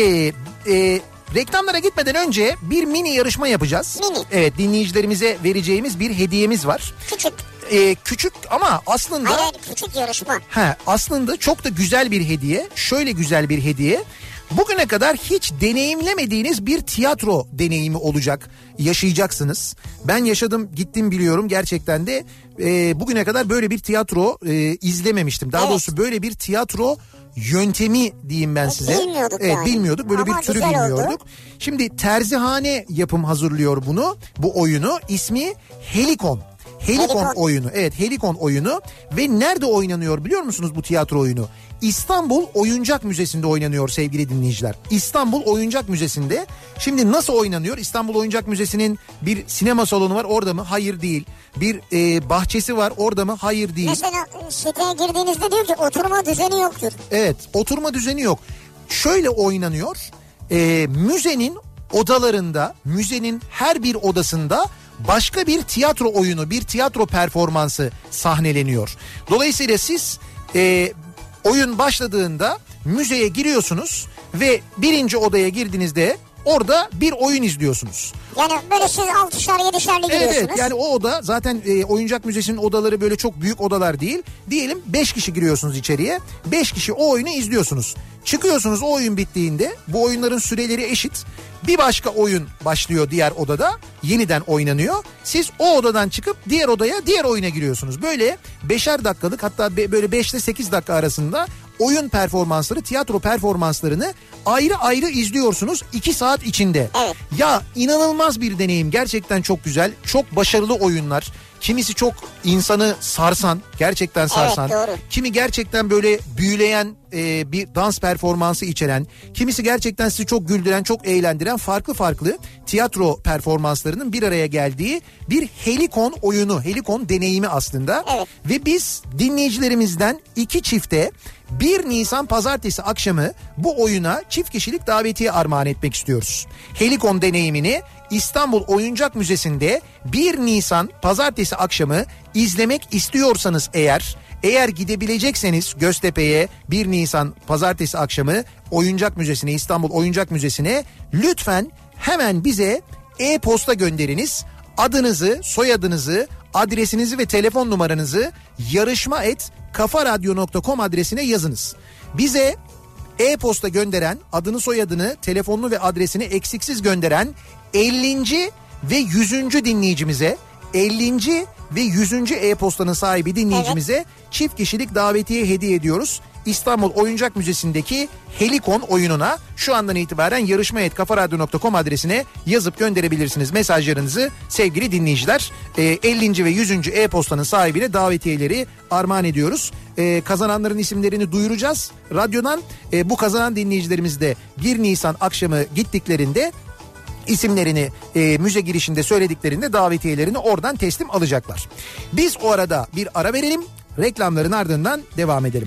e, reklamlara gitmeden önce bir mini yarışma yapacağız. Mini. Evet, dinleyicilerimize vereceğimiz bir hediyemiz var. Küçük. Ee, küçük ama aslında... Hayır hayır, küçük yarışma. He, aslında çok da güzel bir hediye. Şöyle güzel bir hediye. Bugüne kadar hiç deneyimlemediğiniz bir tiyatro deneyimi olacak. Yaşayacaksınız. Ben yaşadım, gittim, biliyorum. Gerçekten de e, bugüne kadar böyle bir tiyatro e, izlememiştim. Daha evet. doğrusu böyle bir tiyatro yöntemi diyeyim ben evet, size. Bilmiyorduk evet, yani. Bilmiyorduk. Böyle ama bir türü bilmiyorduk. Oldu. Şimdi Terzihane yapım hazırlıyor bunu. Bu oyunu. İsmi Helikon. Helikon, Helikon oyunu. Evet, Helikon oyunu ve nerede oynanıyor biliyor musunuz bu tiyatro oyunu? İstanbul Oyuncak Müzesi'nde oynanıyor sevgili dinleyiciler. İstanbul Oyuncak Müzesi'nde. Şimdi nasıl oynanıyor? İstanbul Oyuncak Müzesi'nin bir sinema salonu var, orada mı? Hayır, değil. Bir e, bahçesi var, orada mı? Hayır, değil. Mesela siteye girdiğinizde diyor ki oturma düzeni yoktur. Evet, oturma düzeni yok. Şöyle oynanıyor. E, müzenin odalarında, müzenin her bir odasında başka bir tiyatro oyunu, bir tiyatro performansı sahneleniyor. Dolayısıyla siz e, oyun başladığında müzeye giriyorsunuz ve birinci odaya girdiğinizde orada bir oyun izliyorsunuz. Yani böyle siz altışar yedişerli giriyorsunuz. Evet, yani o oda zaten e, oyuncak müzesinin odaları böyle çok büyük odalar değil. Diyelim beş kişi giriyorsunuz içeriye. beş kişi o oyunu izliyorsunuz. Çıkıyorsunuz, o oyun bittiğinde bu oyunların süreleri eşit. Bir başka oyun başlıyor diğer odada, yeniden oynanıyor. Siz o odadan çıkıp diğer odaya, diğer oyuna giriyorsunuz. Böyle beşer dakikalık, hatta be, böyle beş ile sekiz dakika arasında oyun performansları, tiyatro performanslarını ayrı ayrı izliyorsunuz iki saat içinde. Evet. Ya inanılmaz bir deneyim, gerçekten çok güzel, çok başarılı oyunlar. Kimisi çok insanı sarsan, gerçekten sarsan. Evet, doğru. Kimi gerçekten böyle büyüleyen e, bir dans performansı içeren. Kimisi gerçekten sizi çok güldüren, çok eğlendiren farklı farklı tiyatro performanslarının bir araya geldiği bir Helikon oyunu, Helikon deneyimi aslında. Evet. Ve biz dinleyicilerimizden iki çifte bir Nisan pazartesi akşamı bu oyuna çift kişilik davetiye armağan etmek istiyoruz. Helikon deneyimini İstanbul Oyuncak Müzesi'nde bir Nisan pazartesi akşamı izlemek istiyorsanız eğer, eğer gidebilecekseniz Göztepe'ye bir Nisan pazartesi akşamı Oyuncak Müzesi'ne, İstanbul Oyuncak Müzesi'ne lütfen hemen bize e-posta gönderiniz. Adınızı, soyadınızı, adresinizi ve telefon numaranızı yarışma et kafaradyo nokta com adresine yazınız. Bize e-posta gönderen, adını, soyadını, telefonunu ve adresini eksiksiz gönderen ellinci ve yüzüncü dinleyicimize, ellinci ve yüzüncü e-postanın sahibi dinleyicimize evet. çift kişilik davetiye hediye ediyoruz. İstanbul Oyuncak Müzesi'ndeki Helikon oyununa şu andan itibaren yarışma et kafaradyo nokta com adresine yazıp gönderebilirsiniz mesajlarınızı sevgili dinleyiciler. E, ellinci ve yüzüncü e-postanın sahibine davetiyeleri armağan ediyoruz. E, kazananların isimlerini duyuracağız radyodan. E, bu kazanan dinleyicilerimiz de bir Nisan akşamı gittiklerinde isimlerini e, müze girişinde söylediklerinde davetiyelerini oradan teslim alacaklar. Biz o arada bir ara verelim, reklamların ardından devam edelim.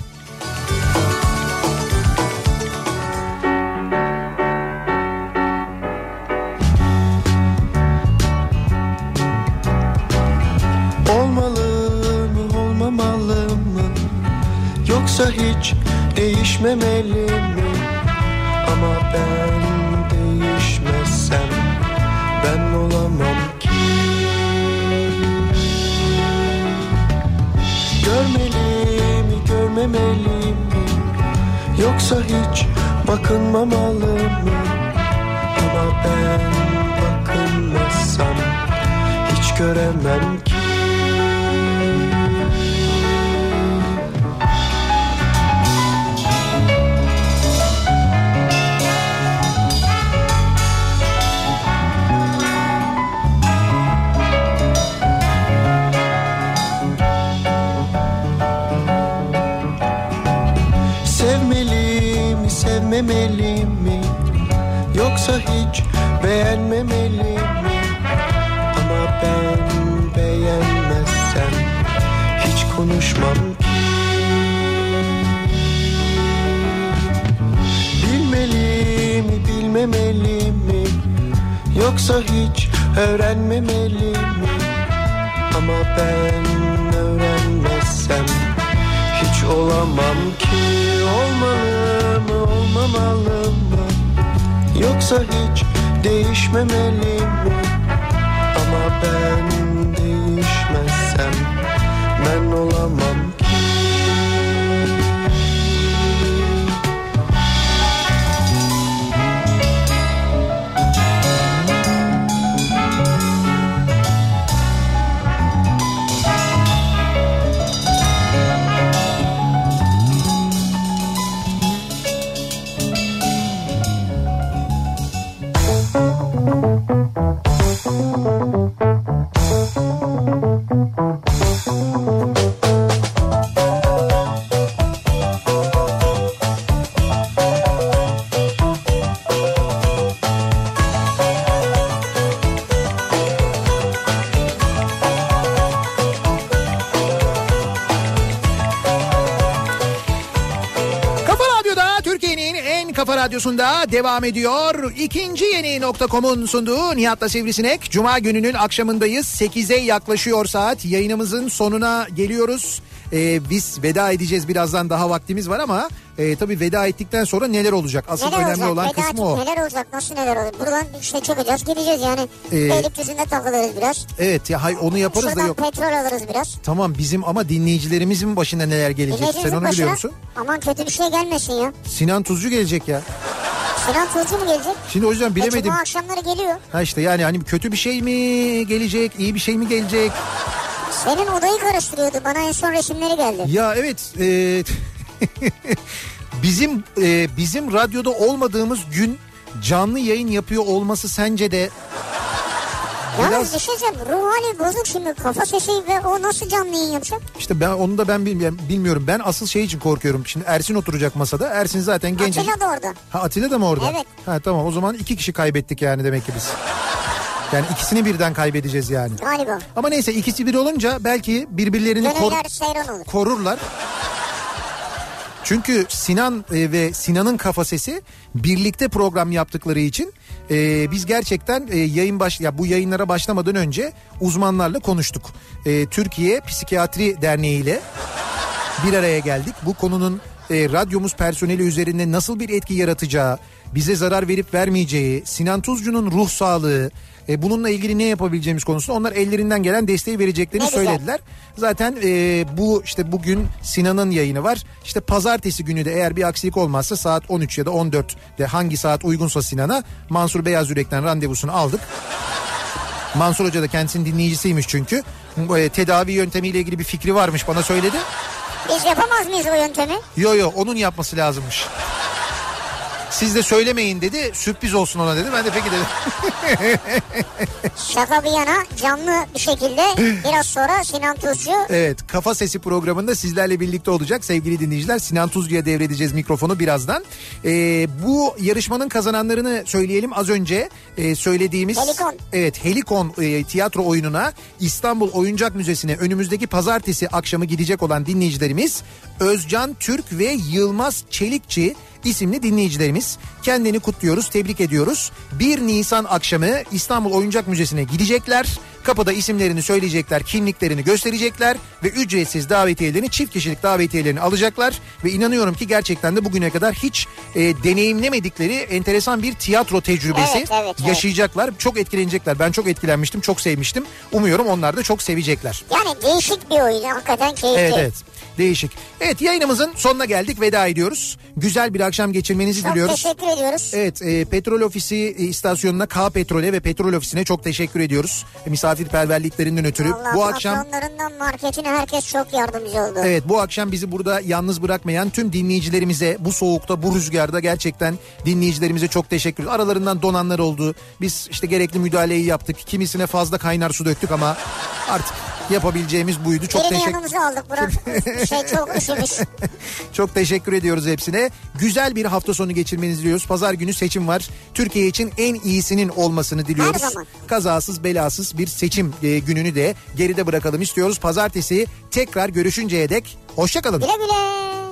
Olmalı mı, olmamalı mı, yoksa hiç değişmemeli mi? Ama ben değişmezsem ben olamam ki. Görmeli mi, görmemeli mi, yoksa hiç bakınmamalı mı? Ama ben bakınmazsam hiç göremem ki. Sevmeli mi, sevmemeli mi, yoksa hiç beğenmemeli mi? Ama ben beğenmezsem hiç konuşmam ki. Bilmeli mi, bilmemeli mi, yoksa hiç öğrenmemeli mi? Ama ben öğrenmezsem hiç olamam ki. Olmalı mı, olmamalı mı, yoksa hiç değişmemeli mi? Ama ben değişmezsem ben olamam ki. Radyosunda devam ediyor. İkinci yeni nokta com'un sunduğu Nihat'la Sivrisinek. Cuma gününün akşamındayız. sekize yaklaşıyor saat. Yayınımızın sonuna geliyoruz. Ee, biz veda edeceğiz, birazdan daha vaktimiz var ama e, tabii veda ettikten sonra neler olacak? Asıl neler önemli olacak? olan veda kısmı o. Neler olacak? Nasıl neler olacak? Buradan işte çıkacağız, gideceğiz yani. Ee, Beylikdüzü'nde takılırız biraz. Evet ya, hay, onu yaparız şuradan da yok. petrol alırız biraz. Tamam, bizim ama dinleyicilerimizin başına neler gelecek? Sen onu başına, biliyor musun? Aman kötü bir şey gelmesin ya. Sinan Tuzcu gelecek ya. Sinan Tuzcu mu gelecek? Şimdi o yüzden bilemedim. E, Cuma akşamları geliyor. Ha işte yani hani kötü bir şey mi gelecek, iyi bir şey mi gelecek? Senin odayı karıştırıyordu, bana en son resimleri geldi. Ya evet. E, bizim e, bizim radyoda olmadığımız gün canlı yayın yapıyor olması sence de... Yalnız Biraz... bir şey söyleyeyim, ruh hali bozuk şimdi, kafa sesi ve o nasıl canlı yayın yapacak? İşte ben onu da ben bilmiyorum. Ben asıl şey için korkuyorum. Şimdi Ersin oturacak masada. Ersin zaten genç. Atilla da orada. Ha, Atilla da mı orada? Evet. Ha tamam, o zaman iki kişi kaybettik yani demek ki biz. Yani ikisini birden kaybedeceğiz yani. Galiba. Ama neyse, ikisi bir olunca belki birbirlerini kor- seyran olur. korurlar. Çünkü Sinan e, ve Sinan'ın kafa sesi birlikte program yaptıkları için e, biz gerçekten e, yayın baş ya bu yayınlara başlamadan önce uzmanlarla konuştuk. E, Türkiye Psikiyatri Derneği ile bir araya geldik. Bu konunun e, radyomuz personeli üzerinde nasıl bir etki yaratacağı, bize zarar verip vermeyeceği, Sinan Tuzcu'nun ruh sağlığı, e, bununla ilgili ne yapabileceğimiz konusunda onlar ellerinden gelen desteği vereceklerini söylediler. Zaten e, bu işte bugün Sinan'ın yayını var. İşte pazartesi günü de eğer bir aksilik olmazsa saat on üç ya da on dörtte hangi saat uygunsa Sinan'a Mansur Beyazürek'ten randevusunu aldık. Mansur Hoca da kendisinin dinleyicisiymiş çünkü. E, tedavi yöntemiyle ilgili bir fikri varmış, bana söyledi. Biz yapamaz mıyız o yöntemi? Yo yo, onun yapması lazımmış. Siz de söylemeyin dedi, sürpriz olsun ona dedi. Ben de peki dedim. Şaka bir yana, canlı bir şekilde biraz sonra Sinan Tuzcu. Evet, Kafa Sesi programında sizlerle birlikte olacak sevgili dinleyiciler. Sinan Tuzcu'ya devredeceğiz mikrofonu birazdan. Ee, bu yarışmanın kazananlarını söyleyelim. Az önce e, söylediğimiz Helikon. Evet, Helikon e, tiyatro oyununa İstanbul Oyuncak Müzesi'ne önümüzdeki pazartesi akşamı gidecek olan dinleyicilerimiz Özcan Türk ve Yılmaz Çelikçi isimli dinleyicilerimiz. Kendini kutluyoruz, tebrik ediyoruz. bir Nisan akşamı İstanbul Oyuncak Müzesi'ne gidecekler. Kapıda isimlerini söyleyecekler, kimliklerini gösterecekler ve ücretsiz davetiyelerini, çift kişilik davetiyelerini alacaklar. Ve inanıyorum ki gerçekten de bugüne kadar hiç e, deneyimlemedikleri enteresan bir tiyatro tecrübesi evet, evet, evet. yaşayacaklar. Çok etkilenecekler. Ben çok etkilenmiştim, çok sevmiştim. Umuyorum onlar da çok sevecekler. Yani değişik bir oyun, hakikaten keyifli. Evet evet. Değişik. Evet, yayınımızın sonuna geldik, veda ediyoruz. Güzel bir akşam geçirmenizi Çok diliyoruz. teşekkür ediyoruz. Evet, e, Petrol Ofisi e, istasyonuna, K Petrol'e ve Petrol Ofisi'ne çok teşekkür ediyoruz. E, misafirperverliklerinden ötürü. Vallahi bu akşam patronlarından marketine herkes çok yardımcı oldu. Evet, bu akşam bizi burada yalnız bırakmayan tüm dinleyicilerimize, bu soğukta, bu rüzgarda gerçekten dinleyicilerimize çok teşekkür ederiz. Aralarından donanlar oldu. Biz işte gerekli müdahaleyi yaptık. Kimisine fazla kaynar su döktük ama artık yapabileceğimiz buydu. Çok Birini teşekkür yanımıza aldık. Burak şey çok üşümüş. Çok teşekkür ediyoruz hepsine. Güzel bir hafta sonu geçirmenizi diliyoruz. Pazar günü seçim var. Türkiye için en iyisinin olmasını diliyoruz. Her zaman. Kazasız belasız bir seçim e, gününü de geride bırakalım istiyoruz. Pazartesi tekrar görüşünceye dek hoşça kalın. Güle güle.